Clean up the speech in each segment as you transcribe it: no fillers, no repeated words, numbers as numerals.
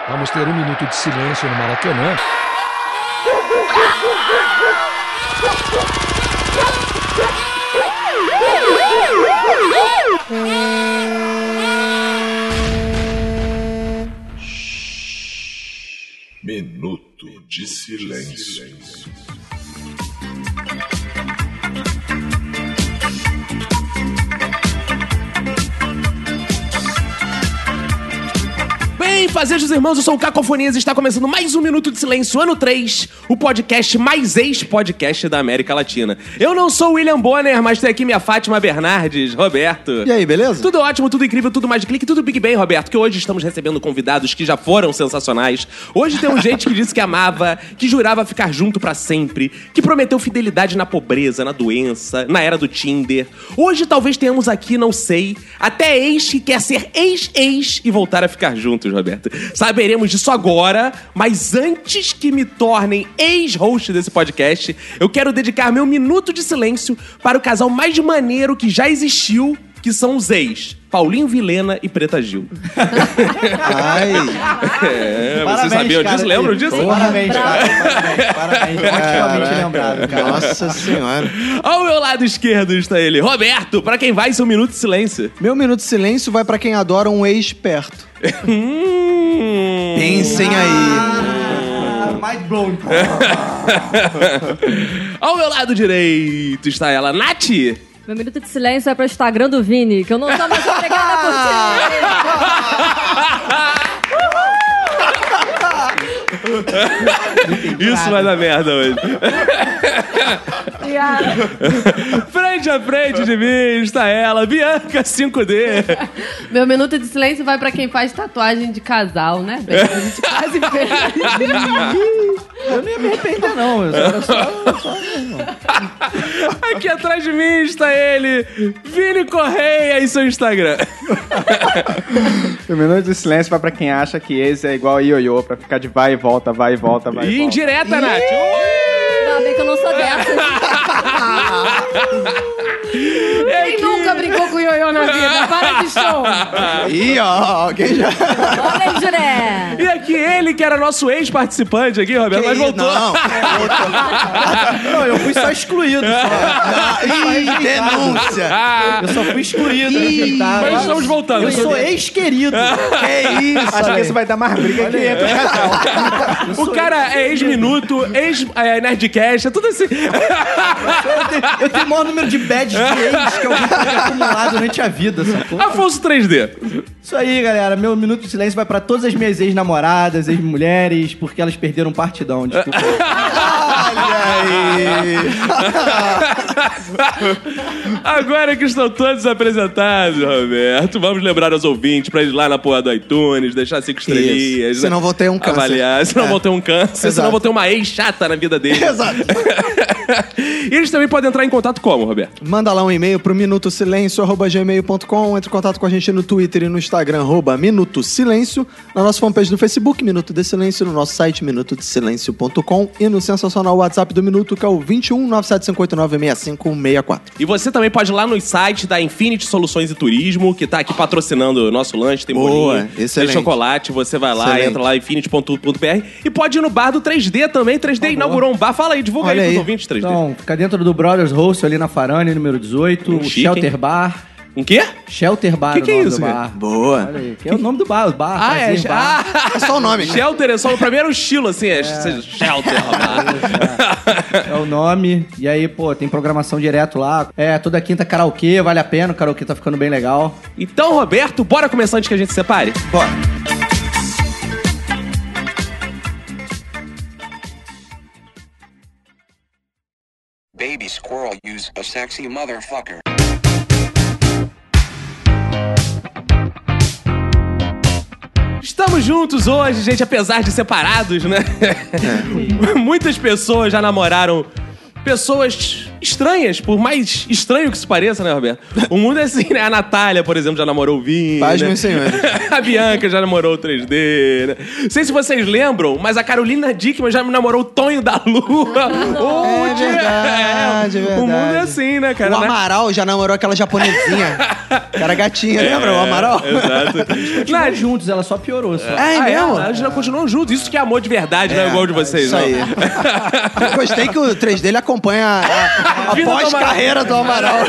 Vamos ter um minuto de silêncio no Maracanã. Minuto de silêncio. Bem, fazejos irmãos, eu sou o Cacofonias e está começando mais um Minuto de Silêncio, ano 3, o podcast mais ex-podcast da América Latina. Eu não sou o William Bonner, mas tem aqui minha Fátima Bernardes, Roberto. E aí, beleza? Tudo ótimo, tudo incrível, tudo mais de clique, tudo Big Bang, Roberto, que hoje estamos recebendo convidados que já foram sensacionais. Hoje temos gente que disse que amava, que jurava ficar junto pra sempre, que prometeu fidelidade na pobreza, na doença, na era do Tinder. Hoje talvez tenhamos aqui, não sei, até ex que quer ser ex-ex e voltar a ficar juntos, Roberto. Saberemos disso agora, mas antes que me tornem ex-host desse podcast, eu quero dedicar meu minuto de silêncio para o casal mais maneiro que já existiu, que são os ex, Paulinho Vilhena e Preta Gil. Ai. Vocês sabiam disso? Lembram disso? Parabéns, cara. Parabéns. Otimamente lembrado, cara. Nossa senhora. Ao meu lado esquerdo está ele, Roberto, para quem vai seu minuto de silêncio. Meu minuto de silêncio vai pra quem adora um ex perto. Pensem aí. Mind blown. Ao meu lado direito está ela, Nath. Meu minuto de silêncio é pro Instagram do Vini, que eu não tô mais obrigada a curtir. Isso vai dar merda hoje. Frente a frente de mim está ela, Bianca 5D. Meu minuto de silêncio vai pra quem faz tatuagem de casal, né? Bem, a gente quase fez. Eu nem ia me arrepender, não. Era só... Aqui atrás de mim está ele, Vini Correia e seu Instagram. O minuto de silêncio vai pra quem acha que esse é igual ioiô, pra ficar de vai e volta, vai e volta, vai e volta. E indireta, Nath. Ainda bem que eu não sou dessas. Quem nunca brincou com ioiô na vida? Para de show! Ih, ó, alguém já... Olha aí, Juré. E aqui ele, que era nosso ex-participante aqui, Roberto, mas voltou. Não, Não, eu fui só excluído. Ih, denúncia. Eu só fui excluído. Mas estamos voltando. Eu sou ex-querido. Que isso? Acho que isso vai dar mais briga que entra o casal. O cara é ex-minuto, ex-nerdcast, é tudo assim. Eu tenho o maior número de badges de ex que alguém pode acumular durante a vida, sacou? Afonso 3D. Isso aí, galera. Meu minuto de silêncio vai pra todas as minhas ex-namoradas, ex-mulheres, porque elas perderam um partidão. Desculpa. Olha aí. Agora que estão todos apresentados, Roberto, vamos lembrar aos ouvintes pra ir lá na porra do iTunes, deixar 5 estrelinhas. Isso. Senão vou ter um câncer. Avaliar, senão vou ter um câncer, Exato. senão vou ter uma ex chata na vida dele. Exato. E eles também podem entrar em contato como, Roberto? Manda lá um e-mail pro minutosilencio@gmail.com. Entre em contato com a gente no Twitter e no Instagram, @minutosilencio. Na nossa fanpage do Facebook, Minuto de Silêncio. No nosso site, minutodesilencio.com. E no sensacional WhatsApp do Minuto, que é o 21 97589 6564. E você também pode ir lá no site da Infinity Soluções e Turismo, que tá aqui patrocinando o nosso lanche, tem Boa, bolinho, tem excelente. chocolate, você vai lá, Excelente. entra lá, infinity.com.br e pode ir no bar do 3D também, 3D inaugurou um bar, fala aí, divulga Olha aí pros aí. ouvintes 3D. Então, fica dentro do Brothers Host ali na Farane, número 18. O Chique, Shelter hein? Bar. Um quê? Shelter Bar Que é o nome isso, do cara? bar. Boa. Olha aí, que é o nome do bar, o bar. Ah, é. prazer, bar. É só o nome. né? Shelter, é só o primeiro estilo, assim, Shelter. É o nome. E aí, pô, tem programação direto lá. É, toda quinta karaokê, vale a pena. O karaokê tá ficando bem legal. Então, Roberto, bora começar antes que a gente se separe? Bora. Baby squirrel use a sexy motherfucker. Estamos juntos hoje, gente, apesar de separados, né? Muitas pessoas já namoraram pessoas estranhas, por mais estranho que isso pareça, né, Roberto? O mundo é assim, né? A Natália, por exemplo, já namorou o Vini. Paz, né? meus senhores. A Bianca já namorou o 3D, né? Não sei se vocês lembram, mas a Carolina Dickman já namorou o Tonho da Lua. É verdade, é verdade. O mundo é assim, né, cara? O Amaral já namorou aquela japonesinha. Que era gatinha, lembra? O Amaral? Exato. Continuam juntos, ela só piorou. Só. É mesmo? Eles já continuam juntos. Isso que é amor de verdade, não é igual o de vocês, Isso não. aí. Eu gostei que o 3 dele acompanha a Vida do pós-carreira do Amaral.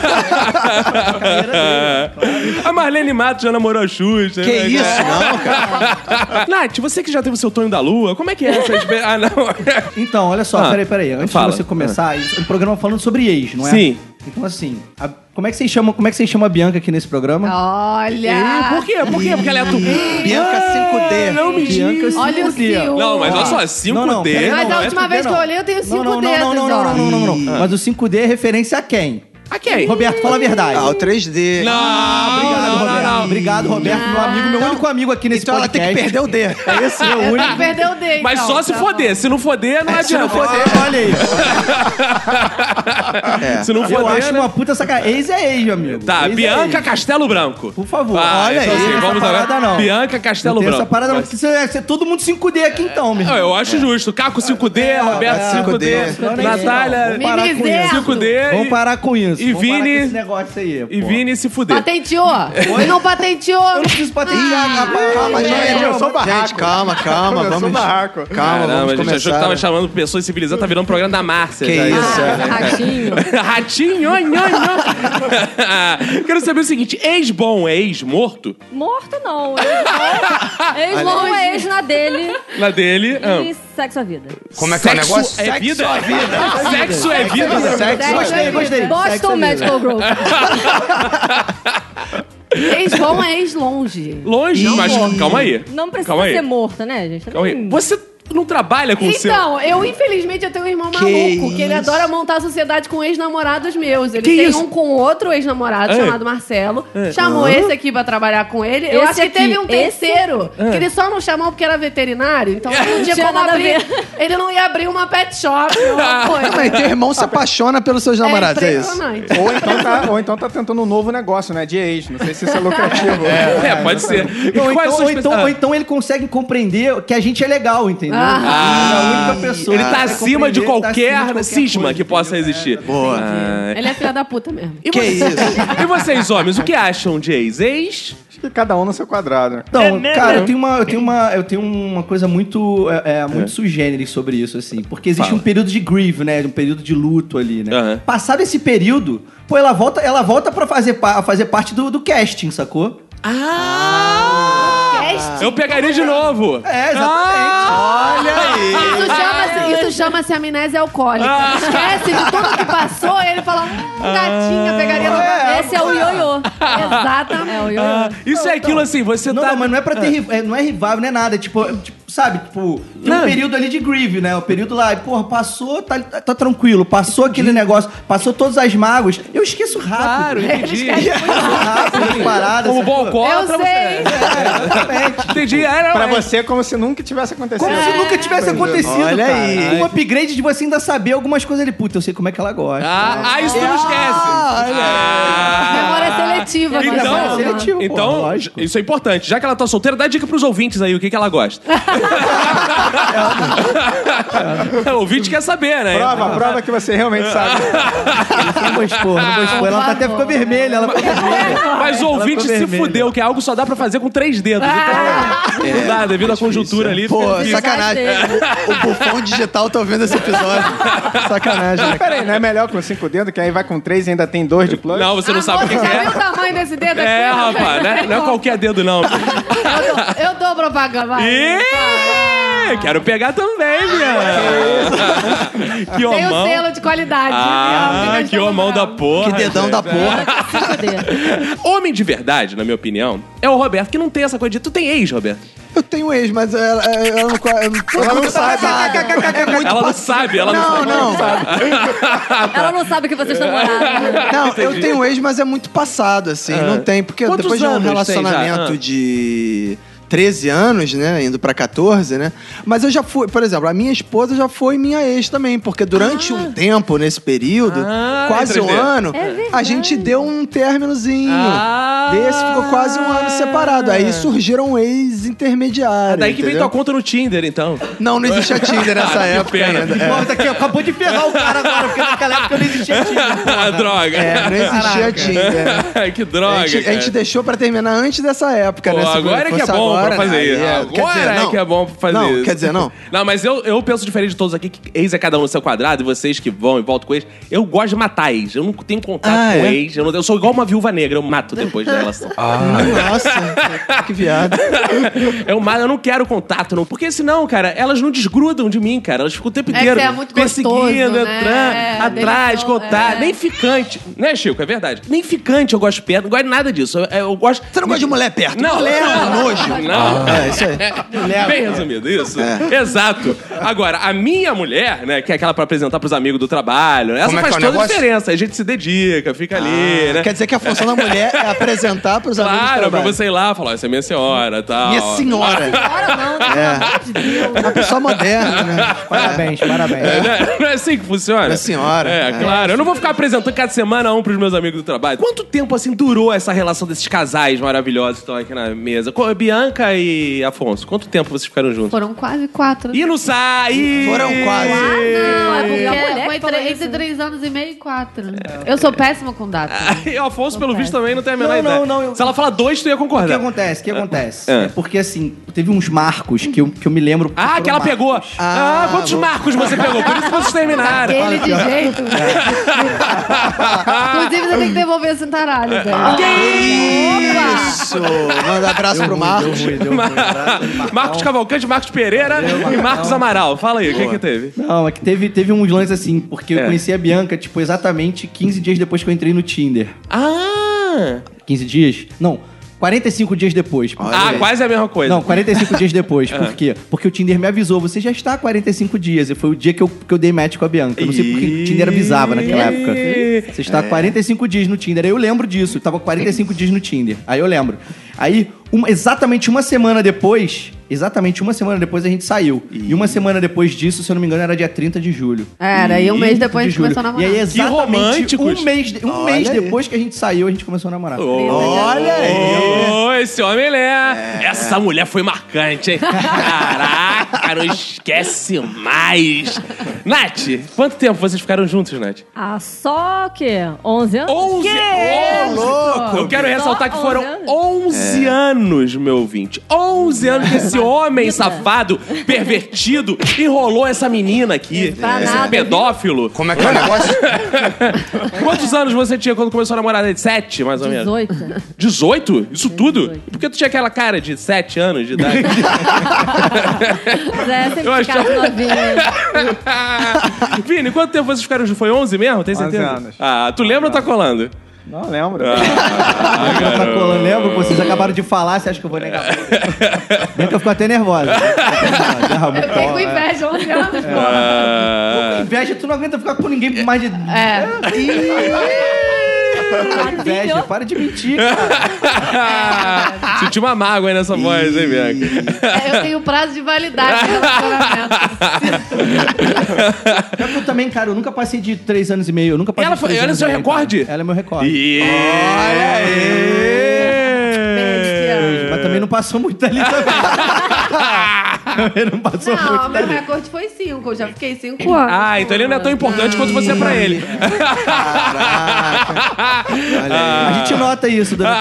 A Marlene Matos já namorou a Xuxa. Que né, isso? cara? Não, cara. Nath, você que já teve o seu Tonho da Lua, como é que é essa experiência? Ah, não. Então, olha só, peraí. Antes Fala. de você começar, o programa falando sobre ex, não é? Sim. Então, assim, como é que vocês chamam a Bianca aqui nesse programa? Olha! Por quê? Porque ela é tu. Bianca 5D. Não me Bianca diz. Olha o 5D. ciúme. Não, mas olha só, 5D. Não, peraí, Mas não, a é última 5D, vez que eu não. olhei, eu tenho 5 Não. dedos, ó. Mas o 5D é referência a quem? A quem? Roberto, fala a verdade. Ah, o 3D. Obrigado, Roberto. Obrigado, Roberto, meu amigo, meu único amigo aqui nesse Então ela tem podcast. que perder o D. É isso? Meu Tem único. que perder o dedo. Mas só se foder. Se não foder, não Se não adianta. foder, Olha aí. Se não Eu foder, acho né? uma puta sacanagem. Ex é ex, meu amigo. Tá, Ex é Bianca ex. Castelo Branco. Por favor. Olha então aí. assim, Essa vamos parada agora. não. Bianca Castelo Não tem Branco. essa parada não, Mas- porque você é todo mundo 5D aqui então, meu irmão. Eu acho justo. Caco 5D, Roberto 5D, 5D. Natália Vamos parar com Mimizeiro. isso. 5D. Vamos parar com isso. E Vamos parar Vini- com esse negócio aí. E pô. Vini se fuder. Patenteou? Não patenteou? Eu não preciso patentear. Calma, gente. eu sou barraco. Gente, calma. Eu sou Vamos. barraco. Calma, Caramba, vamos a gente achou que tava começar. chamando pessoas civilizadas, tá virando um programa da Márcia. Que já. isso, Ratinho. Ratinho, Quero saber o seguinte, ex-bom é ex-morto? Morto não. Ex não é ex na dele Na dele. e sexo à vida. Como é que é o Sexo negócio? é vida? Sexo é vida? Gostei. Boston Sexo é Medical Group. Ex-bom é ex-longe. Longe, mas calma aí. Não precisa Calma aí. ser morta, né, gente? Calma aí. Você não trabalha com o seu... Então, infelizmente, eu tenho um irmão Que maluco, que ele isso? adora montar sociedade com ex-namorados meus. Ele Que tem isso? um com outro ex-namorado chamado Marcelo. Chamou esse aqui pra trabalhar com ele. Eu Esse acho que aqui, teve um esse? terceiro, que ele só não chamou porque era veterinário. Então, não tinha tinha como nada a abrir. ver. Ele não ia abrir uma pet shop ou uma coisa. Mas teu irmão se apaixona pelos seus namorados, é isso? impressionante. Ou então tá tentando um novo negócio, né? De ex. Não sei se isso é lucrativo. pode ser. Ou Quais são as pessoas- ou então ele consegue compreender que a gente é legal, entendeu? Ah. É a única pessoa. Ele tá acima de qualquer cisma coisa, que possa entendeu? existir. Boa. Ele é filha da puta mesmo. E Que vocês- isso? E vocês, homens, o que acham de ex? Ex? Acho que cada um no seu quadrado. Então, cara, eu tenho uma coisa muito sui generis sobre isso, assim. Porque existe um período de grieve, né? Um período de luto ali, né? Aham. Passado esse período, pô, ela volta pra fazer parte do casting, sacou? Eu pegaria de novo. É, exatamente. Olha aí. Isso chama-se amnésia alcoólica. Esquece de tudo que passou e ele fala, gatinha, pegaria no cabelo. Esse é o ioiô. Exatamente. É o ioiô. Isso é aquilo assim, você Não, tá... não, mas não é pra ter não é revival, não é nada. É tipo, sabe, tipo, tem um período ali de grieve, né? O período lá, porra, passou, tá tranquilo, passou aquele negócio, passou todas as mágoas. Eu esqueço rápido. Claro, entendi. Rápido, as paradas. Como bom sacou? alcoólatra, Eu sei. Exatamente. Entendi. Era, Pra você, como se nunca tivesse acontecido. Como se nunca tivesse acontecido, Olha cara. aí. Um upgrade de você ainda saber algumas coisas ali. Puta, eu sei como é que ela gosta. isso tu não esquece. Memória seletiva. Então, agora. seletivo, pô, então lógico. isso é importante. Já que ela tá solteira, dá dica pros ouvintes aí, o que ela gosta. O ouvinte quer saber, né? Prova que você realmente sabe. Não vou expor. Ela até ficou vermelha, ela ficou vermelha. Mas o ouvinte ficou se vermelha. fudeu, que é algo que só dá pra fazer com 3 dedos. Então, não dá, devido à conjuntura ali. Pô, fica difícil. sacanagem. O bufão digital tá ouvindo esse episódio. Sacanagem, né? Peraí, não é melhor com 5 dedos, que aí vai com 3 e ainda tem 2 de plug? Não, você não sabe o que Você já é. viu o tamanho desse dedo aqui? É, rapaz, não é qualquer dedo, não. Eu dou propaganda, vai. Ih, quero pegar também, minha. Que Tem o homão. selo de qualidade. Que homão da porra. Que dedão da porra. Homem de verdade, na minha opinião, é o Roberto, que não tem essa coisa de... Tu tem ex, Roberto? Eu tenho ex, mas ela não sabe. É muito Ela não pass- sabe, ela Não, não sabe. Ela não sabe que vocês namoraram. Né? Não, eu tenho ex, mas é muito passado, assim. Não tem, porque Quantos depois de um anos tem já? relacionamento de 13 anos, né? Indo pra 14, né? Mas eu já fui, por exemplo, a minha esposa já foi minha ex também, porque durante um tempo, nesse período, quase um ano, a gente deu um términozinho. Desse ficou quase um ano separado. Aí surgiram ex intermediários. Daí que veio tua conta no Tinder, então. Não existia Tinder nessa época pena. ainda. Pô, tá aqui, acabou de ferrar o cara agora, porque naquela época não existia Tinder. Droga. Não existia Tinder. Que droga, a gente deixou pra terminar antes dessa época, né? Agora é que é bom pra fazer isso. Agora é que é bom pra fazer isso. Não, quer dizer, não. Não, mas eu penso diferente de todos aqui, que ex é cada um no seu quadrado, e vocês que vão e voltam com ex. Eu gosto de matar ex. Eu não tenho contato com ex. Eu sou igual uma viúva negra, eu mato depois da relação. Nossa, que viado. Eu não quero contato, não. Porque senão, cara, elas não desgrudam de mim, cara. Elas ficam o tempo inteiro que é muito perseguindo, gostoso, entrando, né? atrás, contato. Nem ficante. Né, Chico? É verdade. Nem ficante eu gosto perto. Não gosto de nada disso. Eu gosto... Você não gosta de mulher perto? Não. Mulher é um nojo. Não. É, isso aí. Bem resumido, isso. Exato. Agora, a minha mulher, né, que é aquela pra apresentar pros amigos do trabalho, essa Como é faz que é o toda a negócio? diferença. A gente se dedica, fica ali, né? Quer dizer que a função da mulher é apresentar pros amigos do Claro, pra trabalho. você ir lá e falar, essa é minha senhora, tal. Minha senhora. Agora não, pelo amor de Deus. Uma pessoa moderna, né? Parabéns. Não é assim que funciona? Minha senhora. É, claro. Eu não vou ficar apresentando cada semana um pros meus amigos do trabalho. Quanto tempo, assim, durou essa relação desses casais maravilhosos que estão aqui na mesa? Bianca e Afonso, quanto tempo vocês ficaram juntos? Foram quase 4. E não sai! Foram quase. Não, é A mulher porque que foi falou entre isso. 3 anos e meio e 4. Eu sou péssima com data. E o Afonso, pelo visto, também não tem a menor Não, ideia. não, Se ela fala 2, tu ia O que concordar. acontece? É porque, assim, teve uns marcos que eu me lembro... Ah, que ela pegou. Quantos marcos você pegou? Por isso que vocês terminaram. Aquele de jeito. Inclusive, você tem que devolver esse cintaralho, velho. Isso! Manda abraço pro Marcos. Marcos Cavalcante, Marcos Pereira e Marcos Amaral. Fala aí, o que teve? Não, é que teve uns lances assim, porque eu conheci a Bianca, tipo, exatamente 15 dias depois que eu entrei no Tinder. 15 dias? Não, 45 dias depois. Quase a mesma coisa. Não, 45 dias depois. Por quê? Porque o Tinder me avisou, você já está há 45 dias. E foi o dia que eu dei match com a Bianca. Eu não sei porque o Tinder avisava naquela época. Você está há 45 dias no Tinder. Aí eu lembro disso. Eu tava 45 dias no Tinder. Aí eu lembro. Aí, exatamente uma semana depois, a gente saiu. E uma semana depois disso, se eu não me engano, era dia 30 de julho. Era, e um mês depois a gente começou a namorar. E aí, exatamente românticos. um mês depois que a gente saiu, a gente começou a namorar. Olha aí. Esse homem Essa mulher foi marcante, hein? Caraca, não esquece mais. Nath, quanto tempo vocês ficaram juntos, Nath? Só o quê? 11 anos? 11 Que louco! Eu quero ressaltar que Só foram 11 anos, meu ouvinte. 11 anos que esse homem safado, pervertido, enrolou essa menina aqui. Pra Esse nada, pedófilo. Como é que é o negócio? Quantos anos você tinha quando começou a namorar dele? 7, mais ou menos? 18. 18? Isso tudo? E por que tu tinha aquela cara de 7 anos de idade? Sempre Eu ficava achava- novinha. Vini, quanto tempo vocês ficaram juntos? Foi 11 mesmo? Tem 11 certeza? anos. Tu lembra ou tá colando? Não lembro. Tá colando, lembra? Vocês acabaram de falar, você acha que eu vou negar? Bianca ficou até nervosa. Eu fiquei com inveja 11 anos, pô. Inveja, tu não aguenta ficar com ninguém por mais de... Inveja, para de mentir, cara. Senti uma mágoa aí nessa voz, hein, Bianca? Eu tenho prazo de validade no relacionamento. Eu também, cara, eu nunca passei de 3 anos e meio. Eu nunca passei Ela de foi- 3 ela é anos seu e meio, recorde? cara. Ela é meu recorde. Olha aí! Mas também não passou muito ali também. Também não passou Não, muito meu dali. recorde foi 5. Eu já fiquei 5 anos. Então ele não é tão importante quanto você é pra ele. A gente nota isso durante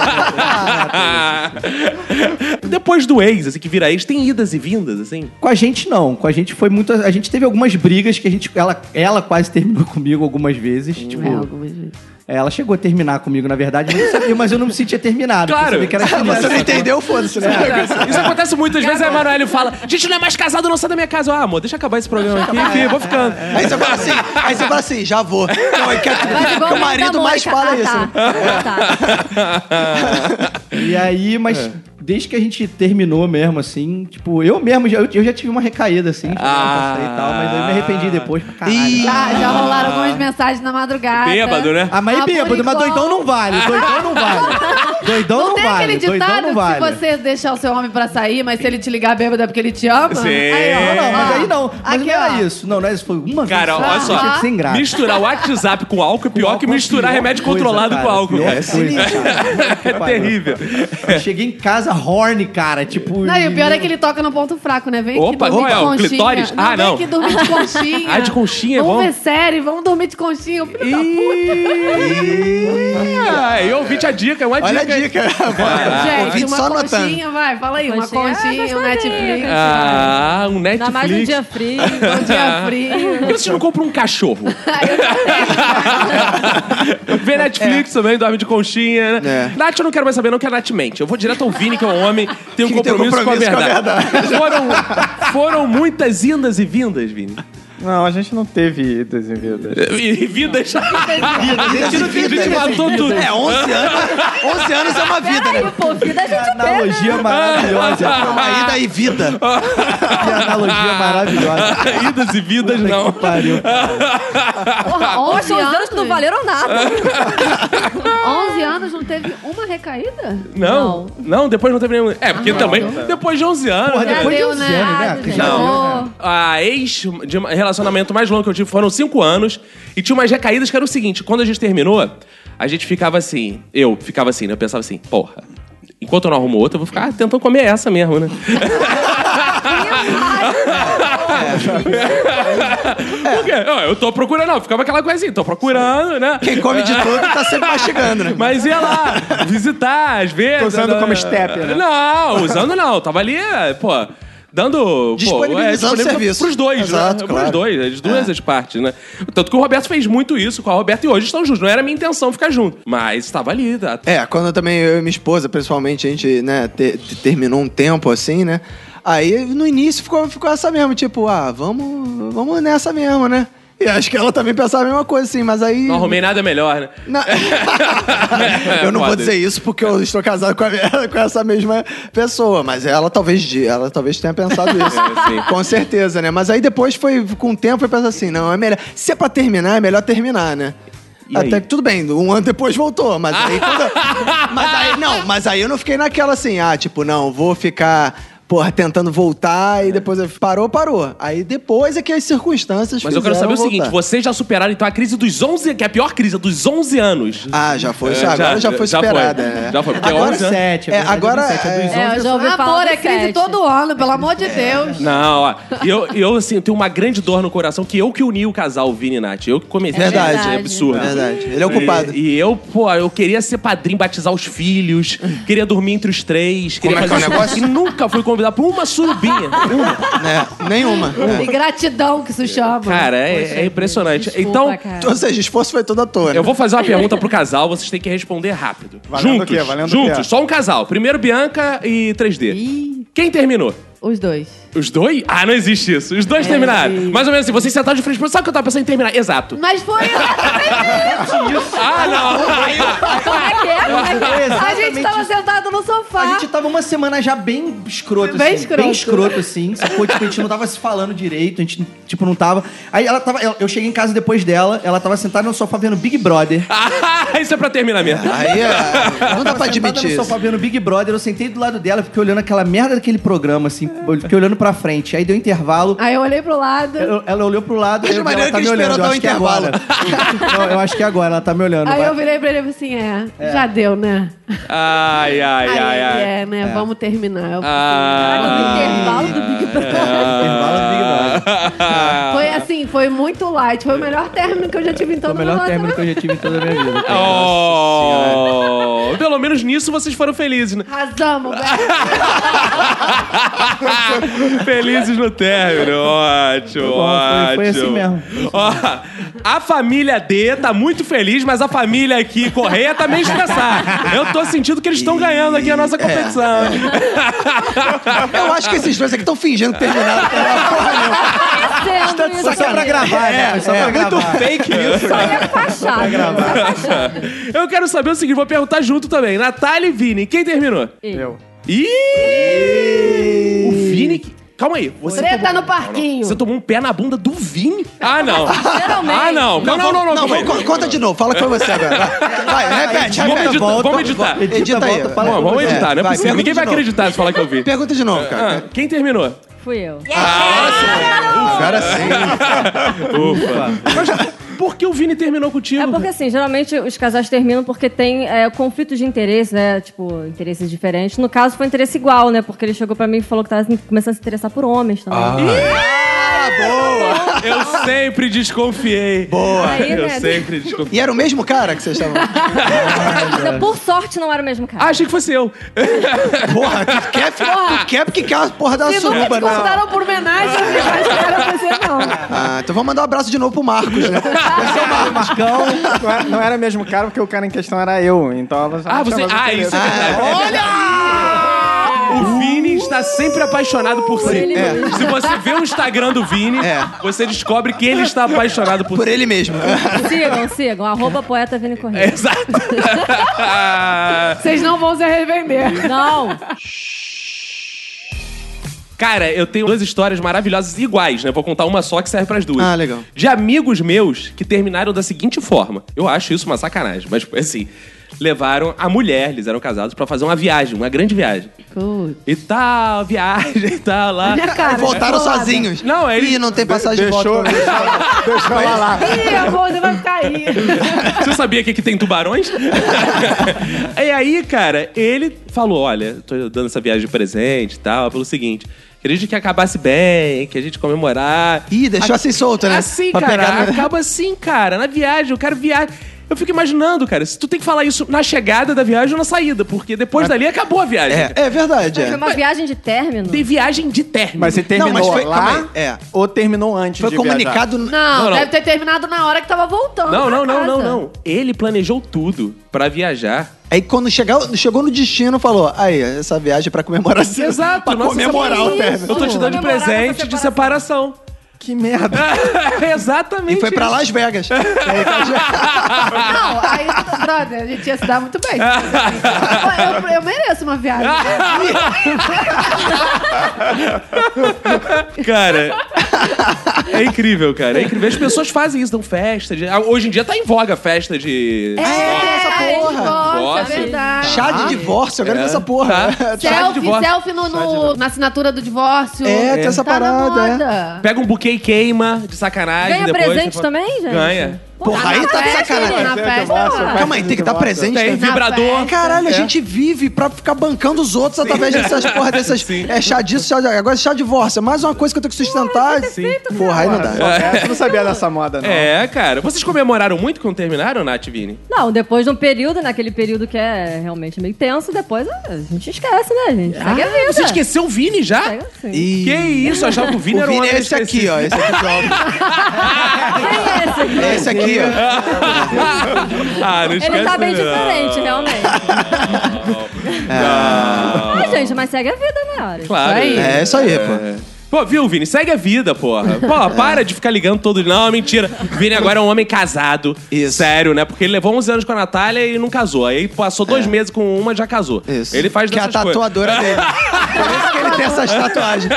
Depois do ex, assim, que vira ex, tem idas e vindas, assim? Com a gente, não. Com a gente foi muito... A gente teve algumas brigas que a gente... Ela quase terminou comigo algumas vezes. Tipo... Algumas vezes. Ela chegou a terminar comigo, na verdade, mas eu não me sentia terminado. Claro. porque eu sabia que era Você não entendeu? Foda-se, né? Isso acontece muitas vezes, a Emanuele fala: gente, não é mais casado, não sai da minha casa. Amor, deixa acabar esse programa aqui, que eu vou ficando. Aí você fala assim, já vou. Não, Igual que o marido da mais Mônica. fala isso, né? Tá. E aí, mas desde que a gente terminou mesmo, assim, tipo, eu mesmo, eu já tive uma recaída, assim, tipo, e tal, mas eu me arrependi depois pra caralho. Já rolaram algumas mensagens na madrugada. Bêbado, né? Ah, mas bêbado, mas doidão não vale, doidão não vale. Doidão não tem vale, aquele doidão ditado não vale. que se você deixar o seu homem pra sair, mas se ele te ligar bêbado é porque ele te ama? Sim. Aí, ó, Não, mas aí não. Mas Aqui, não era ó. isso. Não era isso. Foi uma Cara, vez. olha só. Sem graça. Misturar o WhatsApp com álcool é pior que misturar remédio controlado com álcool. Pior Cara. coisa, cara. É terrível. Eu cheguei em casa horny, cara. Tipo. Não, e o pior é que ele toca no ponto fraco, né? Vem Opa, aqui dormir qual é? de O conchinha. clitóris? Não, Ah, não. Vem aqui dormir de conchinha. Ah, de conchinha é bom? Vamos ver série, vamos dormir de conchinha. Filho da puta. Ah, eu ouvi a dica, é uma Olha dica. a dica. Gente, Ouvinte uma só anotando. conchinha, vai, fala aí. Uma Conchinha, conchinha, um gostosinha. Netflix. Ah, um Netflix. Ainda mais no dia frio. Um dia frio. Por que vocês não compram um cachorro? Vê Netflix também, dorme de conchinha, né? É. Nath, eu não quero mais saber, não, que a Nath mente. Eu vou direto ao Vini, que é um homem, tem um Que tem compromisso, com a compromisso com a verdade. Foram muitas indas e vindas, Vini. Não, a gente não teve idas e vindas. E vidas. A gente matou tudo. É, 11 anos é uma vida, né? Aí, pô, vida a gente Analogia maravilhosa. Uma ida e vida. Que analogia maravilhosa. Idas e vidas, não. Pariu. Porra, 11 anos que não valeram nada. 11 anos não teve uma recaída? Não, depois não teve nenhum. É, porque também, depois de 11 anos. Porra, né? depois de deu, 11 né? anos, Ah, né? gente. Já deu, Não. né? A ex de relacionamento mais longo que eu tive foram 5 anos. E tinha umas recaídas que era o seguinte: quando a gente terminou, a gente ficava assim. Eu ficava assim, né? Eu pensava assim, porra, enquanto eu não arrumo outra, eu vou ficar tentando comer essa mesmo, né? Por quê? Eu tô procurando, não, ficava aquela coisinha, tô procurando, né? Quem come de tudo tá sempre mastigando, né? Mas ia lá, visitar, às vezes. Tô usando como step, né? Não, usando não. Tava ali, pô, dando... Disponibilizando disponível serviço. Pros dois, Exato, né? claro. Pros dois, as duas as partes, né? Tanto que o Roberto fez muito isso com a Roberta e hoje estão juntos. Não era minha intenção ficar junto, mas estava ali. Tá? Quando eu e minha esposa, principalmente, a gente, né, terminou um tempo assim, né? Aí, no início, ficou essa mesmo, tipo, vamos nessa mesmo, né? E acho que ela também pensava a mesma coisa, assim, mas aí... Não arrumei nada melhor, né? Não. Eu não vou dizer isso porque eu estou casado com essa mesma pessoa, mas ela talvez tenha pensado isso. Sim. Com certeza, né? Mas aí depois com o tempo foi pensar assim, não, é melhor... Se é pra terminar, é melhor terminar, né? E Até aí? que tudo bem, um ano depois voltou, mas aí... Mas aí eu não fiquei naquela assim, tipo, não, vou ficar... Porra, tentando voltar e depois parou. Aí depois é que as circunstâncias Mas eu quero saber o voltar. seguinte, vocês já superaram então a crise dos 11, que é a pior crise, dos 11 anos. Ah, já foi. Agora já foi superada. Já foi, porque Agora, 11 anos... 7, agora... Eu já ouvi falar Amor, do é crise 7. todo ano, pelo amor de Deus. Não, ó. Eu assim, tenho uma grande dor no coração que eu que uni o casal Vini e Nath. Eu que comecei Verdade. esse absurdo. Verdade. Ele é o culpado. E eu, eu queria ser padrinho, batizar os filhos, queria dormir entre os três, queria Como é que é o fazer negócio? E nunca fui convidado por uma surubinha. Nenhuma. E gratidão que isso chama. Cara, é impressionante. Desculpa, Então, cara. Ou seja, o esforço foi todo à toa. né? eu vou fazer uma pergunta pro casal, vocês têm que responder rápido. Valendo juntos, o quê? Valendo o juntos, quê? só um casal. Primeiro Bianca e 3D. Ih, Quem terminou? os dois. Os dois? Ah, não existe isso. Os dois terminaram. Mais ou menos assim, vocês sentaram de frente pro outro. Sabe o que eu tava pensando em terminar? Exato. Mas foi exatamente isso. Ah, não. Como é que é? A gente tava sentado no sofá. A gente tava uma semana já bem escroto, Bem assim. escroto. Bem escroto, assim. Sacou? Tipo, a gente não tava se falando direito, a gente, tipo, não tava... Aí ela tava... Eu cheguei em casa depois dela, ela tava sentada no sofá vendo Big Brother. Isso é pra terminar mesmo. Aí não dá pra Sentada admitir no isso. sofá vendo Big Brother, eu sentei do lado dela, fiquei olhando aquela merda daquele programa, assim, eu fiquei olhando pra frente. Aí deu intervalo, Aí eu olhei pro lado. ela olhou pro lado, Mas de ela maneira tá que me ele olhando, esperou eu dar acho que é intervalo. agora. Não, eu acho que é agora, ela tá me olhando. Aí vai. eu virei pra ele e falei assim, já deu, né? Ai, ai, Aí ai, ele, ai. né? Vamos terminar. Eu Intervalo do Big Brother. Intervalo do Big Brother. Foi assim, foi muito light. Foi o melhor término que eu já tive em Foi todo o o melhor meu término que eu já tive em toda a minha vida. Oh, pelo menos nisso vocês foram felizes, né? Arrasamos, velho. Felizes no término. Ótimo, Bom, ótimo. foi assim mesmo. Ó, a família D tá muito feliz, mas a família aqui, Correia, tá meio estressada. Eu tô sentindo que eles estão ganhando aqui a nossa competição. Eu acho que esses dois aqui estão fingindo que terminaram. Tá de Foi só pra gravar, né? Foi só pra muito gravar. fake isso. Isso aí é fachada. Eu quero saber o seguinte, vou perguntar junto também. Natália e Vini, quem terminou? Eu. Ih! O Vini... Calma aí. Você Treta no parquinho. Você tomou um pé na bunda do Vini? Ah, não. Geralmente. Ah, não. Não, Conta de novo. Fala que foi você agora. Vai, repete. Vamos editar. Edita aí. Vamos editar, não é possível. Ninguém vai acreditar se falar que eu vi. Pergunta de novo, cara. Quem terminou? Fui eu. Cara, sim. Ufa. Mas por que o Vini terminou contigo? É porque, assim, geralmente os casais terminam porque tem conflitos de interesse, né? Tipo, interesses diferentes. No caso, foi interesse igual, né? Porque ele chegou pra mim e falou que tava começando a se interessar por homens também. Boa! Eu sempre desconfiei. Boa. Aí, Eu né? sempre desconfiei. E era o mesmo cara que vocês estavam... Por sorte, não era o mesmo cara. Ah, achei que fosse eu. Porra, tu quer porque quer a porra da Se nunca suruba, te né? convidaram por homenagem, eu acho que era você, não. Ah, então vamos mandar um abraço de novo pro Marcos, né? Marcão não era mesmo cara, porque o cara em questão era eu. Então ela já Você... isso é verdade. Olha! O Vini está sempre apaixonado por si. ele mesmo. Se você vê o Instagram do Vini, você descobre que ele está apaixonado por Por si. ele mesmo. Sigam. @poeta Vini Correia. Exato. Vocês não vão se arrepender. Não. Cara, eu tenho 2 histórias maravilhosas iguais, né? Vou contar uma só que serve pras duas. Ah, legal. De amigos meus que terminaram da seguinte forma. Eu acho isso uma sacanagem, mas assim... Levaram a mulher, eles eram casados, pra fazer uma viagem, uma grande viagem. E tal, viagem e tal, lá. Minha cara. Voltaram sozinhos. Não, ele... Ih, não tem passagem de volta. Deixou ela lá. Ih, amor, você vai ficar aí. Você sabia que aqui tem tubarões? E aí, cara, ele falou, olha, tô dando essa viagem de presente e tal, pelo seguinte... Queria que acabasse bem, que a gente comemorar. Ih, deixou assim solto, né? Assim, Pra cara, pegar no- acaba assim, cara. Na viagem, eu quero viagem. Eu fico imaginando, cara, se tu tem que falar isso na chegada da viagem ou na saída, porque depois dali acabou a viagem. É verdade, Foi uma viagem de término. Tem viagem de término. Mas você terminou mas foi- lá calma aí, ou terminou antes Foi de viajar? comunicado... Não, deve ter terminado na hora que tava voltando. Não. Ele planejou tudo pra viajar. Aí quando chegou no destino, falou, aí, essa viagem é pra comemoração. Exato. Pra nossa, comemorar sabe- o término. Eu tô te dando de Comemorar presente essa de separação. Que merda. Exatamente. E foi pra Las Vegas. Não, aí, brother, a gente ia se dar muito bem. Eu mereço uma viagem. Cara, é incrível, cara. É incrível. As pessoas fazem isso, dão festa. Hoje em dia tá em voga a festa de... essa porra. Nossa. É verdade. Chá de divórcio, agora tem essa porra. Tá. Chá de divórcio. Selfie na assinatura do divórcio. Tem essa Tá na parada, moda. Pega um buquê e queima, de sacanagem. Ganha depois presente você também, gente? Ganha. Porra, aí tá de sacanagem. Na festa, Calma aí, tem que estar presente. Tem né? vibrador. Caralho, a gente vive pra ficar bancando os outros através dessas porra dessas... chá disso, chá de... Agora chá de divórcio. É mais uma coisa que eu tenho que sustentar. Porra, aí não dá. Eu não sabia dessa moda, não. É, cara. Vocês comemoraram muito quando terminaram, Nath e Vini? Não, depois de um período, naquele período que é realmente meio tenso, depois a gente esquece, né, gente? Segue a vida. Você esqueceu o Vini já? Segue assim. Ih, Que isso? Eu achava que o Vini o era um Vini é homem esse aqui, ó. Esse aqui, Quem é esse aqui? ó. Esse aqui, ó. Ah, não esquece. Ele tá bem não. diferente, realmente. Não. Ah, gente, mas segue a vida, né, Ari? Claro. É isso aí, pô. Pô, viu, Vini? Segue a vida, porra. Pô, para de ficar ligando todo... Não, mentira. Vini agora é um homem casado. Isso. Sério, né? Porque ele levou 11 anos com a Natália e não casou. Aí passou 2 meses com uma e já casou. Isso. Ele faz Que é a dessas coisas. tatuadora dele. Por isso que ele tem essas tatuagens.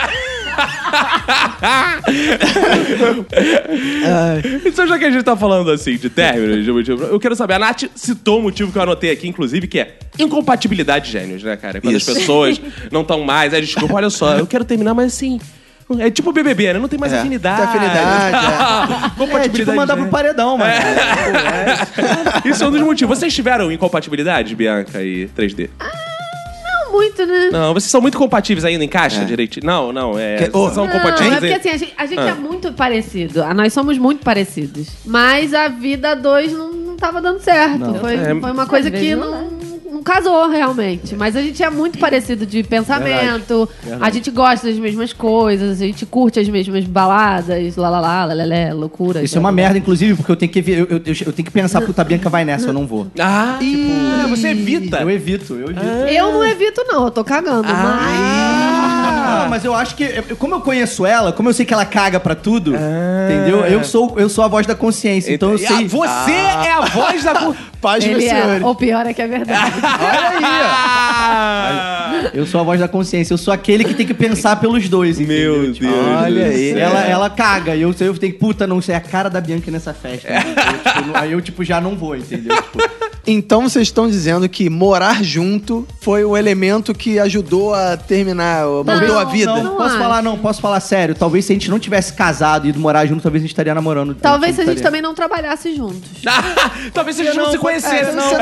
Então, já que a gente tá falando assim de término, eu quero saber. A Nath citou um motivo que eu anotei aqui, inclusive, que é incompatibilidade de gênios, né, cara? Quando Isso. as pessoas não estão mais. Aí, desculpa, olha só, eu quero terminar, mas assim. É tipo BBB, né? Não tem mais afinidade. Tem afinidade, Compatibilidade. tipo mandar de pro paredão, mano. Isso é um dos motivos. Vocês tiveram incompatibilidade, Bianca e 3D? Não muito, né? Não, vocês são muito compatíveis ainda, encaixa direitinho? Não, vocês são Não, compatíveis é porque ainda. assim, a gente é muito parecido. Nós somos muito parecidos. Mas a vida a dois não tava dando certo. Foi uma coisa Às que vezes não casou realmente. Mas a gente é muito parecido de pensamento. A gente gosta das mesmas coisas. A gente curte as mesmas baladas. Lalelé, loucura. Isso é uma merda, inclusive, porque eu tenho que eu tenho que pensar, puta, a Bianca vai nessa, eu não vou. Ah, você evita. Eu evito. Eu não evito, não. Eu tô cagando. Mas... Não, mas eu acho que, como eu conheço ela, como eu sei que ela caga pra tudo, entendeu? Eu sou a voz da consciência, então eu sei... Você é a voz da... Paz, meus Ele senhores. é. O pior é que é verdade. Olha aí, ó. Eu sou a voz da consciência, eu sou aquele que tem que pensar pelos dois, entendeu? Meu Tipo, Deus. Olha aí. Ela caga, e eu tenho que, puta, não sei, a cara da Bianca nessa festa. Aí eu, tipo, já não vou, entendeu? Tipo, Então vocês estão dizendo que morar junto foi o elemento que ajudou a terminar, mudou a vida? Não, posso falar sério. Talvez se a gente não tivesse casado e ido morar junto, talvez a gente estaria namorando. Talvez se a gente também não trabalhasse juntos. Talvez vocês não se conhecessem. Não,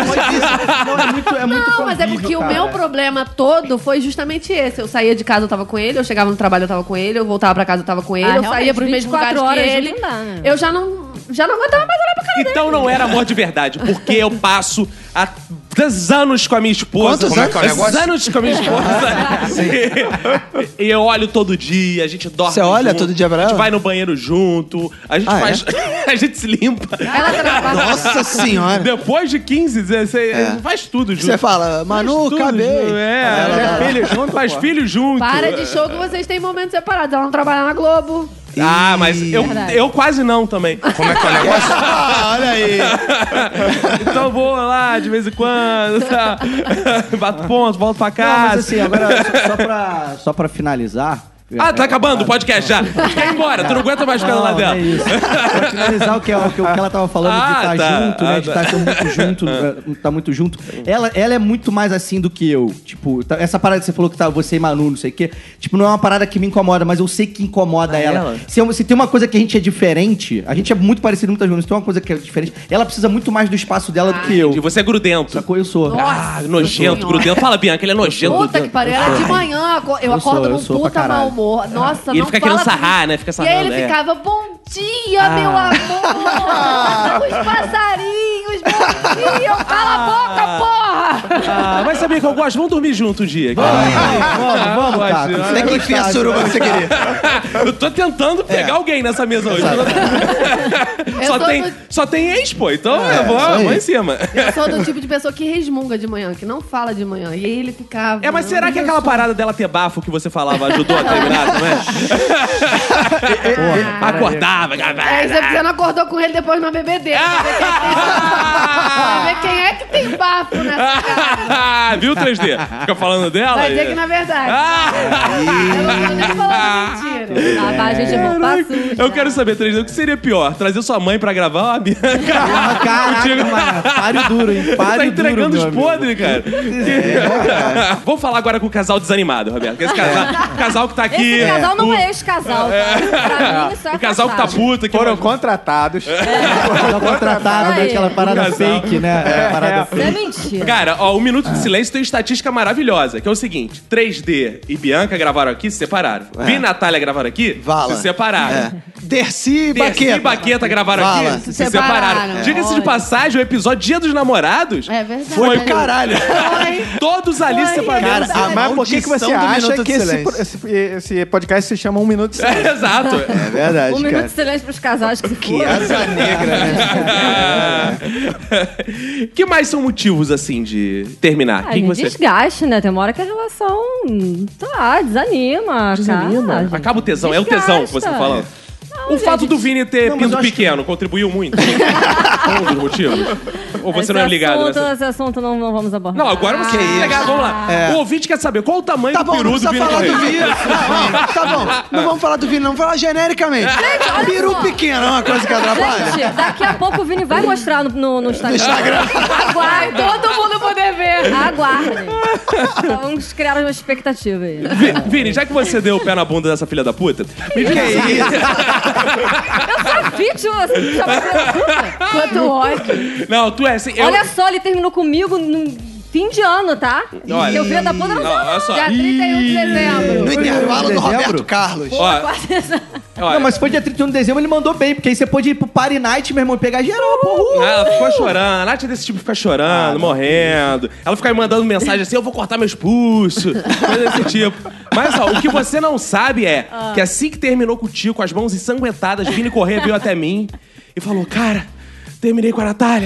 é muito Não, mas é convívio, porque o cara. meu problema todo foi justamente esse. Eu saía de casa, eu tava com ele. Eu chegava no trabalho, eu tava com ele. Eu voltava pra casa, eu tava com ele. Eu saía pros mesmos lugares 24 horas que ele. não dá, né? Eu já não aguentava mais olhar pra cara dele. Então não era amor de verdade, porque eu passo há 10 anos com a minha esposa. Quantos anos? 10 anos com a minha esposa. E eu olho todo dia, a gente dorme Você olha junto, todo dia pra A gente ela? vai no banheiro junto, a gente faz... a gente se limpa. Ela trabalha. Nossa senhora. Depois de 15, 16, faz tudo junto. Você fala, Manu, Faz tudo acabei. junto, faz filho junto, faz filho junto. Para de show que vocês têm momentos separados. Ela não trabalha na Globo. Ah, mas Verdade. eu quase não também. Como é que é o negócio? Olha aí. Então eu vou lá de vez em quando, tá? Bato ponto, volto pra Não, casa. mas assim, agora, só pra finalizar... Ah, tá acabando o podcast já. Quer ir embora, tu não aguenta mais ficar lá Não, não é dentro. isso. Pra finalizar o que ela tava falando de estar junto, né? De estar muito junto, tá muito junto. Ela é muito mais assim do que eu. Tipo, essa parada que você falou que tá você e Manu, não sei o quê. Tipo, não é uma parada que me incomoda, mas eu sei que incomoda ela. Se tem uma coisa que a gente é diferente, a gente é muito parecido muitas vezes. Se tem uma coisa que é diferente, ela precisa muito mais do espaço dela do que eu. E você é grudento. Sacou? Eu sou. Ah, Nossa nojento, Senhora. grudento. Fala, Bianca, ele é nojento. Puta que pariu. Era de manhã. Eu acordo eu num sou pra puta caralho. mau humor. Nossa, E ele não fica fala querendo sarrar, comigo. né? Fica E sarrando. aí ele ficava, bom dia, meu amor. Os passarinhos, bom dia. Eu, cala a boca, porra. Ah, mas sabia que eu gosto? Vamos dormir junto um dia. Vamos, Taco. Até que enfim a suruba que você queria. Eu tô tentando pegar alguém nessa mesa hoje. Só tem ex, pô. Então eu vou em cima. Eu sou do tipo de pessoa que resmunga de manhã, que não fala de manhã. E aí ele ficava... Mas será que aquela parada dela ter bafo que você falava ajudou a terminar, não é? Acordava, É, você não acordou com ele depois na bebedeira. Pra ver quem é que tem bafo nessa cara. Viu, 3D? Fica falando dela? Vai dizer que na verdade. Eu não tô nem falando mentira. Lavagem de roupa suja. Eu quero saber, 3D, o que seria pior? Trazer sua mãe pra gravar uma Bianca? Caraca, mano. Páreo duro, hein? Você tá Páreo entregando duro, os meu amigo. podres, cara. Vamos falar agora com o casal desanimado, Roberto. Esse casal que tá aqui. Esse casal não é esse casal, tá? Pra mim, isso é O casal que tá passagem. puta. Que Foram contratados. Tá contratado Aí. daquela parada casal. fake, né? Parada Isso é fake. mentira. Cara, ó, 1 Minuto de Silêncio tem estatística maravilhosa, que é o seguinte: 3D e Bianca gravaram aqui, se separaram. Vi e Natália gravaram aqui, Vala. se separaram. Dercy e Dercy Baqueta. e Baqueta gravaram Vala. aqui, se separaram. separaram. Diga-se de passagem, o episódio Dia dos Namorados É verdade. Foi do caralho. todos ali se separaram. Cara, Mas por que você maldição do acha Minuto que de Silêncio. esse podcast se chama 1 Minuto de Silêncio? Exato. É verdade, Um minuto cara. de silêncio pros casais que se Que foram. asa negra, né? Que mais são motivos, assim, de terminar? Ah, desgaste, né? Tem uma hora que a relação desanima. Cara. Acaba o tesão, é o tesão que você tá falando. O fato do Vini ter pinto pequeno contribuiu muito? Um dos motivos? Ou você não é ligado nessa? Esse assunto não vamos abordar. Não, agora você tem que pegar, vamos lá. O ouvinte quer saber qual o tamanho Tá do bom, peru não do precisa Vini falar do Correia. Vini. Não, tá bom. Não vamos falar do Vini, não. Vamos falar genericamente. Peru pequeno é uma coisa que atrapalha. Gente, daqui a pouco o Vini vai mostrar no Instagram. No Instagram. Aguardem. Todo mundo poder ver. Aguardem. Vamos criar uma expectativa aí. Vini, já que você deu o pé na bunda dessa filha da puta, me diga assim. Eu sou vítima, você me chama de filha da puta. Quanto ódio. Não, tu é assim. Olha só, ele terminou comigo no fim de ano, tá? Olha. Eu filho da puta não sou. Olha só. Dia 31 de dezembro. No intervalo do Dezembro? Roberto Carlos. Olha, Não, mas se foi dia 31 de dezembro, ele mandou bem, porque aí você pode ir pro Party Night, meu irmão, e pegar geral, porra. ela ficou chorando. A Nath é desse tipo, fica chorando, morrendo. Ela fica me mandando mensagem assim: eu vou cortar meus pulsos. Coisa desse tipo. Mas ó, o que você não sabe é que assim que terminou contigo, com as mãos ensanguentadas, Vini Correia veio até mim e falou: cara, terminei com a Natália.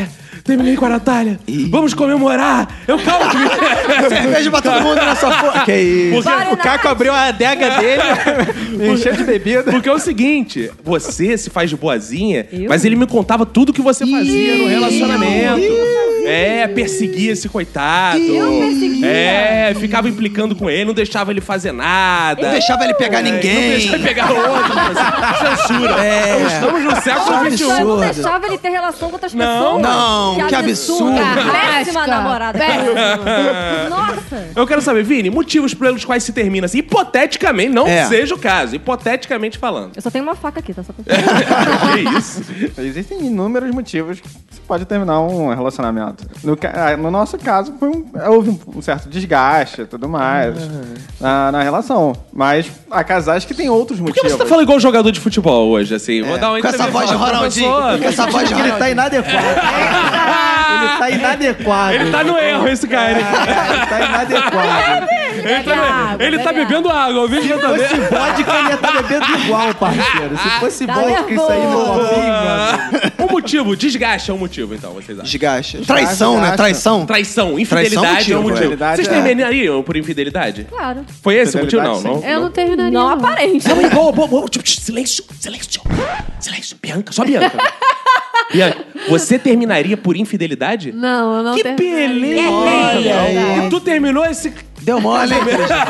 terminei com a Natália. Vamos comemorar. Eu calmo. Cerveja pra todo mundo nessa porra. Que isso? Porque O Caco abriu a adega dele, encheu de bebida. Porque é o seguinte, você se faz de boazinha, mas ele me contava tudo que você fazia no relacionamento. Perseguia esse coitado. Eu perseguia. Ficava implicando com ele, não deixava ele fazer nada. Não deixava ele pegar ninguém. Não deixava ele pegar outro. Censura. Estamos no século XXI. Eu não deixava ele ter relação com outras pessoas. Não, que absurdo. Péssima namorada. Péssima. Nossa. Eu quero saber, Vini, motivos pelos quais se termina assim. Hipoteticamente, não seja o caso. Hipoteticamente falando. Eu só tenho uma faca aqui, tá? Só pra... Que isso? Existem inúmeros motivos que você pode terminar um relacionamento. No nosso caso, houve um certo desgaste e tudo mais na relação. Mas há casais que têm outros Por que motivos. você tá falando igual jogador de futebol hoje, assim? Vou dar uma Com essa entrevista voz de pro Ronaldinho. professor. Com essa voz de Ele Ronaldinho. tá inadequado. Ele tá inadequado. Ele tá no erro, esse cara. Ele tá inadequado. Ele tá bebendo água, o vídeo já tá Se vendo. fosse vodka, ele ia estar bebendo igual, parceiro. Se fosse vodka, isso aí no copinho, mano. O motivo, desgaste é um motivo, então, vocês acham? Desgaste. Traição, né? Traição. Traição, infidelidade é um motivo. Infidelidade Vocês terminariam por infidelidade? Claro. Foi esse o motivo? Não, Infidelidade, não. Eu não terminaria. Não aparente. Não, boa, silêncio. Bianca, só Bianca. Bianca, você terminaria por infidelidade? Não, eu não Que terminaria. beleza! Olha aí. E tu terminou esse... Deu mole, hein?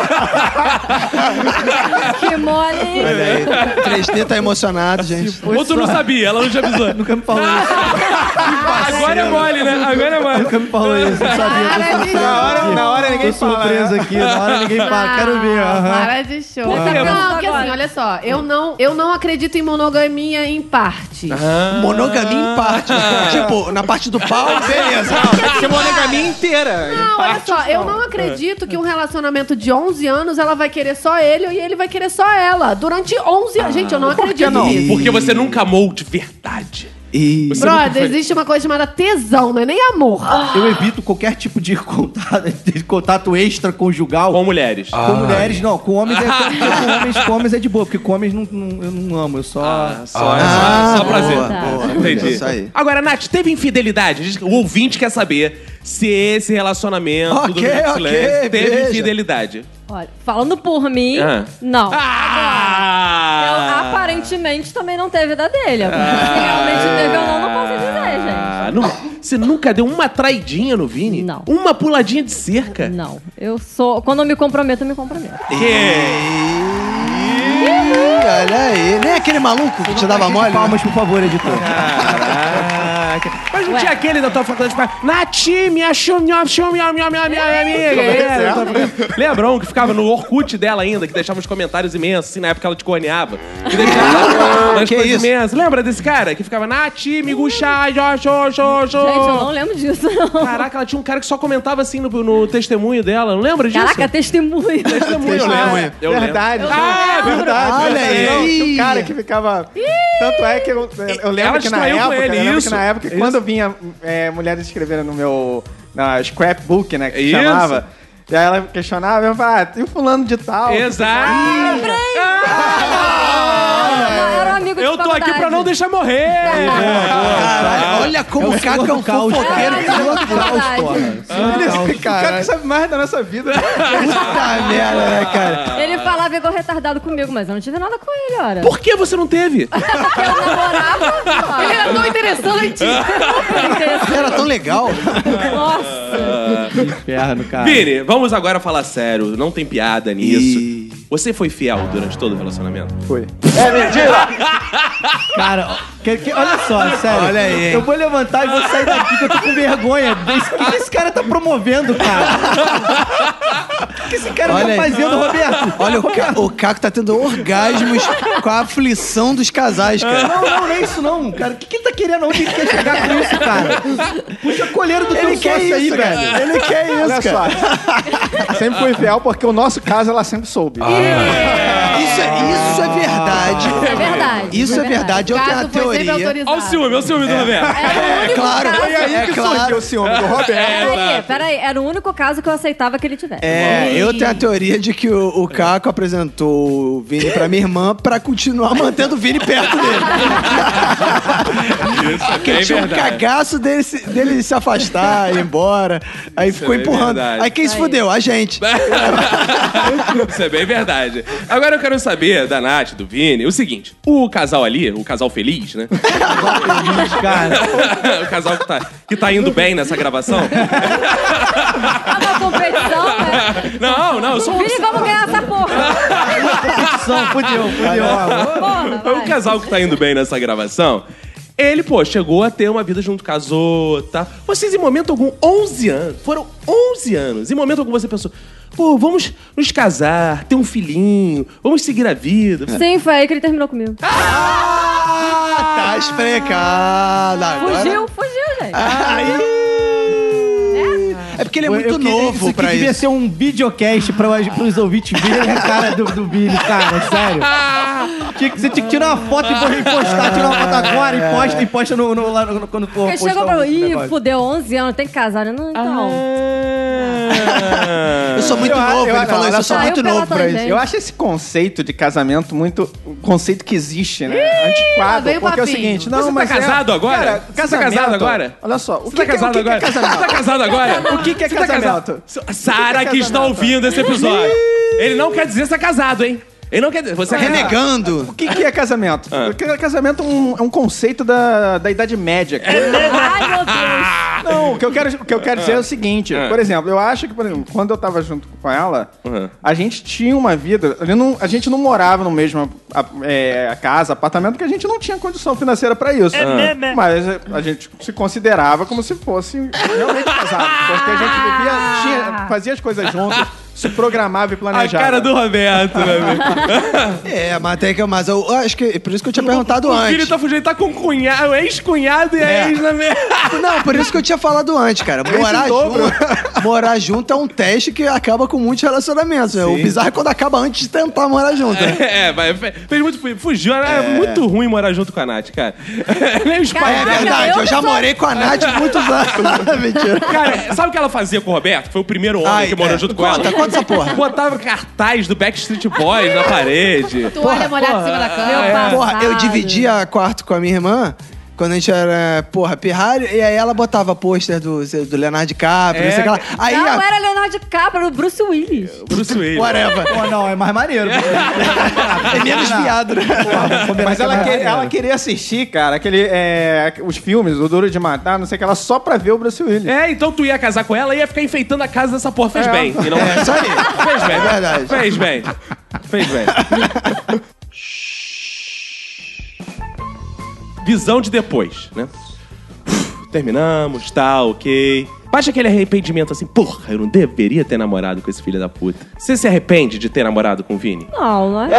Que mole. Olha aí. 3D tá emocionado, gente. Ou tu não sabia, ela não te avisou. Nunca me falou isso. Agora é mole, né? Agora é mole. Nunca me falou isso. Eu sabia. Na hora ninguém Tô fala. surpreso aqui. Na hora ninguém fala. Quero ver. aham. Para de show. Tá Não, pensando porque assim, agora. olha só, eu não acredito em monogamia em partes. Monogamia em parte. Tipo, na parte do pau, beleza. Porque monogamia inteira. Não, olha só, eu não acredito que um relacionamento de 11 anos ela vai querer só ele e ele vai querer só ela. Durante 11 anos. Gente, eu não acredito nisso. Porque você nunca amou de verdade. E... Brother, existe uma coisa chamada tesão, não é nem amor. Eu evito qualquer tipo de contato extraconjugal. Com mulheres. Com mulheres, não. Com homens com homens é de boa, porque com homens eu não amo, eu só... Só prazer. boa. Entendi. Isso aí. Agora, Nath, teve infidelidade? O ouvinte quer saber se esse relacionamento do Ok, Minuto de ok, Silêncio teve veja. infidelidade. Olha, falando por mim, não. Aparentemente também não teve da dele. Se realmente teve ou não posso dizer, gente. Você nunca deu uma traidinha no Vini? Não. Uma puladinha de cerca? Não. Eu sou... Quando eu me comprometo, eu me comprometo. Olha aí. Nem aquele maluco que te dava mole. Palmas, por favor, editor. Mas não tinha aquele da tua faculdade de Nath, me achou minha amiga. Lembra um que ficava no Orkut dela ainda, que deixava uns comentários imensos, assim, na época ela te corneava. Que deixava umas que coisas isso? imensas. Lembra desse cara? Que ficava, Nath, me gusta, Gente, eu não lembro disso, não. Caraca, ela tinha um cara que só comentava assim no testemunho dela. Não lembra disso? Caraca, testemunho. Testemunho, eu lembro. Eu lembro. Verdade. Verdade. Olha aí. Não, tinha um cara que ficava... Tanto é que eu lembro Ela que na distraiu com época... ele, eu lembro isso. que na época, Isso. quando vinha mulheres escrevendo no meu... Na scrapbook, né, que Isso. chamava... E aí ela questionava, eu falava, e o fulano de tal? Exato. Era um amigo de Eu tô aqui faculdade. pra não deixar morrer. Caralho, olha como o Caco é um fofoqueiro. O cara que sabe mais da nossa vida. Puta merda, né, cara? Ele falava igual retardado comigo, mas eu não tive nada com ele, ora. Por que você não teve? Eu namorava. Ele era tão interessante. Era tão legal. Nossa. Inferno, cara. Vini, vamos agora falar sério. Não tem piada nisso. Você foi fiel durante todo o relacionamento? Foi. Cara, olha só, sério. Olha aí, hein? Eu vou levantar e vou sair daqui que eu tô com vergonha. O que esse cara tá promovendo, cara? O que esse cara Olha tá aí. fazendo, Roberto? Olha, o Caco tá tendo orgasmos com a aflição dos casais, cara. Não é isso não, cara. O que ele tá querendo? Onde ele quer chegar com isso, cara? Puxa a coleira do teu Ele quer sócio aí, isso, velho. cara. Ele quer isso, Olha cara. só. Sempre fui fiel porque o nosso caso ela sempre soube. Isso é verdade. É verdade. Isso é verdade, eu O tenho a caso foi sempre teoria. autorizado. Olha o ciúme do Roberto. Claro, é claro. o ciúme do Roberto. Peraí, era o único caso que eu aceitava que ele tivesse. Eu tenho a teoria de que o Caco apresentou o Vini pra minha irmã pra continuar mantendo o Vini perto dele. Porque tinha um cagaço dele se afastar, ir embora. Aí ficou é empurrando. verdade. Aí quem se fudeu? A gente. Isso é bem verdade. Agora eu quero saber da Nath, do Vini, o seguinte. O casal ali, o casal feliz, né? O casal que tá indo bem nessa gravação. É uma competição, né? Não, eu sou... Vini, vamos ganhar essa porra. Fudeu. Porra, É um vai. casal que tá indo bem nessa gravação. Ele, chegou a ter uma vida junto, casou, tá? Vocês, em momento algum, 11 anos, foram 11 anos, em momento algum você pensou, vamos nos casar, ter um filhinho, vamos seguir a vida. Sim, foi aí que ele terminou comigo. Tá explicado. Agora... Fugiu, gente. É porque ele é muito novo pra devia isso. ser um videocast pros ouvintes verem a cara do Vini, cara, sério. Você tinha que tirar uma foto e postar, tirar uma foto agora e posta quando for Ele postar chegou pra um mim, negócio. fudeu, 11 anos, tem que casar. Não, então. Eu sou muito novo, ele falou isso, eu sou Saiu muito pela novo pra isso. tangente. Eu acho esse conceito de casamento muito... Um conceito que existe, né? Antiquado. veio o Porque é o papinho. seguinte... Você tá casado agora? Cara, Você tá casado agora? Olha só. Você tá casado agora? Que é casamento? Você tá casado agora? O que é Você tá casamento? casado? Sara que está ouvindo esse episódio. Ele não quer dizer que você é casado, hein? Ele não quer dizer. Você é Renegando. O que é casamento? Porque casamento é um conceito da Idade Média. Ai, meu Deus. Não, o que eu quero dizer é o seguinte. Por exemplo, eu acho que, quando eu tava junto com ela, a gente tinha uma vida... A gente não morava no mesmo casa, apartamento, porque a gente não tinha condição financeira pra isso. Mas a gente se considerava como se fosse realmente casado. Porque a gente fazia as coisas juntos, se programava e A planejava. cara do Roberto, meu amigo. Mas eu acho que... Por isso que eu tinha perguntado O antes. filho tá fugindo, tá com cunhado, ex-cunhado e a ex na merda. Não, por isso que eu tinha falado antes, cara. Morar junto é um teste que acaba com muitos relacionamentos. Né? O bizarro é quando acaba antes de tentar morar junto. Né? Fez muito... Fugiu, é muito ruim morar junto com a Nath, cara. Nem os pais É dela. verdade, eu já morei com a Nath muitos anos. Mentira. Cara, sabe o que ela fazia com o Roberto? Foi o primeiro homem que morou junto com ela. Conta essa porra. Botava cartaz do Backstreet Boys na parede. Toalha molhada em cima da cama. Porra, eu dividia quarto com a minha irmã quando a gente era, pirralho, e aí ela botava pôster do Leonardo DiCaprio, não sei o que lá. Aí, Não era Leonardo DiCaprio, era o Bruce Willis. Bruce Willis. whatever. Pô, não, é mais maneiro. É menos viado, né? Mas ela queria assistir, cara, os filmes, o Duro de Matar, não sei o que, ela só pra ver o Bruce Willis. Então tu ia casar com ela e ia ficar enfeitando a casa dessa porra. Fez bem. E não... Isso aí. Fez bem. É verdade. Fez bem. Fez bem. Visão de depois, né? Terminamos, tá, ok. Baixa aquele arrependimento assim, porra, eu não deveria ter namorado com esse filho da puta. Você se arrepende de ter namorado com o Vini? Não é.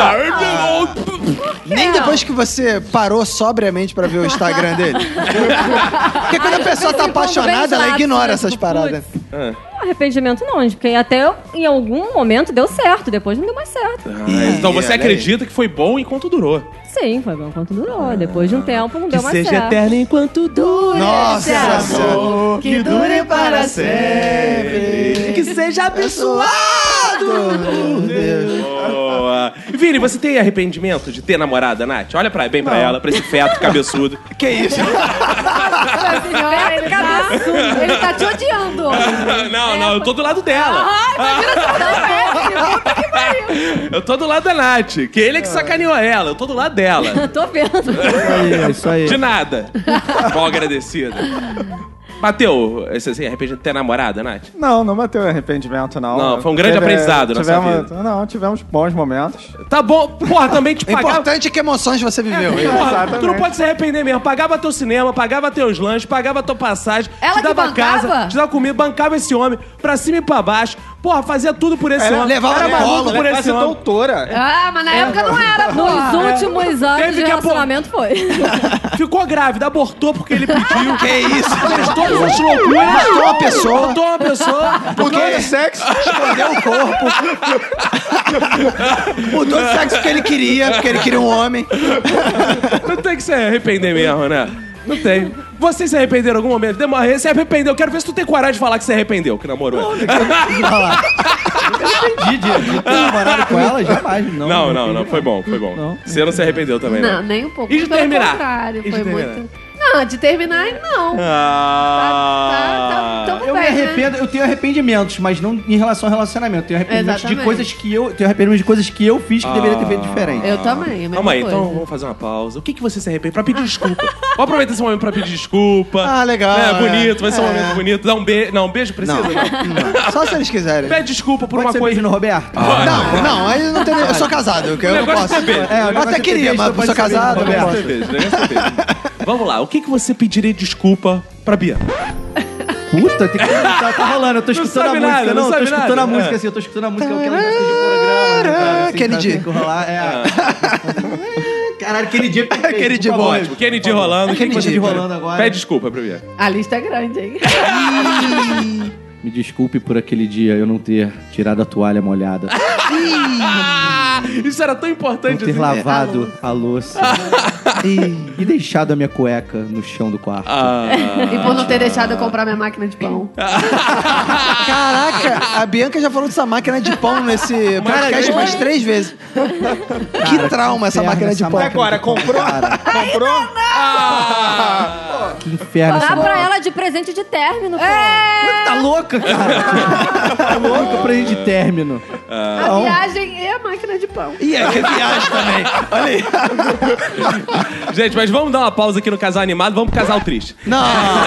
Nem depois que você parou sobriamente pra ver o Instagram dele. Porque quando a pessoa tá apaixonada, ela ignora essas paradas. Arrependimento não, porque até em algum momento deu certo, depois não deu mais certo. Então você acredita que foi bom enquanto durou. Sim, foi bom enquanto durou. Depois de um tempo não deu mais certo. eterno enquanto dura. Nossa, amor, que dure para sempre. Que seja abençoado. Meu Deus. Boa. Vini, você tem arrependimento de ter namorada, Nath? Olha bem pra ela, pra esse feto cabeçudo. Que isso? Ele tá te odiando. Não, eu tô do lado dela. Eu tô do lado da Nath, que ele é que sacaneou ela. Eu tô do lado dela. Tô vendo. Isso aí. De nada. Mal agradecida. Bateu, você arrependimento de ter namorada, Nath? Não bateu arrependimento, não. Não, foi um grande aprendizado na sua vida. Não, tivemos bons momentos. Tá bom, porra, também te O pagava... importante é que emoções você viveu. Porra, Exatamente. tu não pode se arrepender mesmo. Pagava teu cinema, pagava teus lanches, pagava tua passagem, Ela te dava que bancava? casa, te dava comida, bancava esse homem pra cima e pra baixo. Porra, fazia tudo por esse Era- homem. levava Era no maluco colo, por Ela é esse quase homem. doutora. Ah, mas na época não era, pô. Nos últimos anos Teve de que relacionamento foi. Ficou grávida, abortou porque ele pediu. Que isso? Fez todas as loucuras. Matou uma pessoa. Matou uma pessoa. Mudou de sexo. Escondeu o corpo. Mudou de sexo porque ele queria um homem. Não tem que se arrepender mesmo, né? Não tem. Vocês se arrependeram em algum momento? Se arrependeu. Quero ver se tu tem coragem de falar que se arrependeu, que namorou. Entendi de ter namorado com ela, jamais. Não. Foi bom. Não. Você não se arrependeu também, Não, nem um pouco. E de Pelo terminar? contrário, E de foi terminar? muito... Não, de terminar, não. Tamo Eu me bem, né? arrependo, eu tenho arrependimentos, mas não em relação ao relacionamento. Eu tenho arrependimentos de Exatamente. coisas que eu. Tenho arrependimentos de coisas que eu fiz que deveria ter feito diferente. Eu também, a mesma Calma aí, coisa. então vamos fazer uma pausa. O que você se arrepende? Pra pedir desculpa. Vamos aproveitar esse momento pra pedir desculpa. Ah, legal, É, é. bonito, vai ser um É. momento bonito. Dá um beijo. Não, um beijo precisa? Não. Só se eles quiserem. Pede desculpa por Pode uma ser coisa. beijo no Roberto? Não, aí não tem. Eu sou casado, eu não negócio posso. de beijo. É, o Eu negócio até de queria, beijo mas não pode sou ser beijo, casado, eu não Roberto. posso. Vamos lá, o que você pediria desculpa pra Bianca? Puta, tem que... tá rolando. Eu tô escutando a sabe música. nada, não, não eu tô sabe escutando nada. a música assim. Eu tô escutando a música. Eu quero música de programa. Cara, assim, Kennedy. Tem que rolar. Caralho, Kennedy é perfeito. Kennedy por favor. ótimo. Kennedy rolando. Kennedy rolando agora. Pede desculpa pra Bianca. A lista é grande, hein? Me desculpe por aquele dia eu não ter tirado a toalha molhada. Isso era tão Não importante ter assim. lavado a louça. E deixado a minha cueca no chão do quarto. E por não ter deixado eu comprar minha máquina de pão. Caraca, a Bianca já falou dessa máquina de pão nesse podcast umas 3 vezes. Que trauma essa inferno máquina de essa pão. máquina. Agora, comprou? Cara. Comprou? Que inferno essa Dá pra máquina. ela de presente de término, pô. Tá louca, cara? Tá louca pra ir de término. A viagem e a máquina de pão. E aí, que viagem também. Olha aí. Gente, mas vamos dar uma pausa aqui no casal animado. Vamos pro casal triste. Não.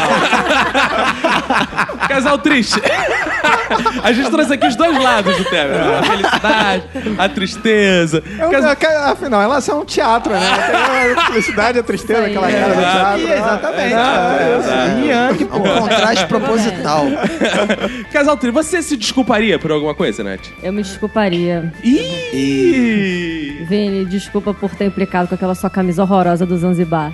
Casal triste. A gente trouxe aqui os dois lados do tema. A felicidade, a tristeza. Afinal, a relação é um teatro, né? Tem a felicidade, a tristeza, Isso aquela aí. cara do teatro. Exatamente. Yankee, Um contraste proposital. Casal triste, você se desculparia por alguma coisa, Nath? Eu me desculparia. Ih! Vini, desculpa por ter implicado com aquela sua camisa horrorosa do Zanzibar.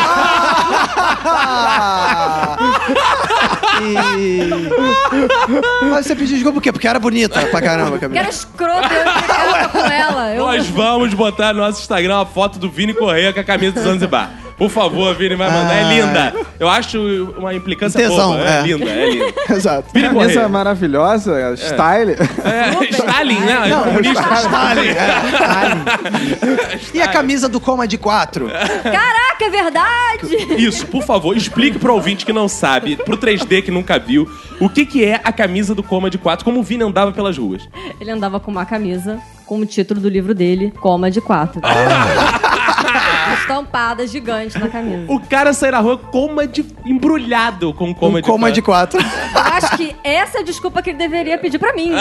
Mas você pediu desculpa por quê? Porque era bonita pra caramba, Que Camila. era escrota, eu implicava com ela. Nós vamos botar no nosso Instagram a foto do Vini Correia com a camisa do Zanzibar. Por favor, Vini vai mandar. É linda. Eu acho uma implicância Tesão, boa. é. É linda. Exato. Vini Camisa Correia. maravilhosa, style. É, Stalin, né? Comunista. Stalin. E a camisa do Coma de 4? Caraca, é verdade! Isso, por favor, explique pro ouvinte que não sabe, pro 3D que nunca viu, o que é a camisa do Coma de 4, como o Vini andava pelas ruas. Ele andava com uma camisa com o título do livro dele, Coma de 4. Estampada gigante na camisa. O cara sai na rua embrulhado com Coma Um Coma de 4. Eu acho que essa é a desculpa que ele deveria pedir pra mim.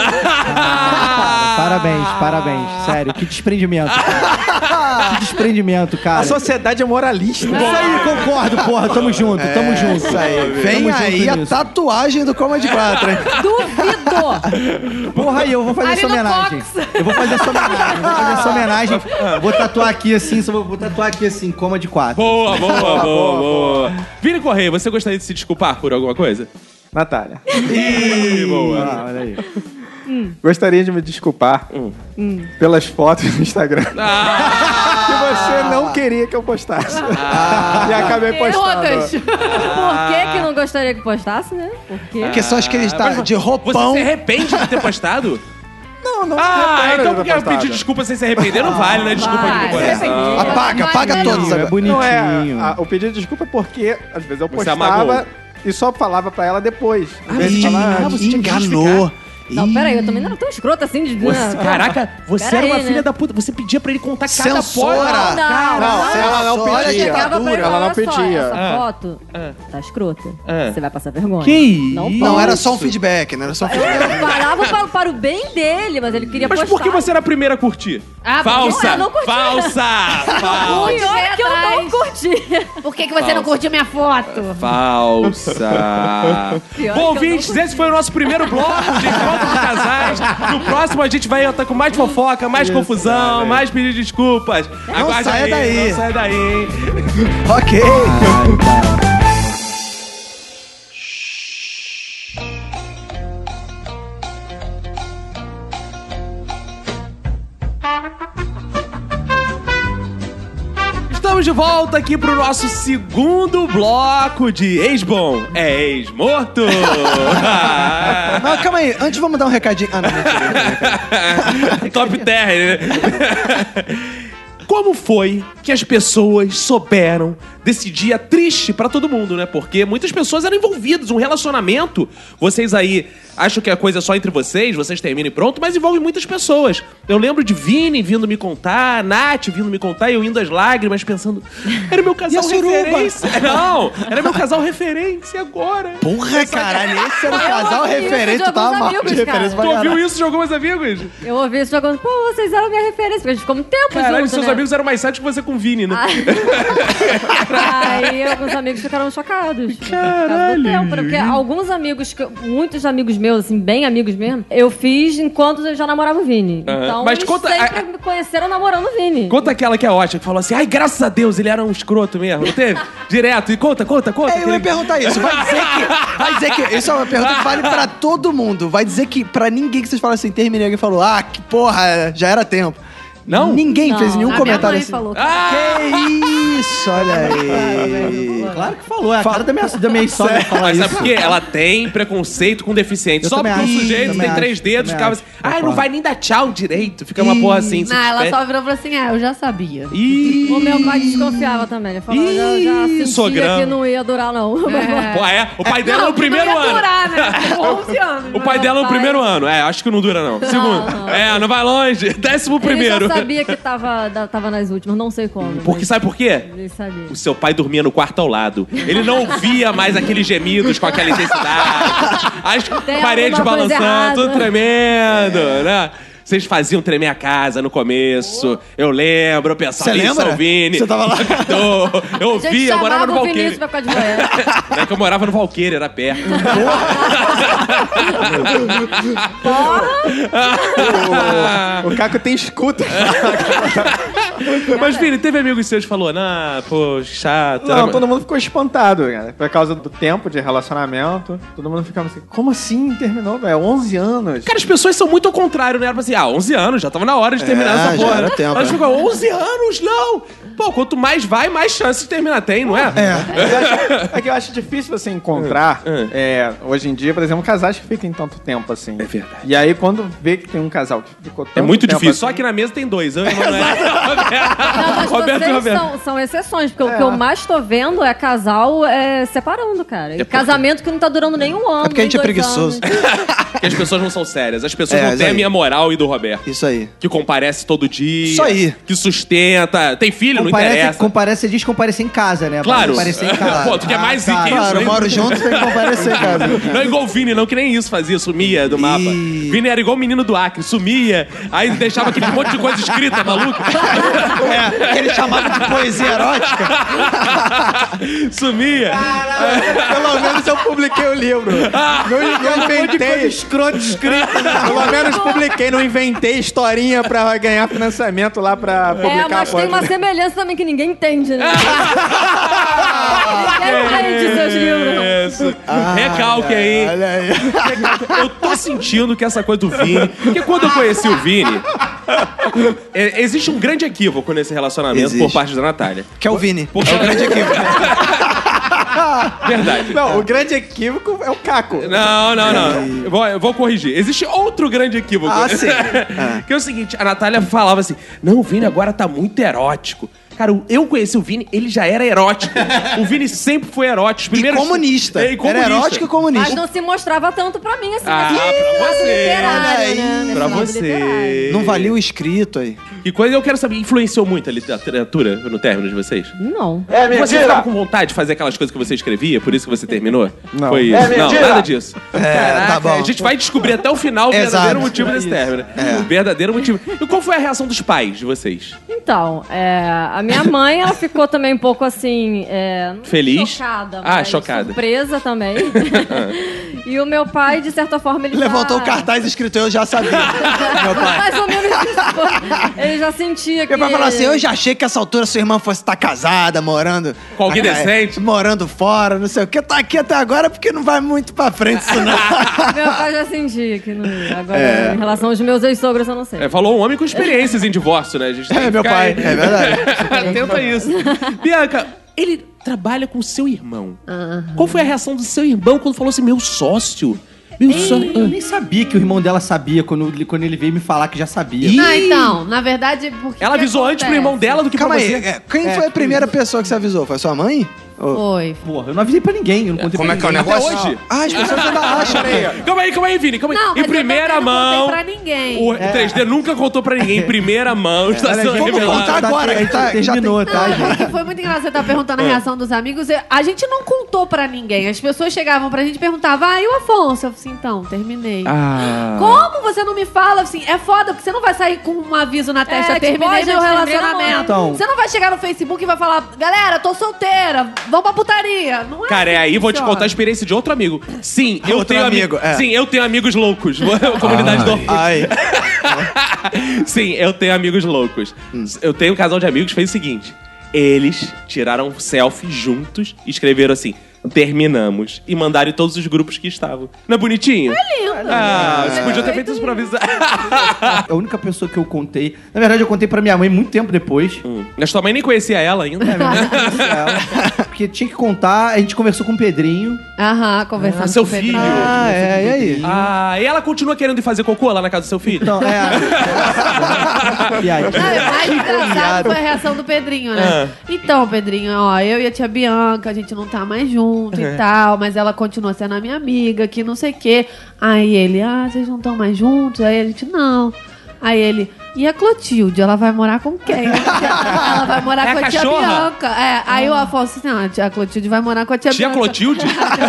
Parabéns. Sério, que desprendimento. Cara. Que desprendimento, cara. A sociedade é moralista. Isso aí, concordo, porra. Tamo junto. Isso aí. Vem Tamo junto aí a nisso. tatuagem do Coma de 4, hein? Duvido! Porra, aí, eu vou fazer Ali essa no homenagem. Eu vou fazer essa homenagem. Vou tatuar aqui assim, vou tatuar aqui assim, Coma de 4. Boa. Vini Correia, você gostaria de se desculpar por alguma coisa? Natália, Ah, olha aí. gostaria de me desculpar pelas fotos do Instagram que você não queria que eu postasse. E acabei postando. Todas. Por que não gostaria que postasse, né? Por quê? Porque só acho que ele está de Você roupão. se arrepende de ter postado? Não Então porque eu pedir desculpa sem se arrepender não vale, né? Desculpa aqui no coração. Apaga todos É agora. bonitinho. Não é, o pedido de desculpa é porque às vezes eu Você amagou. postava e só falava pra ela depois. Em vez de falar antes. Você enganou. Não, peraí, eu também não era tão escrota assim de... Caraca, você Pera era uma aí, filha né? da puta. Você pedia pra ele contar cada Censora. foto. Ela não Olha pedia. que Chegava pra ele e Ela não falava, olha só, pedia. essa foto tá escrota. Você vai passar vergonha. Que isso? Não, era só um feedback, não era só um feedback. Eu falava para o bem dele, mas ele queria Mas postar. por que você era a primeira a curtir? Ah, Falsa! eu não curti. Falsa! O pior é que eu não curti. Por que você não curtiu minha foto? Falsa! Pior Bom, que eu ouvintes, esse foi o nosso primeiro bloco de dos casais. No próximo a gente vai estar com mais fofoca, mais confusão, mais pedido de desculpas. Aguarde saia aí, daí. Não saia daí, hein? Ok. Estamos de volta aqui pro nosso segundo bloco de ex-bom é ex-morto. Não, calma aí. Antes vamos dar um recadinho. Ah, não, mentira. Top terra, né? Como foi que as pessoas souberam desse dia triste pra todo mundo, né? Porque muitas pessoas eram envolvidas. Um relacionamento, vocês aí acham que a coisa é só entre vocês terminam e pronto, mas envolve muitas pessoas. Eu lembro de Vini vindo me contar, Nath vindo me contar, eu indo às lágrimas, pensando, era meu casal referência. Não, era meu casal referência agora. Porra, caralho, esse era o casal ouvi isso referente, de tu tava alguns mal de amigos, referência pra Tu ouviu caralho. isso de alguns amigos? Eu ouvi isso jogando, pô, vocês eram minha referência, porque a gente ficou muito tempo Caralho, junto, seus né? amigos eram mais sérios que você com o Vini, né? Aí alguns amigos ficaram chocados. Caralho. Do tempo, porque alguns amigos, muitos amigos meus, assim, bem amigos mesmo, eu fiz enquanto eu já namorava o Vini. Então, Mas eles conta- sempre me conheceram namorando o Vini. Conta aquela que é ótima, que falou assim, ai, graças a Deus, ele era um escroto mesmo, não teve? Direto, e conta. É, eu ia perguntar isso. Vai dizer que. Isso é uma pergunta que vale pra todo mundo. Vai dizer que pra ninguém que vocês falam assim, terminei, alguém falou, ah, que porra, já era tempo. Não? Ninguém fez nenhum A comentário minha mãe assim. falou. Que isso, olha aí. Claro que falou, é a cara da minha sogra falar Mas isso. sabe por quê? Ela tem preconceito com deficiente. Eu Só também porque o acho, sujeito também tem 3 acho, dedos, também ficava acho. assim, ai, não vai nem dar tchau direito. Fica uma porra assim. se Não, ela tiver- só virou e falou assim, eu já sabia. Ih, O meu pai desconfiava também. Ele falou, Ih, já sentia sogrão. que não ia durar, não. Pô, é. O pai dela Não, no primeiro que não ia ano. durar, né? 11 anos. O pai dela no pai- primeiro ano. É, acho que não dura, não. Segundo. não. É, não vai longe. 11º. Ele já sabia que tava nas últimas, não sei como. Porque sabe por quê? Ele sabia. O seu pai dormia no quarto ao lado. Ele não ouvia mais aqueles gemidos com aquela intensidade. As Tem paredes alguma coisa balançando, tudo errada. tremendo, né? Vocês faziam tremer a casa no começo. Eu lembro, eu pensava Você em lembra? Salvini. Você tava lá? Eu A gente ouvia, eu morava chamava no o Valqueire. Vinícius pra ficar de manhã. Não é que eu morava no Valqueire, era perto. O Caco tem escuta. Mas, Vini, teve amigos seus que falou, nah, pô, chato. Não, todo mundo ficou espantado, cara. Por causa do tempo de relacionamento. Todo mundo ficava assim, como assim terminou, velho? 11 anos. Cara, as pessoas são muito ao contrário, né? Era assim, 11 anos, já tava na hora de terminar É, essa já porra. era né? tempo, Mas é. ficou, 11 anos, não! Pô, quanto mais vai, mais chance de terminar tem, não é? É que eu acho difícil você encontrar, hoje em dia, por exemplo, casais que fiquem tanto tempo assim. É verdade. E aí, quando vê que tem um casal que ficou tanto É muito tempo difícil. assim, Só aqui na mesa tem dois. Eu e Emanuel. Não, mas Roberto e vocês Roberto. são exceções, porque o que eu mais tô vendo é casal separando, cara. E porque- casamento que não tá durando nem um ano. É porque a gente nem é 2 preguiçoso. anos. Porque as pessoas não são sérias. As pessoas É, não isso têm a aí. minha moral e do Roberto. Isso aí. Que comparece todo dia. Isso aí. Que sustenta. Tem filho, não interessa. Comparece, você diz comparecer em casa, né? Claro. Comparecer em casa. Pô, tu quer mais tá. que isso, Claro, hein? eu moro junto, tem que comparecer em casa. Não é igual o Vini, não, que nem isso fazia, sumia do mapa. Ih. Vini era igual o menino do Acre, sumia, aí deixava aquele monte de coisa escrita, maluco. É, que ele chamava de poesia erótica. Sumia. Pelo menos eu publiquei o livro. Não inventei. Escroto escrito. Pelo menos publiquei, não inventei historinha pra ganhar financiamento lá pra publicar. Mas tem uma semelhança também que ninguém entende, né? Ninguém entende seus livros. Isso. Recalque aí. Olha aí. Eu tô sentindo que essa coisa do Vini... Porque quando eu conheci o Vini... existe um grande equívoco nesse relacionamento Existe. por parte da Natália. Que é o Vini. Porque É o grande equipe. Verdade. Não, o grande equívoco é o Caco. Não. Eu vou corrigir. Existe outro grande equívoco. Ah, sim. Que é o seguinte, a Natália falava assim, não, o Vini agora tá muito erótico. Cara, eu conheci o Vini, ele já era erótico. O Vini sempre foi erótico. Os E primeiros- comunista. É, e comunista. Era erótico e Mas comunista. não se mostrava tanto pra mim, assim. Ah, nesse pra lado você. literário, né? Nesse Pra lado você. literário. Não valia o escrito aí. Que coisa eu quero saber, influenciou muito a literatura no término de vocês? Não. Você ficava com vontade de fazer aquelas coisas que você escrevia, por isso que você terminou? Não. Foi isso? Não, nada disso. tá bom. A gente vai descobrir até o final o Exato. verdadeiro motivo desse término. O verdadeiro motivo. E qual foi a reação dos pais de vocês? Então, minha mãe, ela ficou também um pouco assim... Feliz? Chocada. Ah, mas chocada. surpresa também. E o meu pai, de certa forma, ele Levantou o cartaz escrito Eu Já Sabia. Meu pai. Mais ou menos isso. Ele já sentia que... Meu pai falou assim, eu já achei que essa altura sua irmã fosse estar casada, morando... Com alguém decente? Morando fora, não sei o que. Tá aqui até agora porque não vai muito pra frente isso não. Meu pai já sentia que não ia. Agora, em relação aos meus ex-sogros, eu não sei. Falou um homem com experiências em divórcio, né? A gente tem que Meu ficar pai, aí. é verdade. Atento a isso. Bianca, ele trabalha com seu irmão. Qual foi a reação do seu irmão quando falou assim, meu sócio? Eu nem sabia que o irmão dela sabia quando ele veio me falar que já sabia. Não, então, na verdade, porque... Ela avisou antes pro irmão dela do que Calma pra aí, você. quem foi a primeira pessoa que você avisou? Foi sua mãe? Foi. Porra, eu não avisei pra ninguém. Eu não contei Como pra é que é o ninguém. negócio? Hoje? Ah, as pessoas ainda acham. Calma aí, Vini. Calma aí. Não, Em mas primeira eu também mão... não contei pra ninguém. O 3D nunca contou pra ninguém. Em primeira mão, está sendo vamos revelado. contar agora. A gente terminou, tá, gente? Porque foi muito engraçado, você tá perguntando a reação dos amigos. A gente não contou pra ninguém. As pessoas chegavam pra gente e perguntavam, e o Afonso? Eu falei assim, então, terminei. Como você não me fala? Assim, é foda, porque você não vai sair com um aviso na testa, tipo, terminei ó, meu gente, relacionamento. Então. Você não vai chegar no Facebook e vai falar, galera, tô solteira, vamos pra putaria. Não é Cara, assim aí que vou te funciona. contar a experiência de outro amigo. Sim, eu Outro tenho amigo, é. Sim, eu tenho amigos loucos. Comunidade do Orkut. Ai. Sim, eu tenho amigos loucos. Eu tenho um casal de amigos que fez o seguinte. Eles tiraram selfie juntos e escreveram assim... Terminamos. E mandaram em todos os grupos que estavam. Não é bonitinho? É lindo. Você podia ter feito isso pra avisar. A única pessoa que eu contei... Na verdade, eu contei pra minha mãe muito tempo depois. Mas tua mãe nem conhecia ela ainda. Porque tinha que contar, a gente conversou com o Pedrinho. Aham, conversando seu com o Pedro. filho. Ah, e aí? E ela continua querendo ir fazer cocô lá na casa do seu filho? Então, Piadinha. Não, o mais engraçado foi a reação do Pedrinho, né? Então, Pedrinho, ó, eu e a tia Bianca, a gente não tá mais junto e tal, mas ela continua sendo a minha amiga, que não sei o quê. Aí ele, vocês não estão mais juntos? Aí a gente, não. Aí ele, e a Clotilde, ela vai morar com quem? Ela vai morar com a tia cachorra? Bianca. Aí o Afonso assim, não, a tia Clotilde vai morar com a tia Tia Bianca. Clotilde?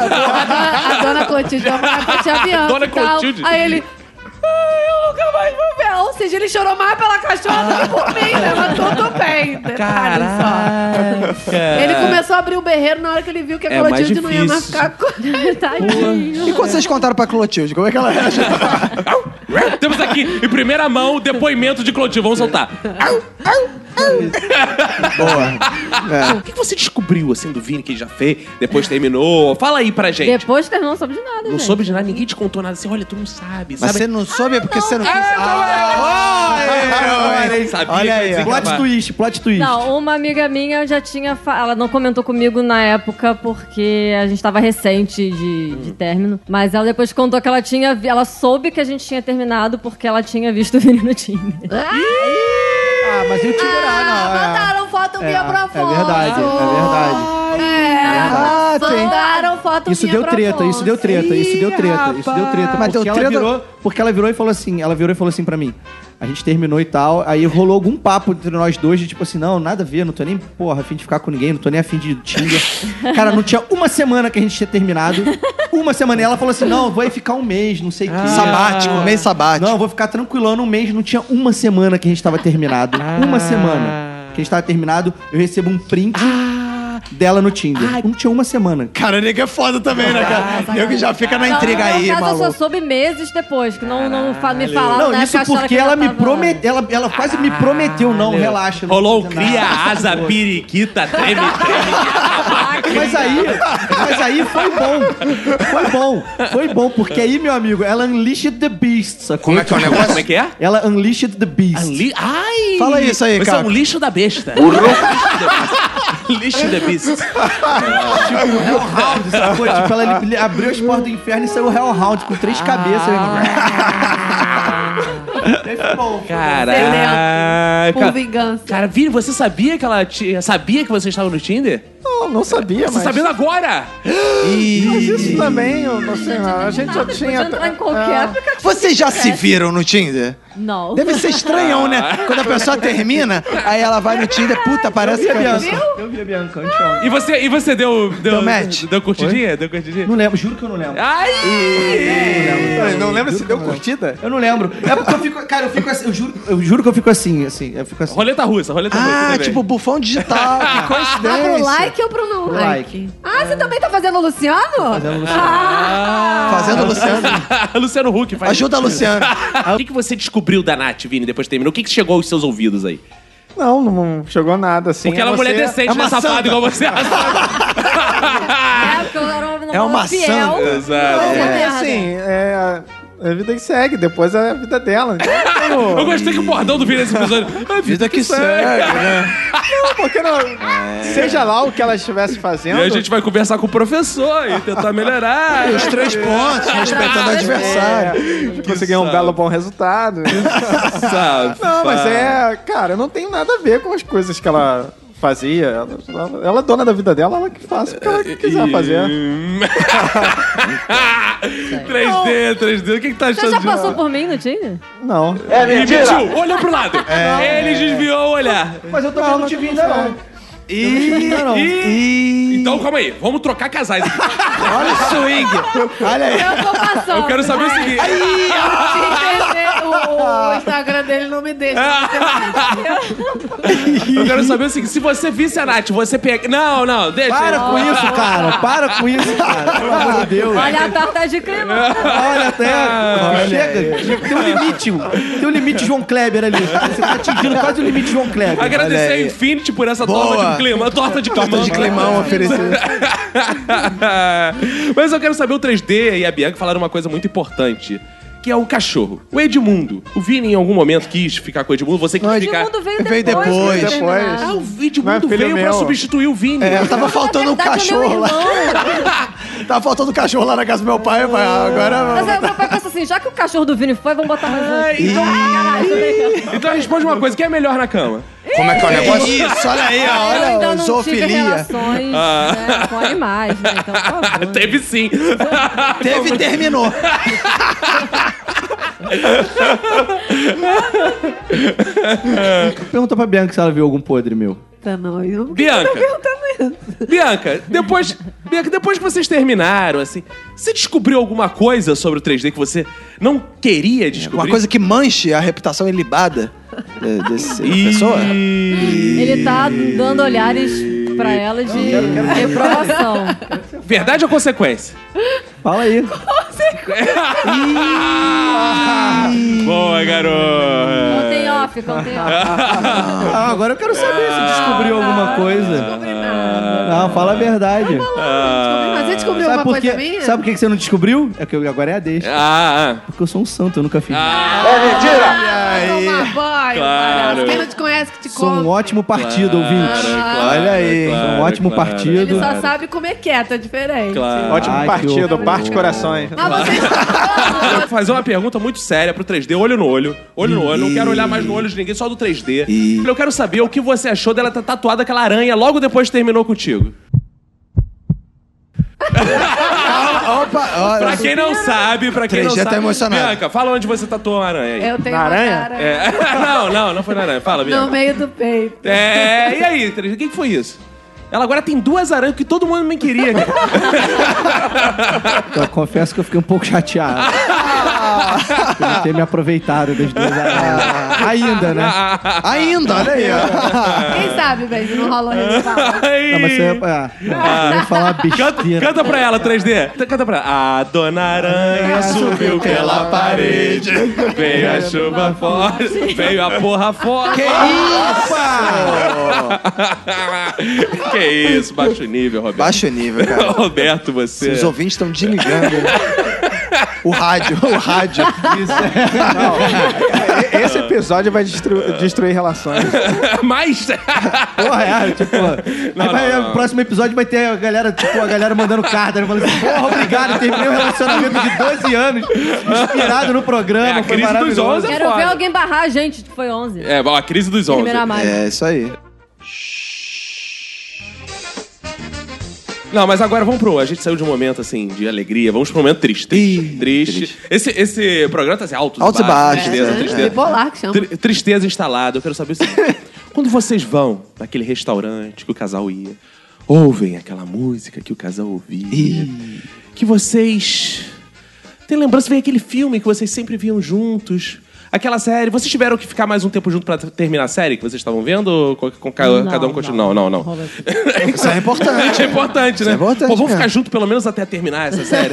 A dona Clotilde vai morar com a tia Bianca. Dona e tal. Clotilde? Aí ele, eu nunca mais vou ver. Ou seja, ele chorou mais pela cachorra do que por mim, né? Mas tudo bem. Detalhe só. Ele começou a abrir o berreiro na hora que ele viu que a É mais Clotilde não ia mais difícil. ficar com... Tadinho. E quando vocês contaram pra Clotilde, como é que ela reagiu? Temos aqui, em primeira mão, o depoimento de Clotilde. Vamos soltar. Boa. O que você descobriu, assim, do Vini que ele já fez, depois terminou? Fala aí pra gente. Depois terminou, não soube de nada, Não gente. soube de nada, ninguém te contou nada. Assim, olha, tu não sabe. Mas sabe? você não soube porque você não quis... Sabia Olha que aí, ia ó. Plot twist. Não, uma amiga minha já tinha... Ela não comentou comigo na época porque a gente tava recente de término. Mas ela depois contou que ela tinha... Ela soube que a gente tinha terminado porque ela tinha visto o Vini no Tinder. Mas eu tive Mandaram foto minha pro Afonso. É verdade. Mandaram foto Isso minha deu pro treta. Mas deu Porque ela treta- virou, porque ela virou e falou assim pra mim. A gente terminou e tal, aí rolou algum papo entre nós dois de tipo assim, não, nada a ver, não tô nem, porra, afim de ficar com ninguém, não tô nem afim de Tinder. Cara, não tinha uma semana que a gente tinha terminado. Uma semana, e ela falou assim, não, vou aí ficar um mês, não sei o que. Sabático, mês sabático. Não, vou ficar tranquilão um mês, não tinha uma semana que a gente tava terminado. Uma semana que a gente tava terminado, eu recebo um print dela no Tinder. Não tinha uma semana. Cara, nego é foda também, né, cara? Nego já fica na intriga No aí, meu caso, eu só maluco. soube meses depois, que não me falaram. Não, né, isso acharam porque que ela eu me tava- prometeu, ela quase me prometeu, não, relaxa. Não Rolou vou o fazer cria, nada. asa, periquita, treme. Mas aí foi bom, porque aí, meu amigo, ela unleashed the beast, sacou? Como é que é o negócio? Como é que é? Ela unleashed the beast. Ai! Fala isso aí, Você cara. é um lixo da besta. Lixo da besta. Hellhound, sacou? Tipo, ela abriu as portas do inferno e saiu o Hellhound com 3 cabeças. Aí foi bom. Caraca. Por vingança. Cara, Vini, você sabia que ela sabia que você estava no Tinder? Não sabia, Você mas... sabendo agora? Mas isso também, eu não sei não. A gente já Podia tinha... entrar em qualquer aplicativo. Vocês já se viram no Tinder? Não. Deve ser estranhão, né? Quando a pessoa termina, aí ela vai no Tinder, puta, parece que a pessoa... Eu vi a Bianca anteontem. E você deu match? Deu curtidinha? Deu curtidinha? Não lembro, juro que eu não lembro. Ai! Não lembra se deu curtida? Eu não lembro. É porque Cara, eu fico assim, eu juro que eu fico assim. Eu fico assim. Roleta russa. Ah, tipo bufão digital. Que coincidência. Pro like ou pro não like? Ah, você também tá fazendo o Luciano? Fazendo o Luciano. Luciano Huck. Faz Ajuda a Luciano. O que você descobriu da Nath, Vini, depois que terminou? O que chegou aos seus ouvidos aí? Não chegou nada, assim. Porque ela é uma mulher decente, né, safada, igual você. Porque eu era É uma fiel. santa. Exato. Assim, a vida que segue, depois é a vida dela. Eu gostei que o bordão do Vini nesse episódio. A Vida que segue, né? Não, porque não. Seja lá o que ela estivesse fazendo. E a gente vai conversar com o professor e tentar melhorar. Os 3 pontos, respeitando o adversário. Conseguir um bom resultado. Sabe? Não, mas cara, não tem nada a ver com as coisas que ela fazia. Ela é dona da vida dela, ela que faz o que ela quiser fazer. 3D, o que tá achando? Você já de- passou por mim no Tinder? Não. Ele mentiu, olhou pro lado. Ele desviou o olhar. Mas eu também não te vi ainda não. Então, calma aí, vamos trocar casais aqui. Olha o swing. Olha aí. Eu tô passando. Eu quero saber o seguinte. O Instagram dele não me deixa. Eu quero saber o seguinte: se você visse a Nath, você pega. Não, deixa. Para com isso, cara. Para com isso, cara. Pelo amor de Deus. Olha a torta de clima. Olha até. Chega. Tem um limite. Tem um limite João Kleber ali. Você tá atingindo quase o limite João Kleber. Agradecer Olha a aí. Infinity por essa Boa. torta de clima. Torta de climão. Torta de climão oferecida. Mas eu quero saber o 3D e a Bianca falaram uma coisa muito importante. Que é o cachorro. O Edmundo. O Vini, em algum momento, quis ficar com o Edmundo. Você quis Não, O ficar... Edmundo veio Veio depois. depois. de terminar. Ah, o Não é Edmundo filho veio pra meu. substituir o Vini. Tava faltando um Na verdade, é meu cachorro lá. irmão. Tava faltando um cachorro lá na casa do meu pai. Eu falei, agora... Mas aí meu pai pensa assim, já que o cachorro do Vini foi, vamos botar mais um. Então, Caralho, então responde uma coisa. Quem é melhor na cama? Como é que é o negócio? Isso, olha aí, eu olha ainda a não tive zoofilia. relações né, com animais, né? Então, por favor. Teve sim. Teve e terminou. Pergunta pra Bianca se ela viu algum podre meu. Tá, não, eu não Bianca. tô perguntando isso. Bianca, depois que vocês terminaram, assim, você descobriu alguma coisa sobre o 3D que você não queria descobrir? Uma coisa que manche a reputação ilibada dessa pessoa. Ele tá dando olhares pra ela de reprovação. Verdade ou consequência? Fala aí. Boa, garota. Contém off. Agora eu quero saber se descobriu alguma coisa. Não, fala a verdade. Mas você descobriu Sabe alguma por coisa quê? minha? Sabe por que você não descobriu? É que agora é a deixa. Porque eu sou um santo, eu nunca fiz. Tomar banho, Claro. palhaço. Quem não te conhece que te Sou um come. ótimo partido, ouvinte. Olha aí. Sou um ótimo Ele partido. só sabe comer quieto, é diferente. Claro. Ótimo Ai, que partido, horror. parte corações. Mas vocês... Eu vou fazer uma pergunta muito séria pro 3D, olho no olho. Olho no olho, não quero olhar mais no olho de ninguém, só do 3D. Eu quero saber o que você achou dela ter tatuado aquela aranha logo depois que terminou contigo. Opa, olha. Pra quem não sabe, 3D tá emocionado. Bianca, fala onde você tatuou a aranha aí. Eu tenho Na uma aranha? cara É. Não foi na aranha. Fala, no Bianca. meio do peito. E aí, 3D, o que foi isso? Ela agora tem 2 aranhas que todo mundo me queria. Eu confesso que eu fiquei um pouco chateado. Por não ter me aproveitado das 2 aranhas. Ainda, né? Ainda, olha aí. ó. Quem sabe, velho, não rolou resultado. Não, mas você vai falar besteira. Canta pra ela, 3D. Canta pra ela. A dona aranha subiu pela parede. Veio a chuva forte. Veio a porra forte. Que isso, baixo nível, Roberto. Baixo nível, cara. Roberto, você. Os ouvintes estão desligando. O rádio. Esse episódio vai destruir relações. Mas. Porra, tipo... O próximo episódio vai ter a galera mandando carta, né, falando assim, porra, obrigado, terminei um relacionamento de 12 anos, inspirado no programa, É, a foi crise dos maravilhoso. 11 é Quero ver foda. alguém barrar a gente, que foi 11. É, bom, a crise dos 11. Terminar mais. É, isso aí. Não, mas agora vamos pro... A gente saiu de um momento, assim, de alegria. Vamos pro momento triste. Triste. Esse programa tá assim, altos Altos e baixos, Tristeza, né? tristeza. Bipolar, que chama. Tristeza instalada. Eu quero saber o seguinte. Quando vocês vão naquele restaurante que o casal ia, ouvem aquela música que o casal ouvia, que vocês... Tem lembrança, vem aquele filme que vocês sempre viam juntos. Aquela série, vocês tiveram que ficar mais um tempo junto pra terminar a série que vocês estavam vendo? Ou cada um continua? Não. Isso é importante. É importante, né? Isso é importante, Pô, vamos né? ficar junto pelo menos até terminar essa série.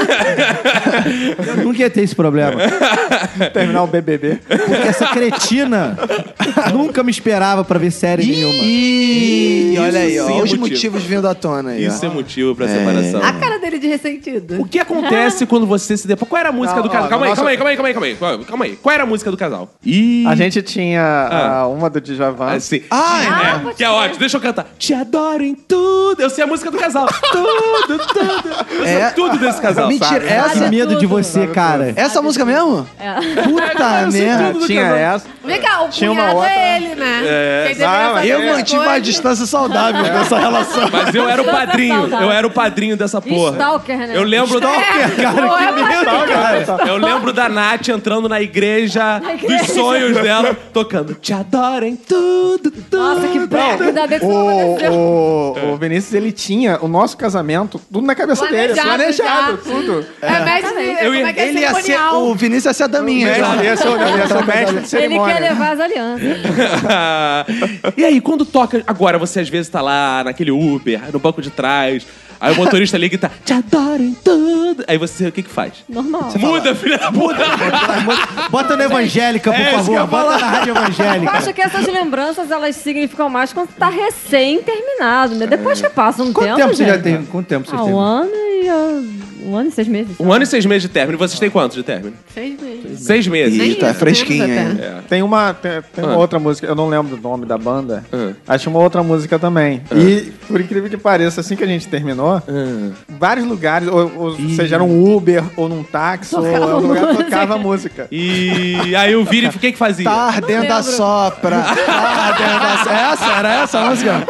Eu nunca ia ter esse problema. Terminar o BBB. Porque essa cretina nunca me esperava pra ver série nenhuma. Ih, olha aí, ó. sim é Os motivo. motivos vindo à tona aí, Isso ó. é motivo pra separação. A cara dele de ressentido. O que acontece quando você se depara? Qual era a música Não, do casal? ó, Calma no aí. Calma aí. Qual era a música do casal? A gente tinha uma do Djavan. Sim. pode Que é crer. ótimo. Deixa eu cantar. Te adoro em tudo. Eu sei a música do casal. Tudo. Eu sei tudo desse casal. Mentira, Que essa, medo de tudo. você, cara. essa música mesmo? Puta eu sei merda. tudo do Tinha casal. essa. Vem cá, o Tinha uma cunhado outra. é ele, né? Quem deveria mas saber Eu das mantive uma coisas. distância saudável dessa relação. Mas eu era o padrinho. saudável. Eu era o padrinho dessa porra. Stalker, né? Eu lembro Ou é padrinho. Eu lembro da Nath entrando na igreja dos sonhos dela, tocando Te adoro em tudo. Nossa, que brega. Ainda bem que isso não aconteceu. O Vinícius, ele tinha o nosso casamento tudo na cabeça dele. Planejado, Tudo. É mestre, como é que é Ele ia ser, cerimonial? o Vinícius ia ser a daminha. já. Ele ia ser o mestre de Ele cerimônia. quer levar as alianças. E aí, quando toca. Agora, você às vezes tá lá naquele Uber, no banco de trás. Aí o motorista liga e tá. Te adoro em tudo. Aí você, o que faz? Normal. Muda, filha da puta. Bota no Evangélica, por isso que eu favor. ia Bota na Rádio Eu Evangélica. acho que essas lembranças, elas significam mais quando tá recém-terminado, né? Depois que passa um Quanto tempo, tempo você já gente. tem? Quanto tempo vocês Ah, têm? 1 ano e... 1 ano e 6 meses. 1 ano e 6 meses de término. E vocês têm quantos de término? 6 meses. 6 meses. Ih, tá isso, fresquinho menos ainda. até. Tem uma outra música, eu não lembro o nome da banda. Ah. Acho uma outra música também. E, por incrível que pareça, assim que a gente terminou, vários lugares, ou seja, era um Uber, ou num táxi, ou Tocava um lugar música. tocava música. E aí o Vini, o que fazia? Tá ardendo a sopra. Tá ardendo a sopra. Era essa a música?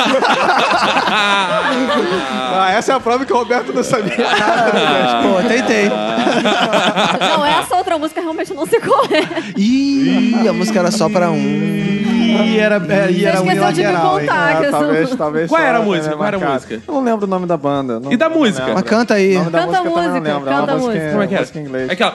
Essa é a prova que o Roberto não sabia. Pô, tentei. Não, essa outra música realmente eu não sei qual é. Ih, a música era só pra um. E era esqueceu de me unilateral, hein? contar. que eu sou- Talvez. Qual só era a tenha música? Qual era a marcado. música? Eu não lembro o nome da banda. E da música? lembro. Mas canta aí. O nome da Canta a música eu também música, não lembro. É uma canta a música música. Como é que é? música em inglês. Aquela.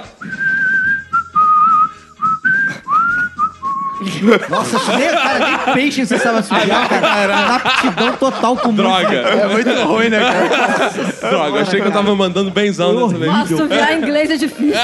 Nossa, nem patience você estava sujar, cara. Era aptidão total com música. Droga. É muito ruim, né, cara? Droga, achei que eu tava mandando benzão nessa vez. Nossa, estudiar inglês é difícil.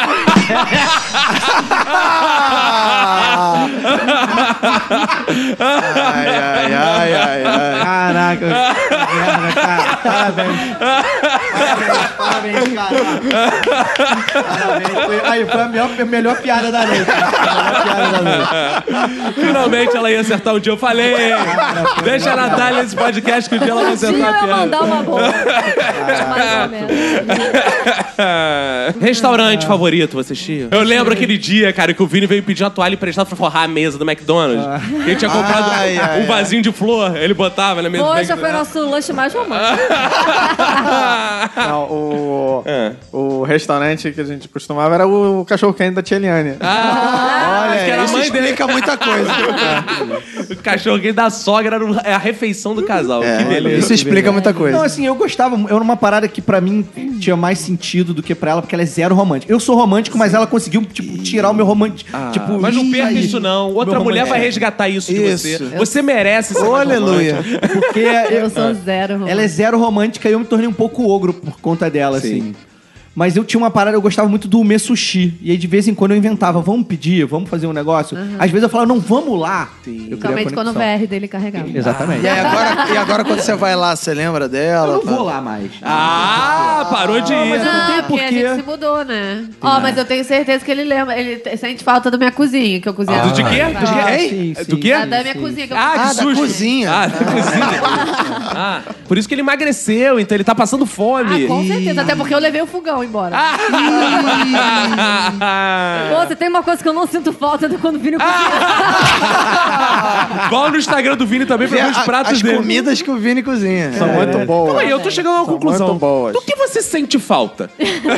Ai. Caraca, que merda, cara. Parabéns. Parabéns, cara. Parabéns. Aí, foi a melhor piada da noite. A melhor piada da noite. Finalmente ela ia acertar um dia. Eu falei. Deixa a Natália nesse podcast que um dia ela vai Um dia acertar a eu ia piada. mandar uma boa. Mais ou menos. Restaurante favorito, você tinha? Eu lembro aquele dia, cara, que o Vini veio pedir uma toalha emprestada pra forrar a mesa do McDonald's. Que ele tinha comprado um vasinho de flor, ele botava na mesa do Poxa, foi McDonald's. nosso lanche mais romântico. Não, o restaurante que a gente costumava era o cachorro-quente da Tia Eliane. Olha, que era a isso mãe dele. explica muita coisa. O cachorro da sogra era a refeição do casal. Que beleza. Isso explica muita coisa. Não, assim, eu gostava. Eu era uma parada que pra mim tinha mais sentido do que pra ela, porque ela é zero romântica. Eu sou romântico, mas ela conseguiu, tipo, tirar o meu romântico. Tipo, Mas não perca aí, isso, não. Outra meu mulher romântico. vai resgatar isso de você. Isso. Você merece ser Ô, mais aleluia. romântico. Porque Eu sou zero romântico. ela é zero romântica e eu me tornei um pouco ogro por conta dela, assim. Mas eu tinha uma parada, eu gostava muito do Ume Sushi. E aí, de vez em quando, eu inventava, vamos pedir, vamos fazer um negócio. Às vezes eu falava, não, vamos lá. Eu queria Principalmente quando o conexão. VR dele carregava. Exatamente. E agora quando você vai lá, você lembra dela? Eu não vou lá mais. Parou de ir. mas eu não tenho Não, porque a porquê. gente se mudou, né? Ó, mas eu tenho certeza que ele lembra. Ele sente falta da minha cozinha, que eu cozinhava. Do de quê? Do de quê? Sim, sim. Do quê? Da minha cozinha, que eu Ah, Ah, de da sushi. cozinha. Ah, da cozinha. Por isso que ele emagreceu, então ele tá passando fome. Ah, com certeza. Até porque eu levei o fogão embora. Pô, você tem uma coisa que eu não sinto falta de quando o Vini cozinha. Vão no Instagram do Vini também pra ver os pratos As dele. comidas que o Vini cozinha. São muito boas. Calma aí, eu tô chegando a uma São conclusão. muito boas. Do que você sente falta?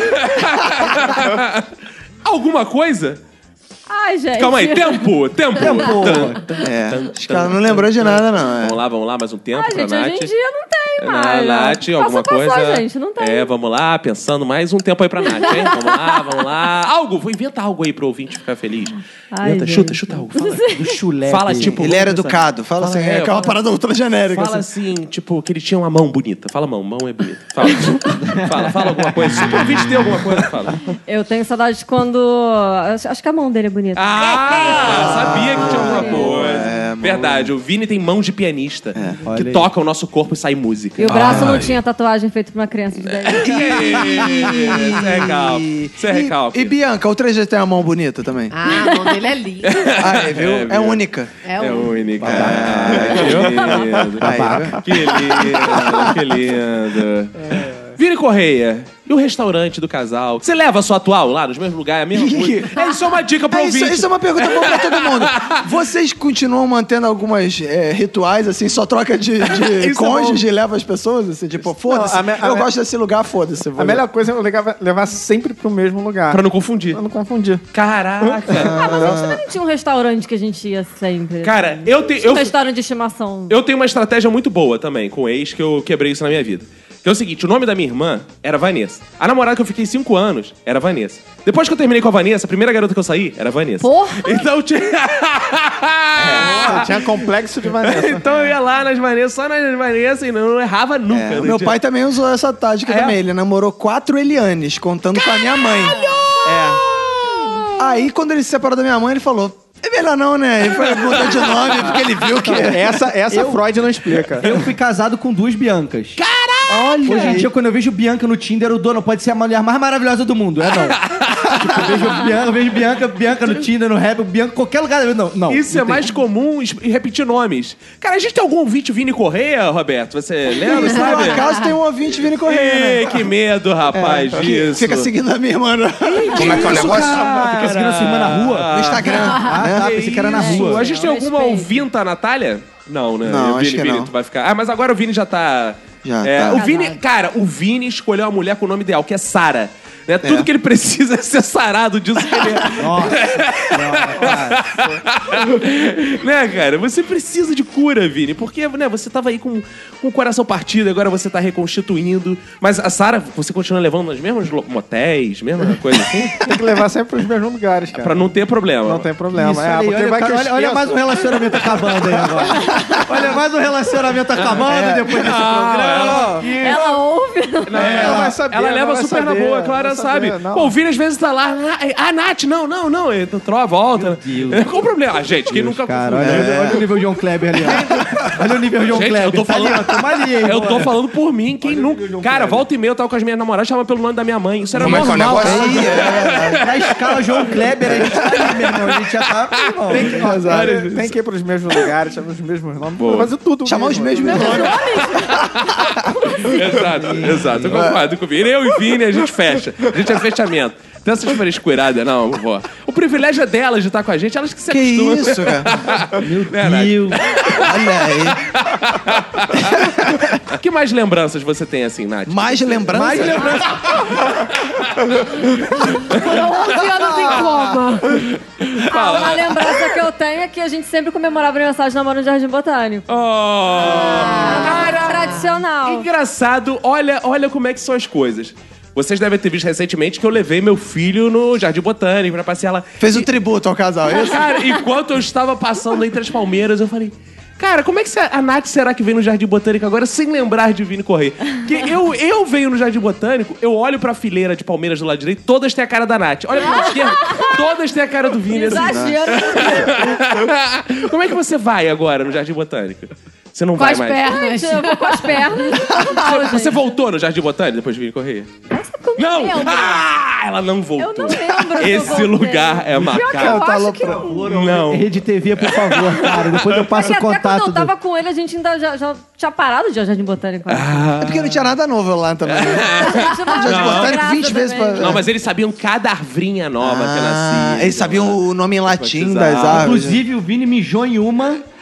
Alguma coisa? Ai, gente. Calma aí, tempo. É, acho que ela não lembrou de nada, não. Vamos lá, mais um tempo Ai, pra gente, Nath. hoje em dia não tem Nath, alguma Passa, coisa? gente, não tem. Vamos lá, pensando mais um tempo aí pra Nath, hein? Vamos lá. Inventa algo aí pro ouvinte ficar feliz. Ai, Inventa, chuta algo. Fala. Do chulé. Fala, dele. tipo... Ele era educado. Fala assim, é uma parada ultra genérica. Fala assim. assim, tipo, que ele tinha uma mão bonita. Fala mão é bonita. Fala alguma coisa. Se o ouvinte tem alguma coisa, fala. Eu tenho saudade de quando... Acho que a mão dele é bonita. Sabia que tinha alguma coisa. Verdade, o Vini tem mão de pianista. Que toca o nosso corpo e sai música. E o braço não tinha tatuagem feita pra uma criança de 10 anos. Isso é recalque. E Bianca, o 3G tem uma mão bonita também? Ah, a mão dele é linda. Viu? É única. É única. Que lindo. Vini Correia, e o restaurante do casal? Você leva a sua atual lá nos mesmos lugares? Isso é uma dica pro ouvinte. Isso é uma pergunta boa pra todo mundo. Vocês continuam mantendo algumas rituais, assim, só troca de cônjuge e leva as pessoas? Assim, tipo, foda-se, eu gosto desse lugar, foda-se. A melhor coisa é eu levar sempre pro mesmo lugar. Pra não confundir. Caraca. Mas a gente também tinha um restaurante que a gente ia sempre. Cara, eu tenho... Um restaurante de estimação. Eu tenho uma estratégia muito boa também com o ex, que eu quebrei isso na minha vida. Que é o seguinte, o nome da minha irmã era Vanessa. A namorada que eu fiquei 5 anos era Vanessa. Depois que eu terminei com a Vanessa, a primeira garota que eu saí era Vanessa. Porra! Então tinha... tinha complexo de Vanessa. Então eu ia lá nas Vanessa, só nas Vanessa e não errava nunca. Meu pai também usou essa tática também. Ele namorou 4 Elianes, contando com a minha mãe. Aí, quando ele se separou da minha mãe, ele falou... É melhor não, né? Ele foi mudar de nome porque ele viu que... Essa Freud não explica. Eu fui casado com 2 Biancas. Olha Hoje em dia, quando eu vejo Bianca no Tinder, o dono pode ser a mulher mais maravilhosa do mundo. Eu vejo Bianca no Tinder, no Rap, Bianca em qualquer lugar. Não. Isso é mais comum e repetir nomes. Cara, a gente tem algum ouvinte Vini Correia, Roberto? Você lembra, sabe? Por acaso tem um ouvinte Vini Correia, né? Que medo, rapaz, disso. Fica seguindo a minha irmã. Como é que é o negócio? Fica seguindo a sua irmã na rua. No Instagram. Pensei que era na rua. A gente tem alguma ouvinta, Natália? Não, né? Não, Vini, acho que Vini, não. tu vai ficar... mas agora o Vini já tá... tá. O Vini, cara, o Vini escolheu a mulher com o nome ideal, que é Sara. Né? Tudo que ele precisa é ser sarado disso que ele é. Nossa. Né, cara? Você precisa de cura, Vini. Porque, né, você tava aí com o coração partido, agora você tá reconstituindo. Mas a Sara, você continua levando nos mesmos motéis, mesma coisa assim? Tem que levar sempre pros mesmos lugares, cara. Pra não ter problema. Não tem problema. Isso aí, porque vai que eu olha mais um relacionamento acabando aí agora. Olha mais um relacionamento acabando depois desse programa. Ela ouve. Ela vai saber. Ela leva super na boa, claro, ela sabe. Pô, o Vini às vezes tá lá. Nath, não. Entrou, volta. Qual o problema? Gente, quem nunca... Cara, olha o nível John Kleber ali. Olha o nível John Kleber. Eu tô falando... Tá ali, eu tô falando por mim, quem nunca... Cara, volta e meia eu tava com as minhas namoradas, chamava pelo nome da minha mãe. Isso era Como normal. é que é o negócio? Na escala João Kleber, a gente tá ali, meu irmão. A gente já tá... Tem que ir pros mesmos lugares, chamar os mesmos nomes. Fazer tudo. Chamar os mesmos nomes. Exato. Eu concordo com o Vini. Eu e Vini, a gente fecha. A gente é fechamento. Tem essas frescuradas, não, vó. O privilégio é delas de estar com a gente, elas que se acostumam. Que isso, cara? Meu Deus. Olha aí. Que mais lembranças você tem assim, Nath? Mais lembranças? Foram 11 anos em coma. Uma lembrança que eu tenho é que a gente sempre comemorava o aniversário de namoro no Jardim Botânico. Tradicional. Engraçado, olha como é que são as coisas. Vocês devem ter visto recentemente que eu levei meu filho no Jardim Botânico pra passear lá. Fez um tributo ao casal, é isso? Cara, enquanto eu estava passando entre as palmeiras, eu falei... Cara, como é que a Nath será que vem no Jardim Botânico agora sem lembrar de Vini Correia? Porque eu venho no Jardim Botânico, eu olho pra fileira de palmeiras do lado direito, todas têm a cara da Nath. Olha pro lado esquerdo, todas têm a cara do Vini. Exagero. Como é que você vai agora no Jardim Botânico? Você não Com vai as mais? pernas. Eu vou com as pernas. Você voltou no Jardim Botânico depois de Vini Correia? Não! Ela não voltou. Eu não lembro se eu Esse voltei. lugar é marcado. Eu acho que não. Não. Rede TV, por favor, cara. Depois eu passo o Até contato. quando eu tava com ele, a gente ainda já tinha parado de ir ao Jardim Botânico. É porque não tinha nada novo lá também. Jardim Botânico 20 vezes pra... Não, mas eles sabiam cada arvrinha nova que nascia. Eles sabiam o nome em latim Batizado. das árvores. Inclusive, o Vini mijou em uma...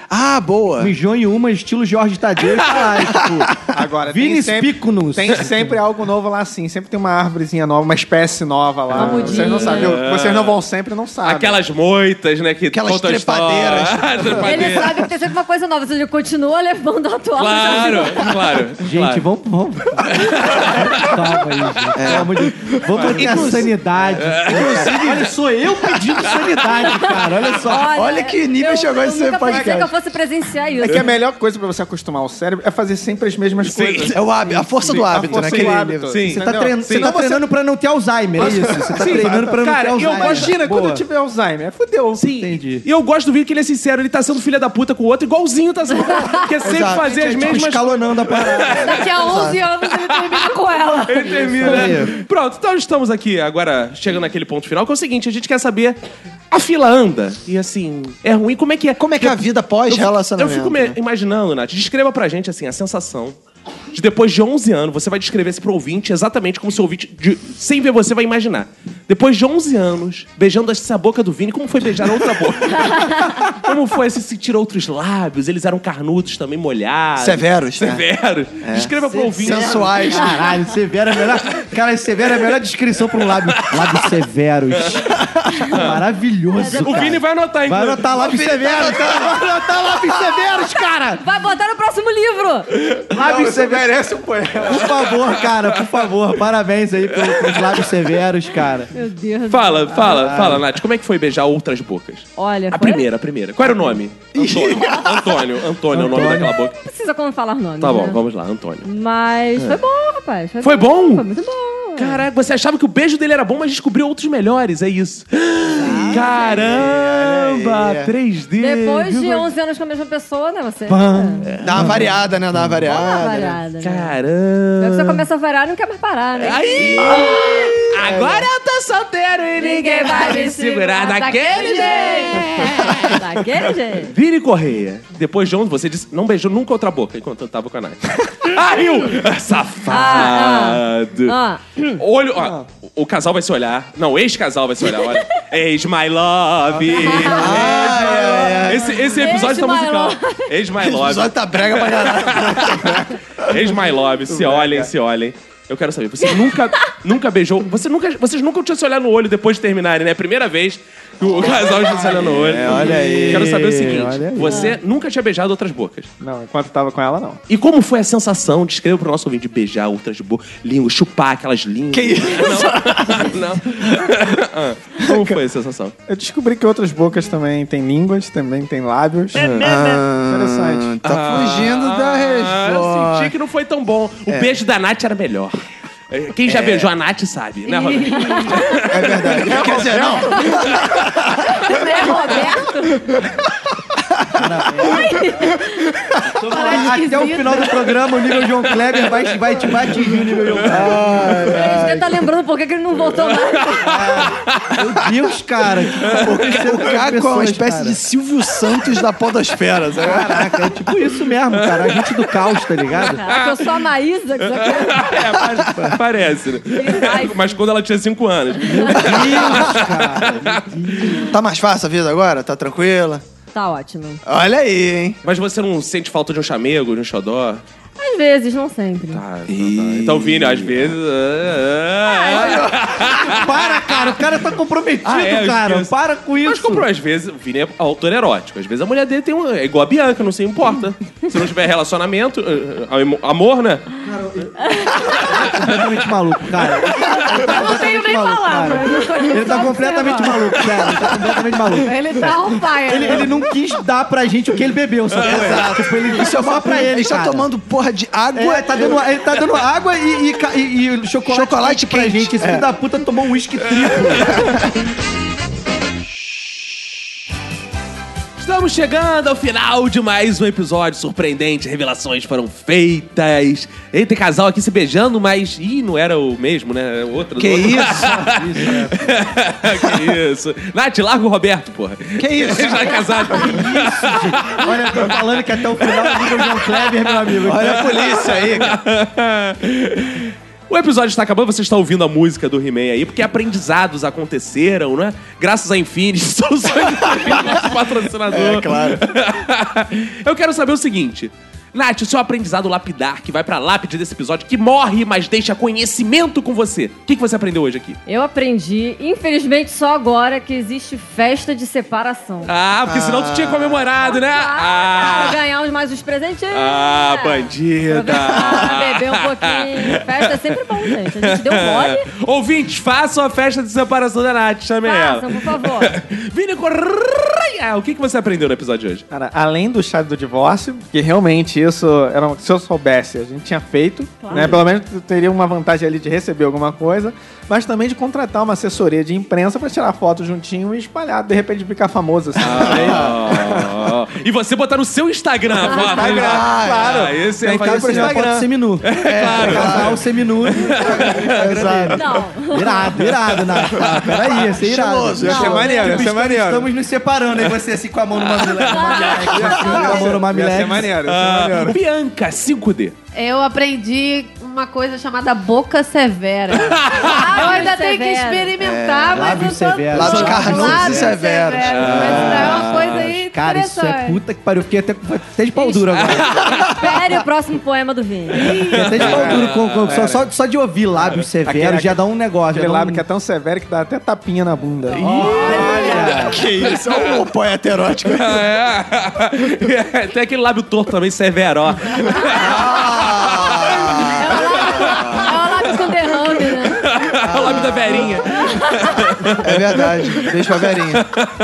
Ah, boa. Mijou em uma, estilo Jorge Tadeu e tá lá, tipo... Agora, Vinis sempre, Picunus. tem sempre algo novo lá, sim. Sempre tem uma árvorezinha nova, uma espécie nova lá. Uma mudinha. Vocês não sabem. Vocês não vão sempre, não sabem. Aquelas moitas, né? Que Aquelas contam a história. trepadeiras. Ele Trepadeiras. sabe que tem sempre uma coisa nova, ele continua levando a atual. Claro. Gente, vamos. Calma aí, gente. Pelo amor de Deus. Vamos manter a sanidade. Olha, sou eu pedindo sanidade, cara. Olha só. Olha que nível chegou esse podcast. podcast. Que eu fosse presenciar isso. É que a melhor coisa pra você acostumar o cérebro é fazer sempre as mesmas coisas. É o hábito, a força do hábito, a força naquele do hábito. livro. Sim. Você tá treinando pra não ter Alzheimer, é isso? Você tá Sim, treinando pra não cara, ter eu Alzheimer. Imagina Boa. quando eu tiver Alzheimer. Fudeu. Sim. Entendi. E eu gosto do Vini que ele é sincero, ele tá sendo filha da puta com o outro, igualzinho tá sendo. Quer sempre Exato. fazer as Tipo, mesmas escalonando a parada. Daqui a 11 anos ele termina com ela. Ele termina. Isso. Pronto, então estamos aqui agora chegando naquele ponto final, que é o seguinte, a gente quer saber, a fila anda, e assim, é ruim, como é que é? Como é que é a vida Eu pós-relacionamento? fico imaginando, Nath, descreva pra gente, assim, a sensação de depois de 11 anos, você vai descrever isso pro ouvinte exatamente como se o ouvinte, sem ver você, vai imaginar. Depois de 11 anos, beijando essa boca do Vini, como foi beijar outra boca? Como foi se sentir outros lábios? Eles eram carnudos também, molhados. Severos, né? Severos. Descreva pro ouvinte. Sensuais. Caralho, severo é a melhor. Cara, severo é a melhor descrição pra um lábio. Lábios severos. Maravilhoso. O cara. Vini vai anotar, Vai inclusive. anotar lábios severos. Vai anotar lábios severos, cara. Vai botar no próximo livro. Lábios Você severos. merece um poema. Por favor, cara, por favor. Parabéns aí pelos lábios severos, cara. Meu Deus. Fala, Nath, como é que foi beijar outras bocas? Olha, A foi- primeira. Qual era o nome? Antônio é o nome daquela boca. Não precisa como falar nome. Tá bom, né? vamos lá, Antônio. Mas foi bom, rapaz. Foi bom? Foi muito bom. Caraca, você achava que o beijo dele era bom, mas descobriu outros melhores, é isso. Caramba, 3D. Depois de 11 anos com a mesma pessoa, né? Você. Dá uma variada, né? Dá uma Dá variada. uma né? variada. Né? Caramba. Aí você começa a variar e não quer mais parar, né? Aí! Agora eu tô solteiro e ninguém vai me segurar daquele jeito. Daquele jeito. Vini Correia, depois de 11, você disse não beijou nunca outra boca enquanto eu tava com a Nath. Riu! Safado! Olho, ó, o casal vai se olhar. Não, o ex-casal vai se olhar, olha. Ex-my love! Esse episódio tá Ex-my musical. love. Ex-my O love. episódio tá brega pra caralho. Ex-my love, se olhem. Eu quero saber, você nunca beijou... Vocês nunca tinham se olhado no olho depois de terminarem, né? Primeira vez que o casal está se olhando no olho. olha aí. Quero saber o seguinte, olha aí. você nunca tinha beijado outras bocas. Não, enquanto tava com ela, não. E como foi a sensação, descreva pro nosso ouvinte, de beijar outras bocas, língua, chupar aquelas línguas? Que isso? Não. Como foi a sensação? Eu descobri que outras bocas também têm línguas, também têm lábios. Interessante. Tá fugindo da Eu resposta. senti que não foi tão bom. O beijo da Nath era melhor. Quem já beijou a Nath sabe, né, Roberto? É verdade. Quer dizer, não. Né, Roberto? Até o final do programa, o nível João Kleber vai atingir o nível João Kleber. Ele tá lembrando por que ele não voltou mais. Meu Deus, cara. O Caco é uma espécie de Silvio Santos da podosfera, sabe? Caraca, é tipo isso mesmo, cara. A gente do caos, tá ligado? Caraca, eu sou a Maísa, que isso aqui Parece, né? Ai. Mas quando ela tinha 5 anos. Meu Deus, cara. Tá mais fácil a vida agora? Tá tranquila? tá ótimo. Olha aí, hein? Mas você não sente falta de um chamego, de um xodó? Às vezes, não sempre. Tá, então, Vini, às vezes... Para, cara. O cara tá comprometido, eu cara. esqueço. Para com isso. Mas comprou, às vezes, o Vini é autor erótico. Às vezes a mulher dele tem um... É igual a Bianca, não se importa. Se não tiver relacionamento, amor, né? Completamente maluco, cara. Eu não tenho nem palavra. Ele tá completamente maluco, cara. Ele tá completamente maluco. Ele tá on fire. Ele não quis dar pra gente o que ele bebeu, só Exato. Tipo, ele disse só pra ele, Ele tá cara. tomando porra de água. É, ele tá dando água e chocolate pra quente. gente. Esse filho da puta tomou um uísque triplo. Estamos chegando ao final de mais um episódio surpreendente. Revelações foram feitas. Ei, tem casal aqui se beijando, mas... Ih, não era o mesmo, né? Outro. Que isso? Que isso? Nath, larga o Roberto, porra. Que isso? Você já é casado. Olha, tô falando que até o final do nível João Kleber, meu amigo. Olha a polícia aí, cara. O episódio está acabando, você está ouvindo a música do He-Man aí, porque aprendizados aconteceram, né? Graças a Infinity, soluções de patrocinador. É, claro. Eu quero saber o seguinte... Nath, o seu aprendizado lapidar, que vai pra lápide desse episódio, que morre, mas deixa conhecimento com você. O que você aprendeu hoje aqui? Eu aprendi, infelizmente só agora, que existe festa de separação. Ah, porque senão tu tinha comemorado, né? Pra ganhar mais uns presentinhos. Ah, bandida. Aproveitar, beber um pouquinho. Festa é sempre bom, gente. A gente deu mole. Ouvintes, façam a festa de separação da Nath, chame ela. Façam, por favor. Vini Correia, o que você aprendeu no episódio de hoje? Cara, além do chá do divórcio, que realmente isso era, se eu soubesse, a gente tinha feito, Claro. né? Pelo menos eu teria uma vantagem ali de receber alguma coisa, mas também de contratar uma assessoria de imprensa pra tirar foto juntinho e espalhar, de repente ficar famoso assim. E você botar no seu Instagram a foto. Instagram, claro. Esse é Tem fazer que fazer uma foto seminu. Claro. Casal seminu. Exato. Não. Irado, Nath. Peraí, ia ser irado. Estiloso, Ia ser maneiro, ia ser maneiro. Estamos nos separando, aí você assim com a mão no mamilé. Com a mão no Ia mamilé. ser maneiro, ia ser maneiro. Bianca 5D. Eu aprendi uma coisa chamada boca severa. Eu ainda tenho que experimentar, mas lábios eu tô... severos. Lábios carnudos e Lábios severos. Mas é uma coisa aí Cara, isso é interessante. puta que pariu. Fiquei até de pau duro agora. Espere o próximo poema do Vini. Fiquei até de pau duro. Só de ouvir lábios severos já dá um negócio. Aquele já dá lábio um... que é tão severo que dá até tapinha na bunda. Olha! Que isso? É um poeta erótico. É. Tem aquele lábio torto também, severo. ó. É o lábio com derrame, né? É o lábio da Verinha. É verdade. Beijo pra Verinha.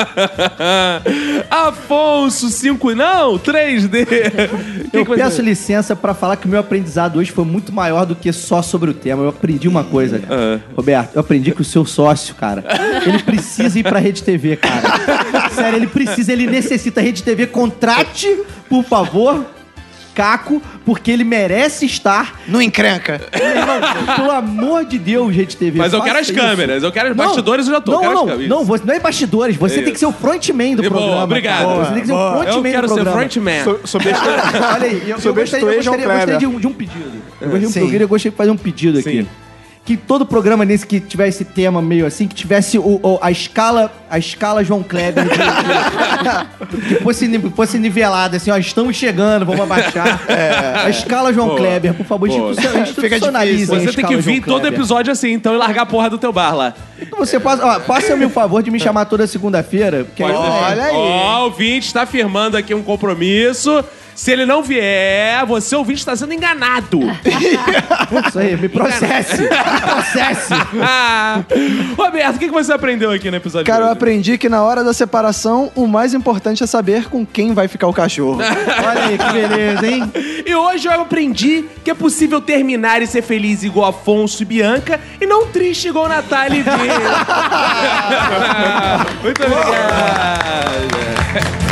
Afonso 5, não, 3D. Eu peço licença pra falar que o meu aprendizado hoje foi muito maior do que só sobre o tema. Eu aprendi uma coisa, cara. Roberto, eu aprendi que o seu sócio, cara, ele precisa ir pra Rede TV, cara. Sério, ele necessita Rede TV. Contrate, por favor, Caco, porque ele merece estar. Não encrenca. Meu irmão, pelo amor de Deus, Rede TV. Mas eu quero as faça isso. câmeras, eu quero os bastidores, eu já tô. eu quero as câmeras. Não, você não é bastidores, você tem que ser o frontman do Boa, programa. obrigado. cara. Você tem que ser o Eu frontman do quero ser programa. frontman. Olha aí, eu gostaria de um pedido. Eu gostaria de fazer um pedido aqui. Sim. Que todo programa nesse que tivesse esse tema meio assim, que tivesse a escala João Kleber, que fosse nivelada, assim, ó, estamos chegando, vamos abaixar. A escala João Boa. Kleber, por favor, institucionalizem a Você tem escala que vir João todo Kleber. episódio assim, então, e largar a porra do teu bar lá. Então você passa-me o favor de me chamar toda segunda-feira. Porque aí, Olha aí. Ó, o ouvinte está firmando aqui um compromisso. Se ele não vier, você, ouvinte, está sendo enganado. Isso aí, me processe. Roberto, o que você aprendeu aqui no episódio Cara, de eu hoje? aprendi que na hora da separação, o mais importante é saber com quem vai ficar o cachorro. Olha aí, que beleza, hein? E hoje eu aprendi que é possível terminar e ser feliz igual Afonso e Bianca e não triste igual Natália e Vini. Muito obrigado.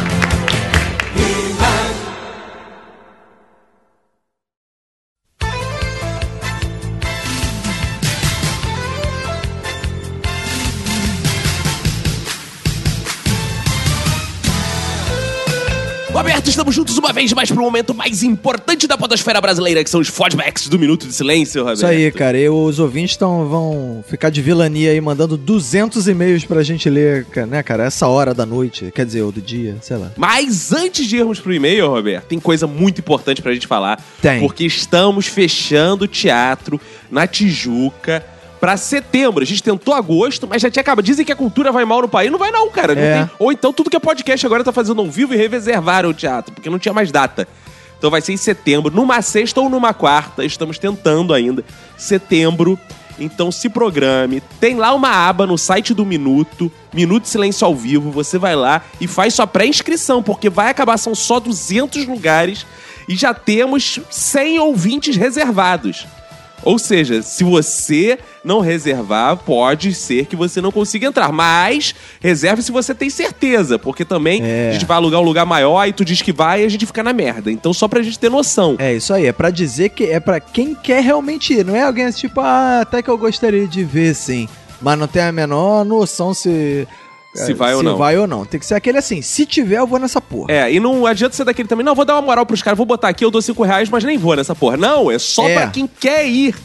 Roberto, estamos juntos uma vez mais para o momento mais importante da podosfera brasileira, que são os fodbacks do Minuto de Silêncio, Roberto. Isso aí, cara. E os ouvintes vão ficar de vilania aí, mandando 200 e-mails pra gente ler, né, cara? Essa hora da noite, quer dizer, ou do dia, sei lá. Mas antes de irmos pro e-mail, Roberto, tem coisa muito importante pra gente falar. Tem. Porque estamos fechando o teatro na Tijuca pra setembro. A gente tentou agosto, mas já tinha acabado. Dizem que a cultura vai mal no país. Não vai não, cara. Não tem. Ou então tudo que é podcast agora tá fazendo ao vivo e reservaram o teatro, porque não tinha mais data. Então vai ser em setembro, numa sexta ou numa quarta. Estamos tentando ainda. Setembro. Então se programe. Tem lá uma aba no site do Minuto, Minuto de Silêncio ao Vivo. Você vai lá e faz sua pré-inscrição, porque vai acabar, são só 200 lugares e já temos 100 ouvintes reservados. Ou seja, se você não reservar, pode ser que você não consiga entrar. Mas reserve se você tem certeza, porque também a gente vai alugar um lugar maior e tu diz que vai e a gente fica na merda. Então só pra gente ter noção. É isso aí, é pra dizer que é pra quem quer realmente ir. Não é alguém tipo, até que eu gostaria de ver, sim. Mas não tem a menor noção se vai ou não. Se vai ou não. Tem que ser aquele assim, se tiver, eu vou nessa porra. É, e não adianta ser daquele também, não, vou dar uma moral pros caras, vou botar aqui, eu dou R$5, mas nem vou nessa porra. Não, é só pra quem quer ir, cara.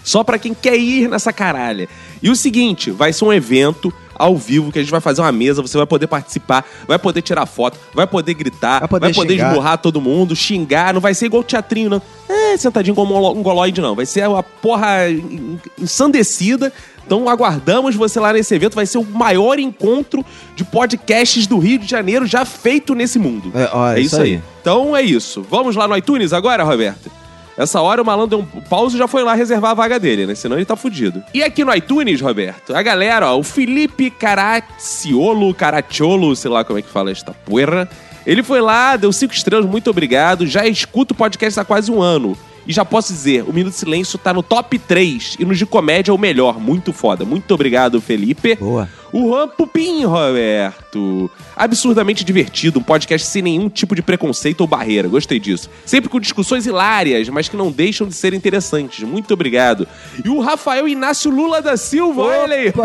Só pra quem quer ir nessa caralha. E o seguinte, vai ser um evento ao vivo, que a gente vai fazer uma mesa, você vai poder participar, vai poder tirar foto, vai poder gritar, vai poder esmurrar todo mundo, xingar, não vai ser igual teatrinho, não. Sentadinho como um goloide, não. Vai ser uma porra ensandecida. Então aguardamos você lá nesse evento, vai ser o maior encontro de podcasts do Rio de Janeiro já feito nesse mundo. É isso aí. Então é isso. Vamos lá no iTunes agora, Roberto? Essa hora o malandro deu um pause e já foi lá reservar a vaga dele, né? Senão ele tá fudido. E aqui no iTunes, Roberto, a galera, ó, o Felipe Caracciolo, sei lá como é que fala esta porra. Ele foi lá, deu 5 estrelas, muito obrigado. Já escuto o podcast há quase um ano. E já posso dizer, o Minuto de Silêncio tá no top 3 e no de comédia é o melhor. Muito foda. Muito obrigado, Felipe. Boa. O Juan Pupim, Roberto. Absurdamente divertido, um podcast sem nenhum tipo de preconceito ou barreira. Gostei disso. Sempre com discussões hilárias, mas que não deixam de ser interessantes. Muito obrigado. E o Rafael Inácio Lula da Silva, olha aí.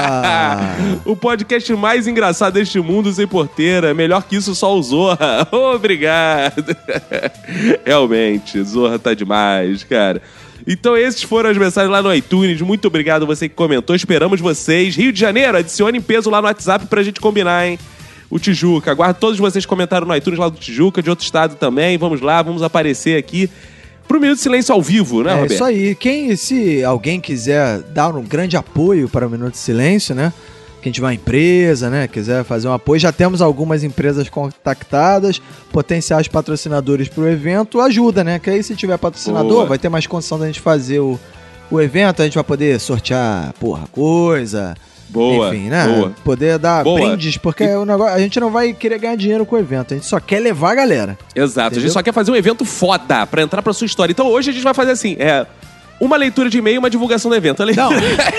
O podcast mais engraçado deste mundo sem porteira. Melhor que isso, só o Zorra. Obrigado. Realmente, Zorra tá demais, cara. Então esses foram as mensagens lá no iTunes. Muito obrigado você que comentou. Esperamos vocês. Rio de Janeiro, adicione em peso lá no WhatsApp pra gente combinar, hein? O Tijuca. Aguardo todos vocês que comentaram no iTunes lá do Tijuca, de outro estado também. Vamos lá, vamos aparecer aqui pro Minuto de Silêncio ao vivo, né, Roberto? É isso aí. Se alguém quiser dar um grande apoio para o Minuto de Silêncio, né? Quem tiver uma empresa, né, quiser fazer um apoio, já temos algumas empresas contactadas, potenciais patrocinadores pro evento, ajuda, né? Que aí se tiver patrocinador, vai ter mais condição da gente fazer o evento, a gente vai poder sortear, coisa. Boa, enfim, né? boa. Poder dar brindes, porque o negócio, a gente não vai querer ganhar dinheiro com o evento, a gente só quer levar a galera. Exato, entendeu? A gente só quer fazer um evento foda pra entrar pra sua história. Então hoje a gente vai fazer assim, uma leitura de e-mail e uma divulgação do evento. Não.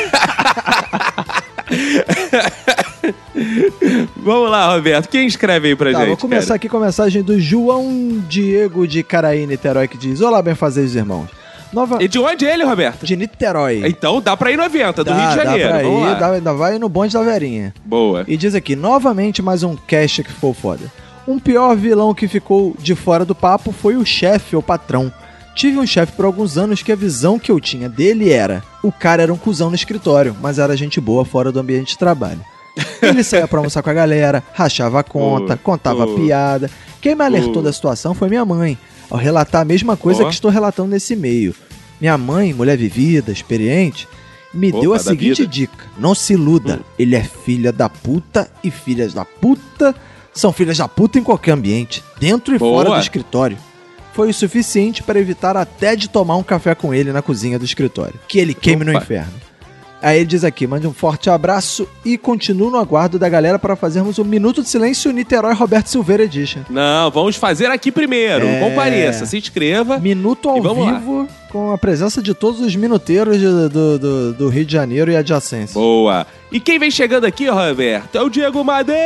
Vamos lá, Roberto. Quem escreve aí pra gente? Vou começar aqui com a mensagem do João Diego de Caraí, Niterói, que diz: olá, benfazejos irmãos. E de onde é ele, Roberto? De Niterói. Então dá pra ir no evento, é do Rio de Janeiro. Dá pra ir, ainda vai no bonde da Verinha. Boa. E diz aqui, novamente mais um cast que ficou foda. Um pior vilão que ficou de fora do papo foi o chefe ou patrão. Tive um chefe por alguns anos que a visão que eu tinha dele era: o cara era um cuzão no escritório, mas era gente boa fora do ambiente de trabalho. Ele saía pra almoçar com a galera, rachava a conta, contava piada. Quem me alertou da situação foi minha mãe, ao relatar a mesma coisa que estou relatando nesse e-mail. Minha mãe, mulher vivida, experiente, me deu a seguinte dica: não se iluda, ele é filha da puta e filhas da puta são filhas da puta em qualquer ambiente, dentro e fora do escritório. Foi o suficiente para evitar até de tomar um café com ele na cozinha do escritório. Que ele queime no inferno. Aí ele diz aqui: mande um forte abraço e continuo no aguardo da galera para fazermos o Minuto de Silêncio Niterói Roberto Silveira Edition. Não, vamos fazer aqui primeiro. Compareça, se inscreva. Minuto ao vivo lá, com a presença de todos os minuteiros do Rio de Janeiro e adjacência. Boa. E quem vem chegando aqui, Roberto, é o Diego Madeira,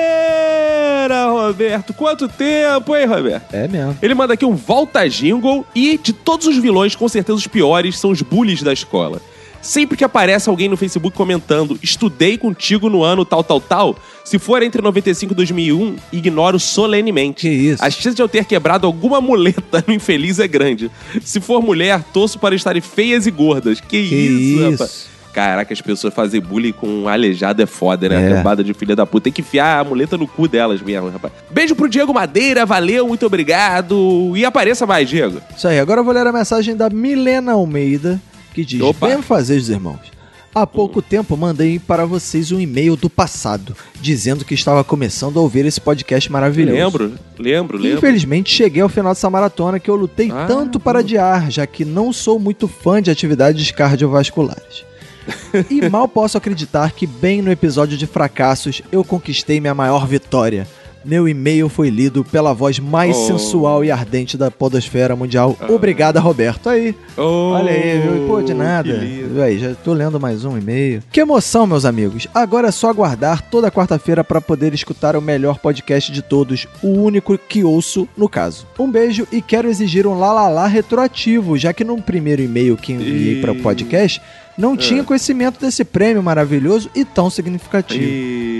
Roberto. Quanto tempo, hein, Roberto? É mesmo. Ele manda aqui um volta jingle e de todos os vilões, com certeza os piores são os bullies da escola. Sempre que aparece alguém no Facebook comentando estudei contigo no ano tal, se for entre 95 e 2001, ignoro solenemente. Que isso? A chance de eu ter quebrado alguma muleta no infeliz é grande. Se for mulher, torço para estarem feias e gordas. Que isso, rapaz. Caraca, as pessoas fazem bullying com um aleijado é foda, né? Cambada de filha da puta. Tem que enfiar a muleta no cu delas mesmo, rapaz. Beijo pro Diego Madeira, valeu, muito obrigado. E apareça mais, Diego. Isso aí, agora eu vou ler a mensagem da Milena Almeida, que diz: benfazejos irmãos. Há pouco tempo mandei para vocês um e-mail do passado, dizendo que estava começando a ouvir esse podcast maravilhoso. Lembro. Infelizmente cheguei ao final dessa maratona que eu lutei tanto para adiar, já que não sou muito fã de atividades cardiovasculares. E mal posso acreditar que bem no episódio de fracassos eu conquistei minha maior vitória. Meu e-mail foi lido pela voz mais sensual e ardente da podosfera mundial. Obrigada, Roberto. Aí. Olha aí, viu? Pô, de nada. Aí, já tô lendo mais um e-mail. Que emoção, meus amigos. Agora é só aguardar toda quarta-feira para poder escutar o melhor podcast de todos. O único que ouço, no caso. Um beijo e quero exigir um lalala retroativo, já que no primeiro e-mail que enviei para o podcast não tinha conhecimento desse prêmio maravilhoso e tão significativo.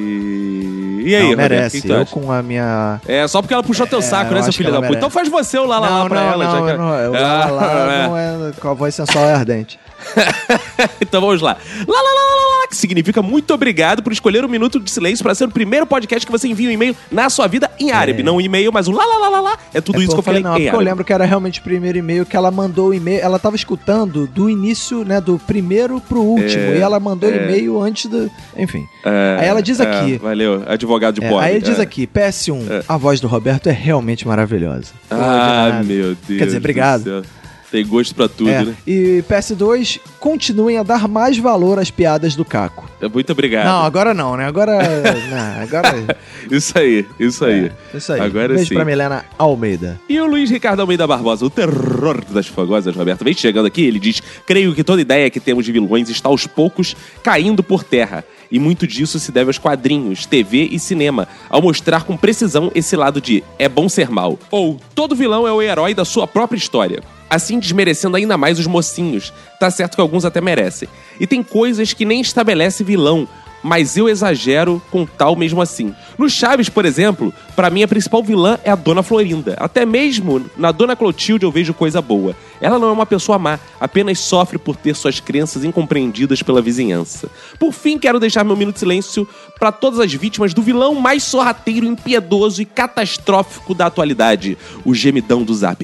E aí, não, merece. Roberto, eu com a minha... só porque ela puxou teu saco, né, seu filho da puta. Então faz você o lalala pra ela. Não, o lalala não é com a voz sensual e ardente. Então vamos lá. Lá, que significa muito obrigado por escolher um minuto de silêncio para ser o primeiro podcast que você envia um e-mail na sua vida em árabe. Não um e-mail, mas um lá. É tudo isso que eu falei em árabe. Eu lembro que era realmente o primeiro e-mail que ela mandou o e-mail. Ela tava escutando do início, né, do primeiro pro último. E ela mandou e-mail antes do... Enfim. Aí ela diz aqui... Valeu, advogado de pobre. Aí ele diz aqui, PS1, a voz do Roberto é realmente maravilhosa. Meu Deus. Quer dizer, obrigado. Tem gosto pra tudo, né? E PS2, continuem a dar mais valor às piadas do Caco. Muito obrigado. Não, agora não, né? Agora... Isso aí. Isso aí. Agora beijo sim. pra Milena Almeida. E o Luiz Ricardo Almeida Barbosa, o terror das fogosas, Roberto, vem chegando aqui, ele diz: creio que toda ideia que temos de vilões está aos poucos caindo por terra. E muito disso se deve aos quadrinhos, TV e cinema, ao mostrar com precisão esse lado de é bom ser mal. Ou todo vilão é o herói da sua própria história. Assim desmerecendo ainda mais os mocinhos. Tá certo que alguns até merecem. E tem coisas que nem estabelece vilão, mas eu exagero com tal mesmo assim. No Chaves, por exemplo, pra mim a principal vilã é a Dona Florinda. Até mesmo na Dona Clotilde eu vejo coisa boa. Ela não é uma pessoa má, apenas sofre por ter suas crenças incompreendidas pela vizinhança. Por fim, quero deixar meu minuto de silêncio pra todas as vítimas do vilão mais sorrateiro, impiedoso e catastrófico da atualidade, o gemidão do Zap.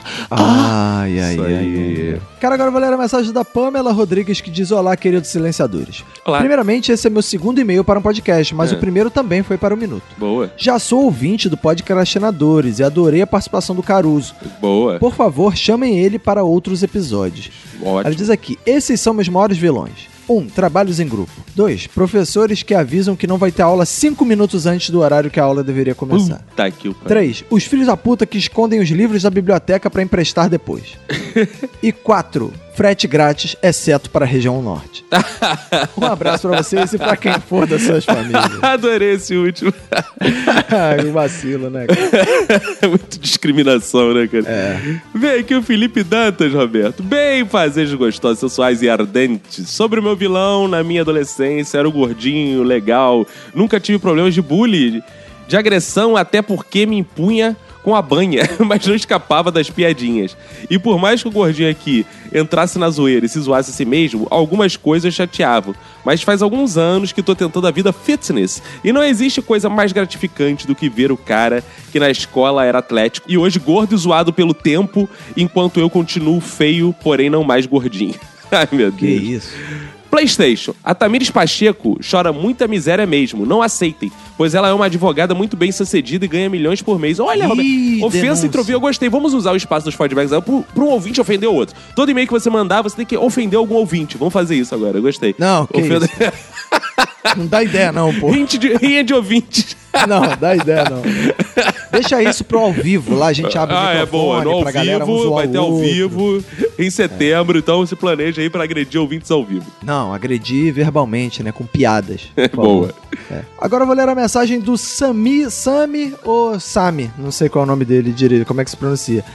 Ai. Cara, agora eu vou ler a mensagem da Pamela Rodrigues, que diz: olá, queridos silenciadores. Olá. Primeiramente, esse é meu segundo e-mail para um podcast, mas o primeiro também foi para o Minuto. Boa. Já sou ouvinte do Podcastinadores e adorei a participação do Caruso. Boa. Por favor, chamem ele para outros episódios. Ótimo. Ela diz aqui: esses são meus maiores vilões. 1. Trabalhos em grupo. 2. Professores que avisam que não vai ter aula 5 minutos antes do horário que a aula deveria começar. 3. Os filhos da puta que escondem os livros da biblioteca para emprestar depois. E 4. Frete grátis, exceto para a região norte. Um abraço pra vocês e pra quem for das suas famílias. Adorei esse último. Ai, vacilo, né, cara? Muito discriminação, né, cara? Vem aqui o Felipe Dantas, Roberto. Bem fazejos gostosos, sensuais e ardentes. Sobre o meu vilão, na minha adolescência, era o gordinho, legal. Nunca tive problemas de bullying, de agressão, até porque me impunha com a banha, mas não escapava das piadinhas. E por mais que o gordinho aqui entrasse na zoeira e se zoasse a si mesmo, algumas coisas chateavam. Mas faz alguns anos que tô tentando a vida fitness. E não existe coisa mais gratificante do que ver o cara que na escola era atlético e hoje gordo e zoado pelo tempo, enquanto eu continuo feio, porém não mais gordinho. Ai, meu Deus. Que isso? PlayStation. A Tamires Pacheco chora muita miséria mesmo. Não aceitem, pois ela é uma advogada muito bem sucedida e ganha milhões por mês. Olha, Roberto, ofensa e trovia, eu gostei. Vamos usar o espaço dos feedbacks para um ouvinte ofender o outro. Todo e-mail que você mandar, você tem que ofender algum ouvinte. Vamos fazer isso agora, eu gostei. Não, que isso? Não dá ideia não, pô. Rinha de ouvintes. Não, dá ideia não. Deixa isso pro ao vivo, lá a gente abre o microfone é boa. No ao galera, vivo, vai ter ao vivo em setembro, então se planeja aí pra agredir ouvintes ao vivo. Não, agredir verbalmente, né, com piadas. Boa. Agora eu vou ler a mensagem do Sami ou Sami, não sei qual é o nome dele direito, como é que se pronuncia.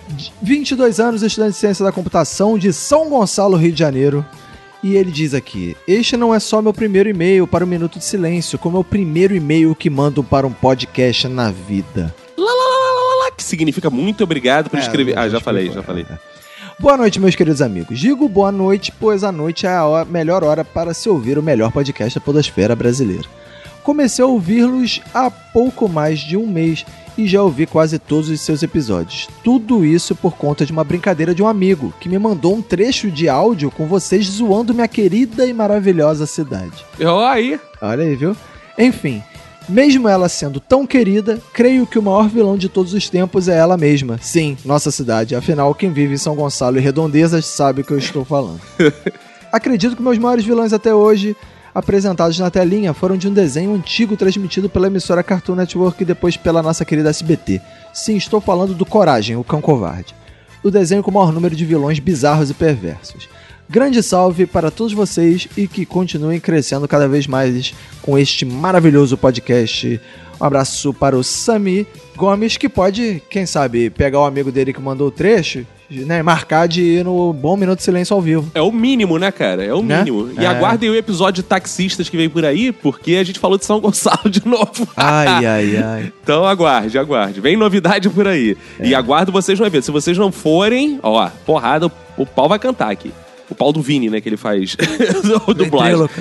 22 anos, estudante de Ciência da Computação de São Gonçalo, Rio de Janeiro. E ele diz aqui: este não é só meu primeiro e-mail para o Minuto de Silêncio, como é o primeiro e-mail que mando para um podcast na vida. Que significa muito obrigado por escrever. Já falei. Boa noite, meus queridos amigos. Digo boa noite, pois a noite é a melhor hora para se ouvir o melhor podcast da podosfera brasileira. Comecei a ouvi-los há pouco mais de um mês e já ouvi quase todos os seus episódios. Tudo isso por conta de uma brincadeira de um amigo, que me mandou um trecho de áudio com vocês zoando minha querida e maravilhosa cidade. Olha aí, viu? Enfim, mesmo ela sendo tão querida, creio que o maior vilão de todos os tempos é ela mesma. Sim, nossa cidade. Afinal, quem vive em São Gonçalo e Redondezas sabe o que eu estou falando. Acredito que meus maiores vilões até hoje, apresentados na telinha, foram de um desenho antigo transmitido pela emissora Cartoon Network e depois pela nossa querida SBT. Sim, estou falando do Coragem, o Cão Covarde. O desenho com o maior número de vilões bizarros e perversos. Grande salve para todos vocês e que continuem crescendo cada vez mais com este maravilhoso podcast. Um abraço para o Sami Gomes, que pode, quem sabe, pegar o amigo dele que mandou o trecho, né, marcar de ir no Bom Minuto de Silêncio ao vivo. É o mínimo, né, cara? É o mínimo. E aguardem o episódio de taxistas que vem por aí, porque a gente falou de São Gonçalo de novo. Ai. Então aguarde. Vem novidade por aí. E aguardo vocês no evento. Se vocês não forem, porrada, o pau vai cantar aqui. O pau do Vini, né, que ele faz dublagem. Ventríloco,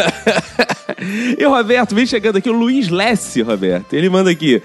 E o Roberto, vem chegando aqui, o Luiz Lesse, Roberto. Ele manda aqui: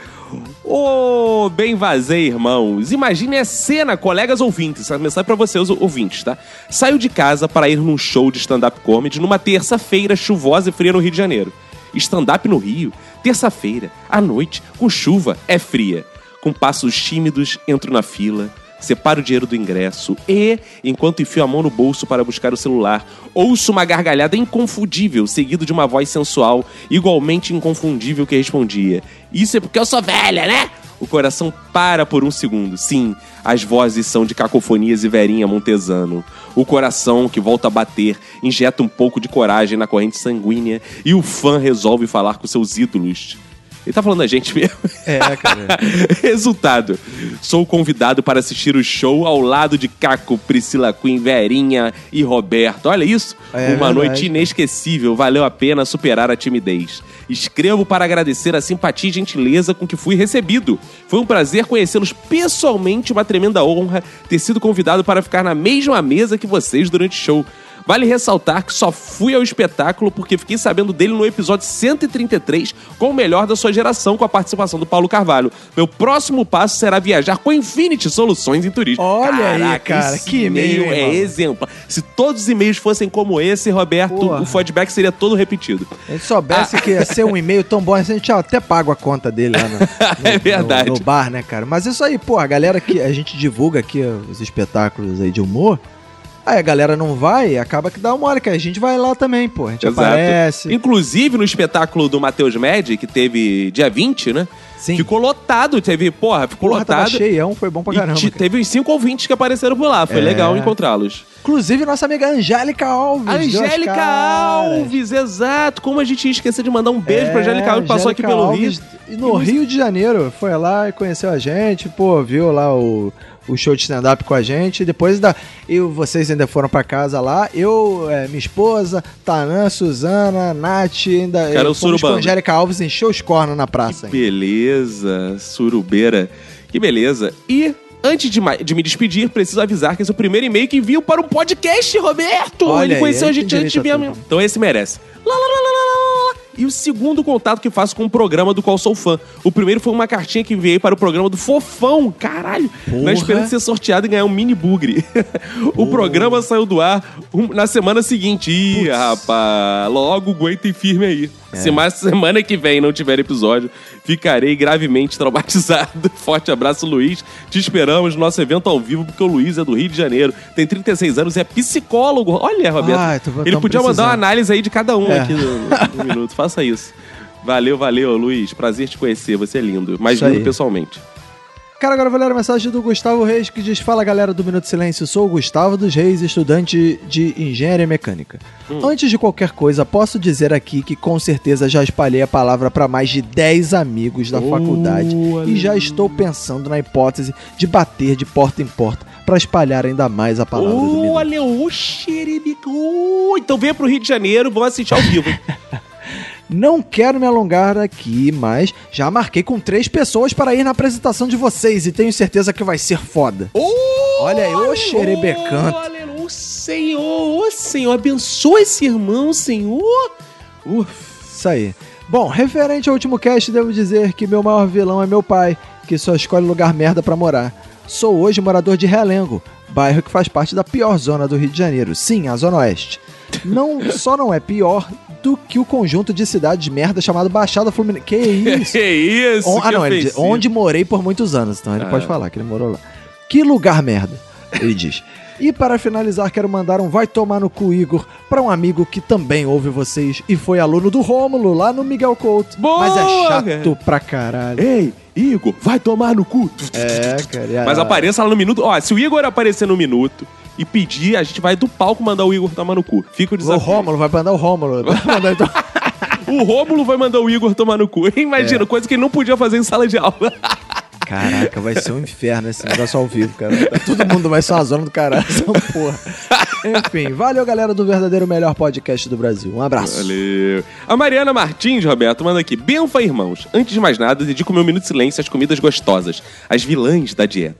ô, bem vazei, irmãos. Imagine a cena, colegas ouvintes. Essa mensagem pra vocês, ouvintes, tá? Saio de casa para ir num show de stand-up comedy numa terça-feira chuvosa e fria no Rio de Janeiro. Stand-up no Rio, terça-feira, à noite, com chuva, é fria. Com passos tímidos, entro na fila, separo o dinheiro do ingresso e, enquanto enfio a mão no bolso para buscar o celular, ouço uma gargalhada inconfundível, seguido de uma voz sensual, igualmente inconfundível, que respondia: isso é porque eu sou velha, né? O coração para por um segundo. Sim, as vozes são de Cacofonias e Verinha Montesano. O coração, que volta a bater, injeta um pouco de coragem na corrente sanguínea e o fã resolve falar com seus ídolos. Ele tá falando da gente mesmo. Cara. Resultado: sou convidado para assistir o show ao lado de Caco, Priscila Queen, Verinha e Roberto. Olha isso. Uma noite inesquecível. Valeu a pena superar a timidez. Escrevo para agradecer a simpatia e gentileza com que fui recebido. Foi um prazer conhecê-los pessoalmente, uma tremenda honra ter sido convidado para ficar na mesma mesa que vocês durante o show. Vale ressaltar que só fui ao espetáculo porque fiquei sabendo dele no episódio 133, com o melhor da sua geração, com a participação do Paulo Carvalho. Meu próximo passo será viajar com a Infinity Soluções em Turismo. Olha aí, cara, que e-mail é exemplo. Se todos os e-mails fossem como esse, Roberto, o feedback seria todo repetido. Se a gente soubesse que ia ser um e-mail tão bom, a gente até paga a conta dele lá é verdade. No bar, né, cara? Mas isso aí, pô, a galera que a gente divulga aqui os espetáculos aí de humor, aí a galera não vai, acaba que dá uma hora que a gente vai lá também, pô. A gente aparece. Inclusive, no espetáculo do Matheus Med, que teve dia 20, né? Sim. Ficou lotado, ficou lotado. Tava cheião, foi bom pra caramba. Teve uns 5 ouvintes que apareceram por lá, foi legal encontrá-los. Inclusive, nossa amiga Angélica Alves. Angélica Alves, exato. Como a gente ia esquecer de mandar um beijo pra Angélica Alves, passou aqui pelo Rio. No Rio de Janeiro, foi lá e conheceu a gente, pô, viu lá o show de stand-up com a gente. Depois vocês ainda foram pra casa lá. Minha esposa, Tanã, Suzana, Nath, ainda fomos com a Angélica Alves, encheu os cornos na praça. Que beleza, surubeira. Que beleza. E antes de me despedir, preciso avisar que esse é o primeiro e-mail que envio para um podcast, Roberto. Olha, ele conheceu a gente antes de mim. Então esse merece. E o segundo contato que faço com o programa do qual sou fã. O primeiro foi uma cartinha que enviei para o programa do Fofão, caralho, na esperança de ser sorteado e ganhar um mini bugre. O programa saiu do ar na semana seguinte. Ih, rapaz, logo aguentem firme aí. Se mais semana que vem não tiver episódio, ficarei gravemente traumatizado. Forte abraço, Luiz. Te esperamos no nosso evento ao vivo, porque o Luiz é do Rio de Janeiro, tem 36 anos e é psicólogo. Olha, Roberto, ele podia mandar uma análise aí de cada um aqui no minuto. Faça isso. Valeu, Luiz. Prazer te conhecer, você é lindo. Mais lindo pessoalmente. Cara, agora eu vou ler a mensagem do Gustavo Reis, que diz: fala, galera do Minuto de Silêncio, sou o Gustavo dos Reis, estudante de Engenharia Mecânica. Antes de qualquer coisa, posso dizer aqui que com certeza já espalhei a palavra para mais de 10 amigos da faculdade e já estou pensando na hipótese de bater de porta em porta para espalhar ainda mais a palavra do Minuto. Olha, o xeribico. Então venha pro Rio de Janeiro, vamos assistir ao vivo. Não quero me alongar aqui, mas já marquei com 3 pessoas para ir na apresentação de vocês e tenho certeza que vai ser foda. Olha aí, ô xerebecanto. Olha, ô Senhor, abençoa esse irmão, Senhor. Isso aí. Bom, referente ao último cast, devo dizer que meu maior vilão é meu pai, que só escolhe lugar merda pra morar. Sou hoje morador de Realengo, bairro que faz parte da pior zona do Rio de Janeiro. Sim, a Zona Oeste. Só não é pior do que o conjunto de cidades de merda chamado Baixada Fluminense. Que isso? Que isso? Ele diz, onde morei por muitos anos. Então ele pode falar que ele morou lá. Que lugar merda, ele diz. E para finalizar, quero mandar um vai tomar no cu, Igor, para um amigo que também ouve vocês e foi aluno do Rômulo lá no Miguel Couto. Boa, mas é chato pra caralho. Ei, Igor, vai tomar no cu. Cara. Mas apareça lá no minuto. Ó, se o Igor aparecer no minuto e pedir, a gente vai do palco mandar o Igor tomar no cu. Fica o desafio. O Rômulo vai mandar o Rômulo. O Rômulo vai mandar o Igor tomar no cu. Imagina, coisa que ele não podia fazer em sala de aula. Caraca, vai ser um inferno esse negócio ao vivo, cara. Todo mundo vai ser uma zona do caralho, essa porra. Enfim, valeu, galera do verdadeiro melhor podcast do Brasil. Um abraço. Valeu. A Mariana Martins, Roberto, manda aqui: Benfa, irmãos. Antes de mais nada, dedico meu minuto de silêncio às comidas gostosas, às vilãs da dieta.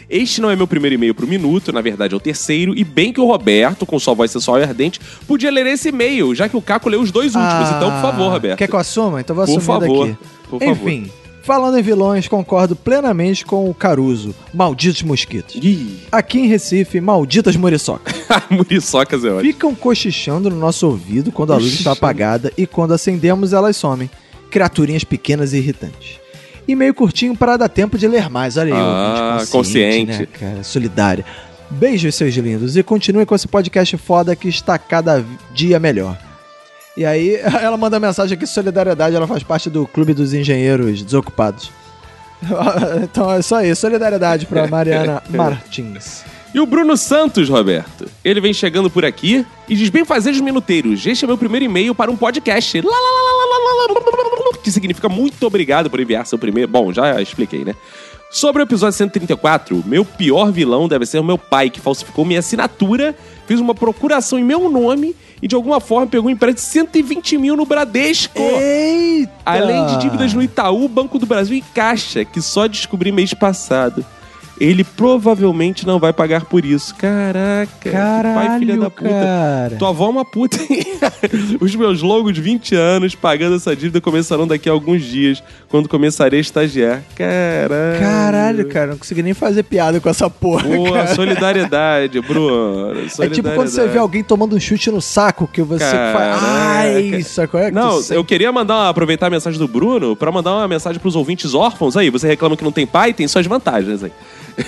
Este não é meu primeiro e-mail pro Minuto, na verdade é o terceiro, e bem que o Roberto, com sua voz sensual e ardente, podia ler esse e-mail, já que o Caco leu os dois últimos. Então, por favor, Roberto. Quer que eu assuma? Então vou Por assumir favor, daqui. por favor. Enfim, falando em vilões, concordo plenamente com o Caruso. Malditos mosquitos. Ih, Aqui em Recife, malditas muriçocas. muriçocas é ótimo. Ficam cochichando no nosso ouvido quando a luz está apagada e quando acendemos elas somem. Criaturinhas pequenas e irritantes. E meio curtinho para dar tempo de ler mais. Olha aí, ouvinte consciente. né, cara? Solidária. Beijos, seus lindos. E continuem com esse podcast foda que está cada dia melhor. E aí, ela manda mensagem aqui, solidariedade, ela faz parte do Clube dos Engenheiros Desocupados. Então é só isso, solidariedade pra Mariana Martins. E o Bruno Santos, Roberto? Ele vem chegando por aqui e diz: bem fazejos minuteiros, este é meu primeiro e-mail para um podcast. Que significa muito obrigado por enviar seu primeiro... Bom, já expliquei, né? Sobre o episódio 134, meu pior vilão deve ser o meu pai, que falsificou minha assinatura, fez uma procuração em meu nome e de alguma forma pegou um empréstimo de 120 mil no Bradesco. Eita! Além de dívidas no Itaú, Banco do Brasil e Caixa, que só descobri mês passado. Ele provavelmente não vai pagar por isso. Caraca. Caralho, pai, filha da puta. cara. Tua avó é uma puta. Os meus longos 20 anos pagando essa dívida começarão daqui a alguns dias, quando começarei a estagiar. Caralho, cara, não consegui nem fazer piada com essa porra. Pô, cara. solidariedade, Bruno. É tipo quando você vê alguém tomando um chute no saco que você faz. Ai, sacou? É que Não, tu eu queria aproveitar a mensagem do Bruno pra mandar uma mensagem pros ouvintes órfãos aí. Você reclama que não tem pai, tem suas vantagens aí.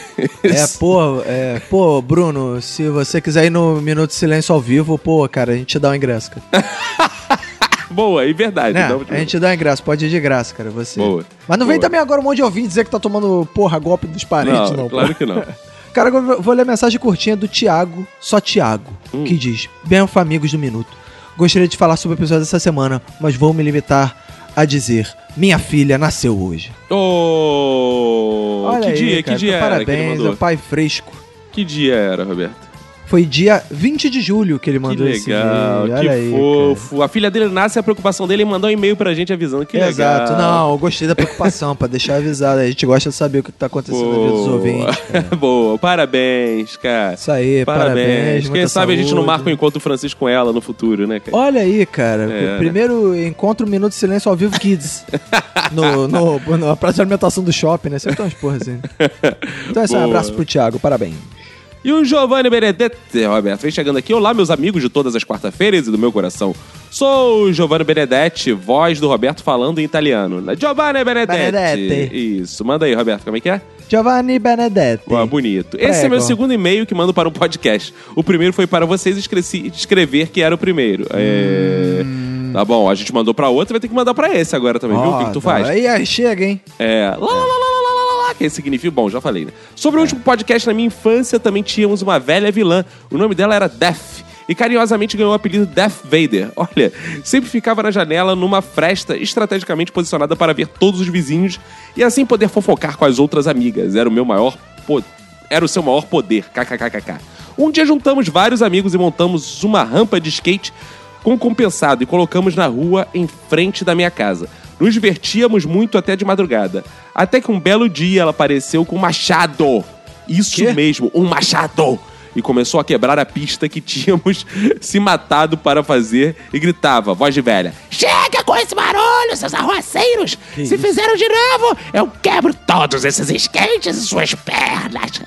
Pô, Bruno, se você quiser ir no Minuto de Silêncio ao vivo, pô, cara, a gente te dá um ingresso, cara. Boa, é verdade. Né? Não, A gente dá um ingresso, pode ir de graça, cara, você. Boa. Mas não vem Boa. também agora um monte de ouvinte dizer que tá tomando, porra, golpe dos parentes, não. claro porra. que não. Cara, eu vou ler a mensagem curtinha do Thiago, só Thiago, que diz: bem, amigos do Minuto, gostaria de falar sobre o episódio dessa semana, mas vou me limitar a dizer: minha filha nasceu hoje. Olha Olha que aí, dia, cara, que dia então, era que ele parabéns, é mandou? o pai fresco. Que dia era, Roberto? Foi dia 20 de julho que ele Que mandou esse legal, e-mail. que Olha aí, fofo. A filha dele nasce, a preocupação dele é mandar um e-mail pra gente avisando. Que Exato. legal. Não, eu gostei da preocupação, pra deixar avisado. A gente gosta de saber o que tá acontecendo na vida dos ouvintes. cara. Boa, parabéns, cara. Isso aí, parabéns. Quem muita sabe a gente não saúde. marca um encontro Francisco com ela no futuro, né, cara? Olha aí, cara. É, O primeiro encontro Minuto de Silêncio ao vivo Kids. Na praça de alimentação do shopping, né? Sempre tem umas porras assim. Então é isso, um Boa. abraço pro Thiago, parabéns. E o Giovanni Benedetti, Roberto, vem chegando aqui. Olá, meus amigos de todas as quarta-feiras e do meu coração. Sou o Giovanni Benedetti, voz do Roberto falando em italiano. Giovanni Benedetti. Benedetti. Isso, manda aí, Roberto, como é que é? Giovanni Benedetti. Ó, bonito. Esse é Prego. meu segundo e-mail que mando para um podcast. O primeiro foi para vocês escrever que era o primeiro. Tá bom, a gente mandou pra outro, vai ter que mandar pra esse agora também, viu? O que que tu faz? Aí chega, hein? Que significa... Bom, já falei, né? Sobre o último podcast, na minha infância, também tínhamos uma velha vilã. O nome dela era Death. E carinhosamente ganhou o apelido Death Vader. Olha, sempre ficava na janela numa fresta estrategicamente posicionada para ver todos os vizinhos e assim poder fofocar com as outras amigas. Era o seu maior poder. KKKKK. Um dia juntamos vários amigos e montamos uma rampa de skate com compensado e colocamos na rua em frente da minha casa. Nos divertíamos muito até de madrugada. Até que um belo dia ela apareceu com um machado. Isso mesmo, um machado. E começou a quebrar a pista que tínhamos se matado para fazer e gritava, voz de velha: chega com esse barulho, seus arruaceiros! Se fizeram de novo, eu quebro todos esses skates e suas pernas!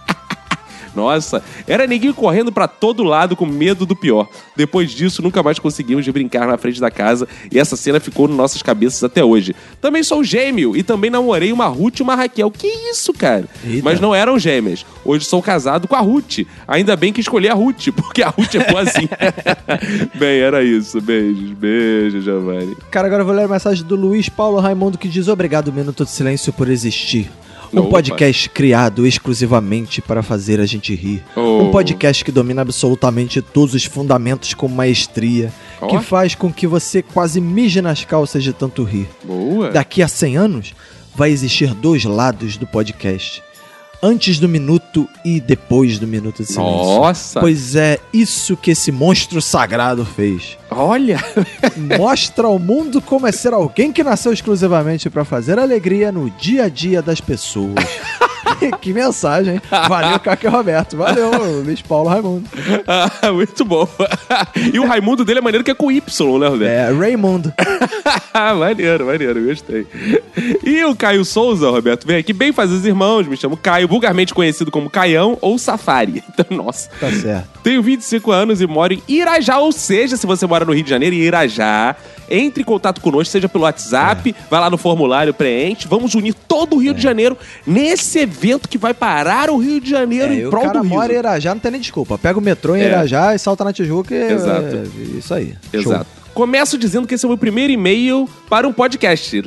Nossa, era ninguém correndo pra todo lado com medo do pior. Depois disso, nunca mais conseguimos brincar na frente da casa e essa cena ficou nas nossas cabeças até hoje. Também sou gêmeo e também namorei uma Ruth e uma Raquel. Que isso, cara? Eita. Mas não eram gêmeas. Hoje sou casado com a Ruth. Ainda bem que escolhi a Ruth, porque a Ruth é boazinha. Bem, era isso. Beijos, beijos, Giovanni. Cara, agora eu vou ler a mensagem do Luiz Paulo Raimundo que diz: obrigado, Minuto de Silêncio, por existir. Um Opa. podcast criado exclusivamente para fazer a gente rir. Oh. Um podcast que domina absolutamente todos os fundamentos com maestria. Ó. Que faz com que você quase mije nas calças de tanto rir. Boa. Daqui a 100 anos, vai existir dois lados do podcast. Antes do minuto e depois do Minuto de Silêncio. Nossa. Pois é isso que esse monstro sagrado fez. Olha. Mostra ao mundo como é ser alguém que nasceu exclusivamente para fazer alegria no dia a dia das pessoas. Que mensagem, hein? Valeu, Caco e Roberto. Valeu, Luiz Paulo Raimundo. Muito bom. E o Raimundo dele é maneiro que é com Y, né, Roberto? É, Raimundo. Maneiro, gostei. E o Caio Souza, Roberto, vem aqui bem fazer os irmãos, me chamo Caio, vulgarmente conhecido como Caião ou Safari. Então, nossa. Tá certo. Tenho 25 anos e moro em Irajá, ou seja, se você mora no Rio de Janeiro, em Irajá, entre em contato conosco, seja pelo WhatsApp, vai lá no formulário, preenche, vamos unir todo o Rio de Janeiro nesse evento que vai parar o Rio de Janeiro em prol do riso. O cara mora em riso. Irajá, não tem nem desculpa. Pega o metrô em Irajá e salta na Tijuca e... Exato. Isso aí. Exato. Começo dizendo que esse é o meu primeiro e-mail para um podcast.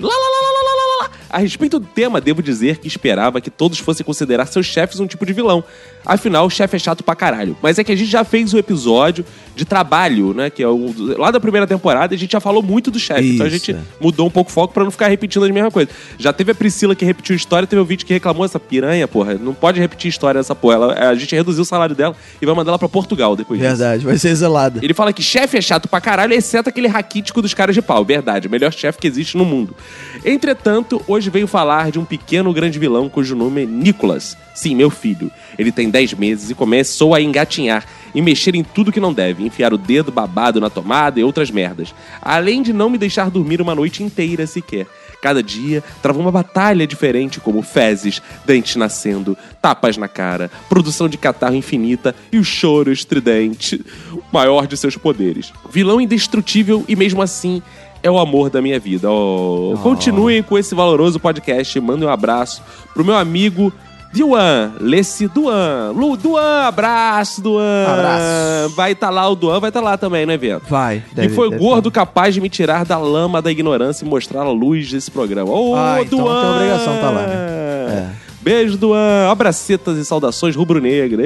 A respeito do tema, devo dizer que esperava que todos fossem considerar seus chefes um tipo de vilão. Afinal, o chefe é chato pra caralho. Mas é que a gente já fez o episódio de trabalho, né? Que é lá da primeira temporada, e a gente já falou muito do chefe. Então a gente mudou um pouco o foco pra não ficar repetindo as mesmas coisas. Já teve a Priscila que repetiu história, teve o vídeo que reclamou essa piranha, porra. Não pode repetir história dessa porra. A gente reduziu o salário dela e vai mandar ela pra Portugal depois disso. Verdade, vai ser exilada. Ele fala que chefe é chato pra caralho, exceto aquele raquítico dos caras de pau. Verdade, o melhor chefe que existe no mundo. Entretanto, hoje veio falar de um pequeno grande vilão cujo nome é Nicolas. Sim, meu filho. Ele tem 10 meses e começou a engatinhar e mexer em tudo que não deve, enfiar o dedo babado na tomada e outras merdas. Além de não me deixar dormir uma noite inteira sequer. Cada dia trava uma batalha diferente, como fezes, dentes nascendo, tapas na cara, produção de catarro infinita e o choro estridente, o maior de seus poderes. Vilão indestrutível e mesmo assim é o amor da minha vida. Continuem com esse valoroso podcast. Mandem um abraço pro meu amigo Duan, Leci Duan. Duan, abraço, Duan. Abraço. Vai estar lá, o Duan vai estar lá também no evento. Vai. E foi o gordo capaz de me tirar da lama da ignorância e mostrar a luz desse programa. Então Duan! tem obrigação tá lá, né? Beijo, Duan. Abracetas e saudações rubro-negras.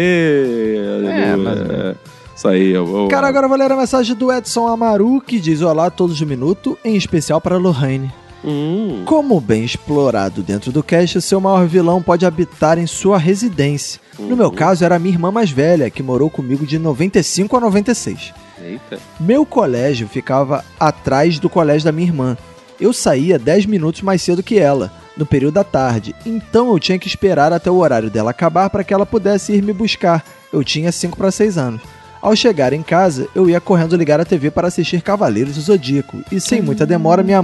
Isso aí. Cara, agora eu vou ler a mensagem do Edson Amaru, que diz: olá a todos do Minuto, em especial para Lohane. Como bem explorado dentro do cast, o seu maior vilão pode habitar em sua residência. No meu caso, era a minha irmã mais velha, que morou comigo de 95 a 96. Eita. Meu colégio ficava atrás do colégio da minha irmã. Eu saía 10 minutos mais cedo que ela, no período da tarde, então eu tinha que esperar até o horário dela acabar para que ela pudesse ir me buscar. Eu tinha 5 para 6 anos. Ao chegar em casa, eu ia correndo ligar a TV para assistir Cavaleiros do Zodíaco. E sem muita demora, minha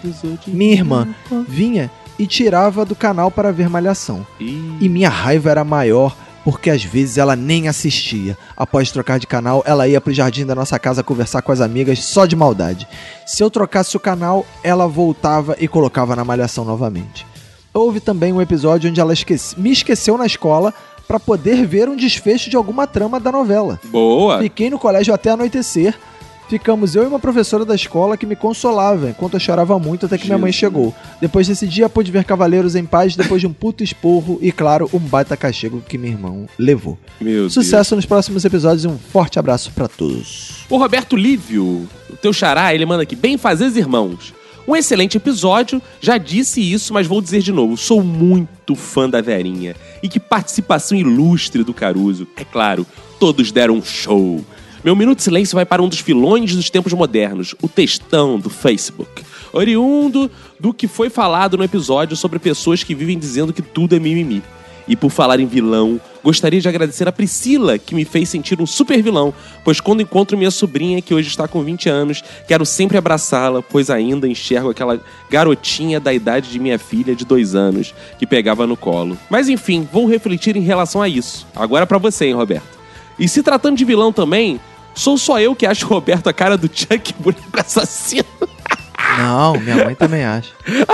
irmã, vinha e tirava do canal para ver Malhação. E minha raiva era maior, porque às vezes ela nem assistia. Após trocar de canal, ela ia pro jardim da nossa casa conversar com as amigas só de maldade. Se eu trocasse o canal, ela voltava e colocava na Malhação novamente. Houve também um episódio onde ela me esqueceu na escola para poder ver um desfecho de alguma trama da novela. Boa! Fiquei no colégio até anoitecer. Ficamos eu e uma professora da escola que me consolava, enquanto eu chorava muito até que minha mãe chegou. Depois desse dia, pude ver Cavaleiros em paz, depois de um puto esporro e, claro, um baita castigo que meu irmão levou. Meu Sucesso nos próximos episódios e um forte abraço pra todos. O Roberto Lívio, o teu xará, ele manda aqui: bem fazer, irmãos. Um excelente episódio, já disse isso, mas vou dizer de novo, sou muito fã da Verinha. E que participação ilustre do Caruso. É claro, todos deram um show. Meu Minuto de Silêncio vai para um dos vilões dos tempos modernos, o textão do Facebook. Oriundo do que foi falado no episódio sobre pessoas que vivem dizendo que tudo é mimimi. E por falar em vilão, gostaria de agradecer a Priscila, que me fez sentir um super vilão, pois quando encontro minha sobrinha, que hoje está com 20 anos, quero sempre abraçá-la, pois ainda enxergo aquela garotinha da idade de minha filha de 2 anos, que pegava no colo. Mas enfim, vou refletir em relação a isso. Agora pra você, hein, Roberto. E se tratando de vilão também, sou só eu que acho o Roberto a cara do Chuck, boneco assassino. Não, minha mãe também acha.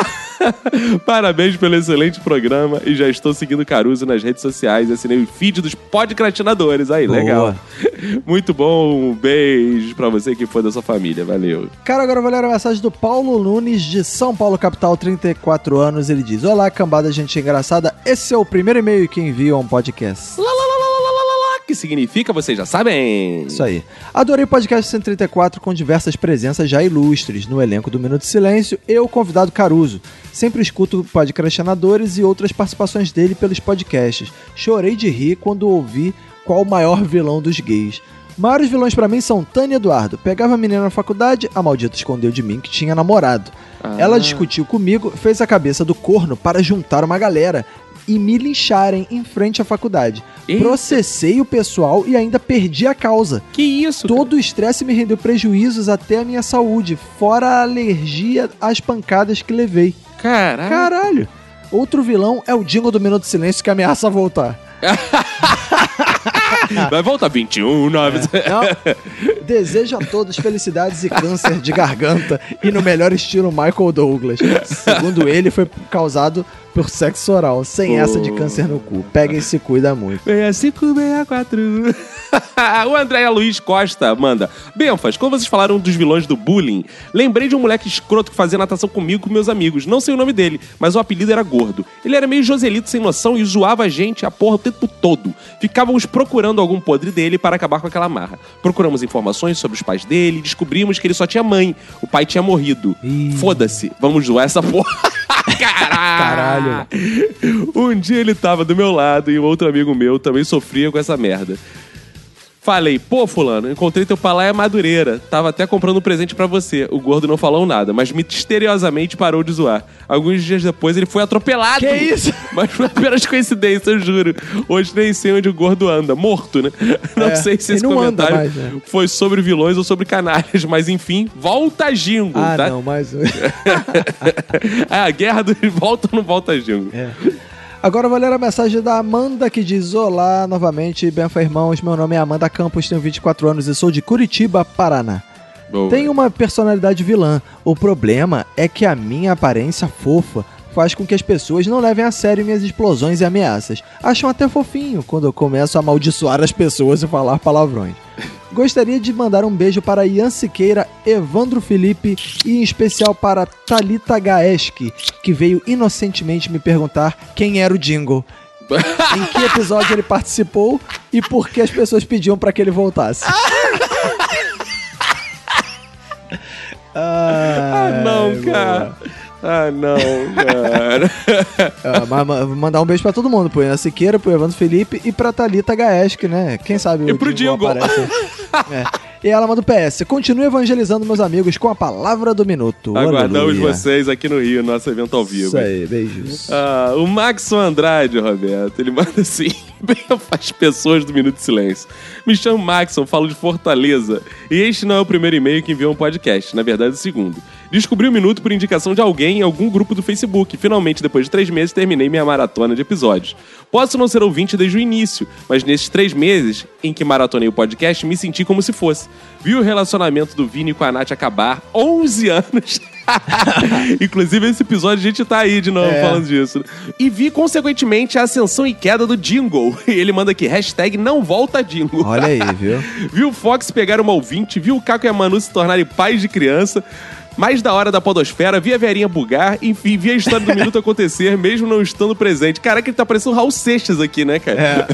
Parabéns pelo excelente programa e já estou seguindo o Caruso nas redes sociais e assinei o feed dos podcastinadores. Aí, Boa. Legal. Muito bom, um beijo pra você que foi da sua família, valeu. Cara, agora eu vou ler a mensagem do Paulo Nunes, de São Paulo, capital, 34 anos. Ele diz: olá, cambada, gente engraçada. Esse é o primeiro e-mail que envio a um podcast. Que significa, vocês já sabem. Isso aí. Adorei o podcast 134 com diversas presenças já ilustres. No elenco do Minuto de Silêncio, eu, o convidado Caruso. Sempre escuto podcastinadores e outras participações dele pelos podcasts. Chorei de rir quando ouvi qual o maior vilão dos gays. Maiores vilões pra mim são Tânia Eduardo. Pegava a menina na faculdade, a maldita escondeu de mim que tinha namorado. Ela discutiu comigo, fez a cabeça do corno para juntar uma galera. e me lincharem em frente à faculdade. Processei o pessoal e ainda perdi a causa. Que isso? Todo o estresse me rendeu prejuízos até a minha saúde, fora a alergia às pancadas que levei. Caralho. Outro vilão é o Jingle do Minuto de Silêncio que ameaça voltar. Vai voltar 21, 9... Desejo a todos felicidades e câncer de garganta e no melhor estilo Michael Douglas. Segundo ele, foi causado por sexo oral, sem essa de câncer no cu. Pega e se cuida muito. 6564. O André Luiz Costa manda: Benfas, quando vocês falaram dos vilões do bullying, lembrei de um moleque escroto que fazia natação comigo com meus amigos. Não sei o nome dele, mas o apelido era Gordo. Ele era meio Joselito sem noção e zoava a gente a porra o tempo todo. Ficávamos procurando algum podre dele para acabar com aquela marra. Procuramos informações sobre os pais dele e descobrimos que ele só tinha mãe. O pai tinha morrido. Foda-se, vamos zoar essa porra. Caralho. Um dia ele tava do meu lado e um outro amigo meu também sofria com essa merda. Falei, pô, fulano, encontrei teu Palaia Madureira. Tava até comprando um presente pra você. O Gordo não falou nada, mas misteriosamente parou de zoar. Alguns dias depois ele foi atropelado. Que isso? Mas foi apenas coincidência, eu juro. Hoje nem sei onde o Gordo anda. Morto, né? Não sei se esse comentário mais, né? foi sobre vilões ou sobre canalhas, mas enfim, volta Jingle, tá? Não, mais A guerra do volta ou não volta Jingle. Agora eu vou ler a mensagem da Amanda, que diz: olá, novamente, Benfa Irmãos, meu nome é Amanda Campos, tenho 24 anos e sou de Curitiba, Paraná. Boa. Tenho uma personalidade vilã. O problema é que a minha aparência fofa faz com que as pessoas não levem a sério minhas explosões e ameaças. Acham até fofinho quando eu começo a amaldiçoar as pessoas e falar palavrões. Gostaria de mandar um beijo para Ian Siqueira, Evandro Felipe e em especial para Thalita Gaeski, que veio inocentemente me perguntar quem era o Jingle, em que episódio ele participou e por que as pessoas pediam para que ele voltasse. Não, cara. Vou mandar um beijo pra todo mundo, pro Ian Siqueira, pro Evandro Felipe e pra Thalita Gaeski, né? Quem sabe e pro Jingle aparece. E ela manda o PS: continue evangelizando meus amigos com a palavra do minuto. Aguardamos Aleluia. vocês aqui no Rio, nosso evento ao vivo. Isso aí, beijos. O Maxon Andrade, Roberto, ele manda assim: as pessoas do Minuto de Silêncio. Me chamo Maxon, falo de Fortaleza. E este não é o primeiro e-mail que enviou um podcast, na verdade é o segundo. Descobri o Minuto por indicação de alguém em algum grupo do Facebook. Finalmente, depois de 3 meses, terminei minha maratona de episódios. Posso não ser ouvinte desde o início, mas nesses 3 meses em que maratonei o podcast, me senti como se fosse. Vi o relacionamento do Vini com a Nath acabar 11 anos. Inclusive, esse episódio a gente tá aí de novo falando disso. E vi, consequentemente, a ascensão e queda do Jingle. E ele manda aqui, #não volta Jingle. Olha aí, viu? Vi o Fox pegar uma ouvinte, vi o Caco e a Manu se tornarem pais de criança. Mais da hora da podosfera, vi a Verinha bugar, enfim, vi a história do Minuto acontecer, mesmo não estando presente. Caraca, ele tá parecendo o Raul Seixas aqui, né, cara?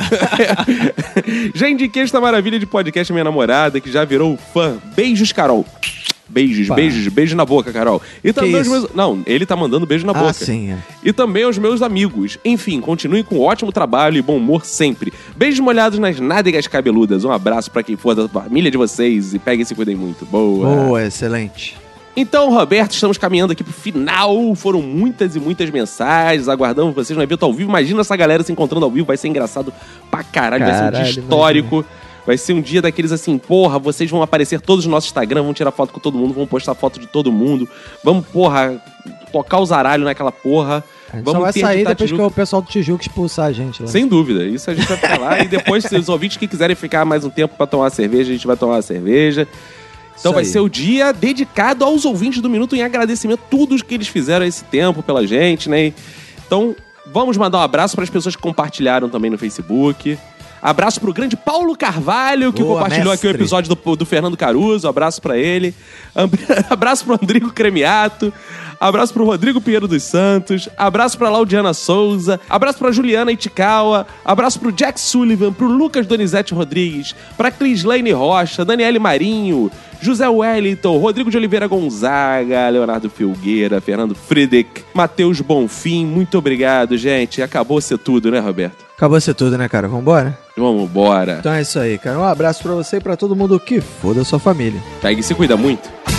Já indiquei esta maravilha de podcast à minha namorada, que já virou fã. Beijos, Carol. Beijo na boca, Carol. E também os meus... Não, ele tá mandando beijo na boca. Sim. E também aos meus amigos. Enfim, continuem com ótimo trabalho e bom humor sempre. Beijos molhados nas nádegas cabeludas. Um abraço pra quem for da família de vocês e peguem e se cuidem muito. Boa, excelente. Então, Roberto, estamos caminhando aqui pro final. Foram muitas e muitas mensagens. Aguardamos vocês no evento ao vivo. Imagina essa galera se encontrando ao vivo. Vai ser engraçado pra caralho. Vai ser um dia histórico. Imagina. Vai ser um dia daqueles assim, porra, vocês vão aparecer todos no nosso Instagram, vão tirar foto com todo mundo, vão postar foto de todo mundo. Vamos, porra, tocar os aralhos naquela porra. Vamos só vai sair depois que o pessoal do Tijuca expulsar a gente lá. Sem dúvida. Isso a gente vai ficar lá. E depois, se os ouvintes que quiserem ficar mais um tempo pra tomar uma cerveja, a gente vai tomar uma cerveja. Então vai ser o dia dedicado aos ouvintes do Minuto em agradecimento a tudo que eles fizeram esse tempo pela gente, né? Então, vamos mandar um abraço para as pessoas que compartilharam também no Facebook. Abraço pro grande Paulo Carvalho, que compartilhou aqui o episódio do Fernando Caruso. Abraço pra ele. Abraço pro Rodrigo Cremiato. Abraço pro Rodrigo Pinheiro dos Santos. Abraço pra Laudiana Souza. Abraço pra Juliana Itikawa. Abraço pro Jack Sullivan. Pro Lucas Donizete Rodrigues. Pra Crislaine Rocha. Daniele Marinho. José Wellington. Rodrigo de Oliveira Gonzaga. Leonardo Filgueira. Fernando Friedrich. Matheus Bonfim. Muito obrigado, gente. Acabou ser tudo, né, Roberto? Acabou ser tudo, né, cara? Vambora? Vambora. Então é isso aí, cara. Um abraço pra você e pra todo mundo que foda a sua família. Pega e se cuida muito.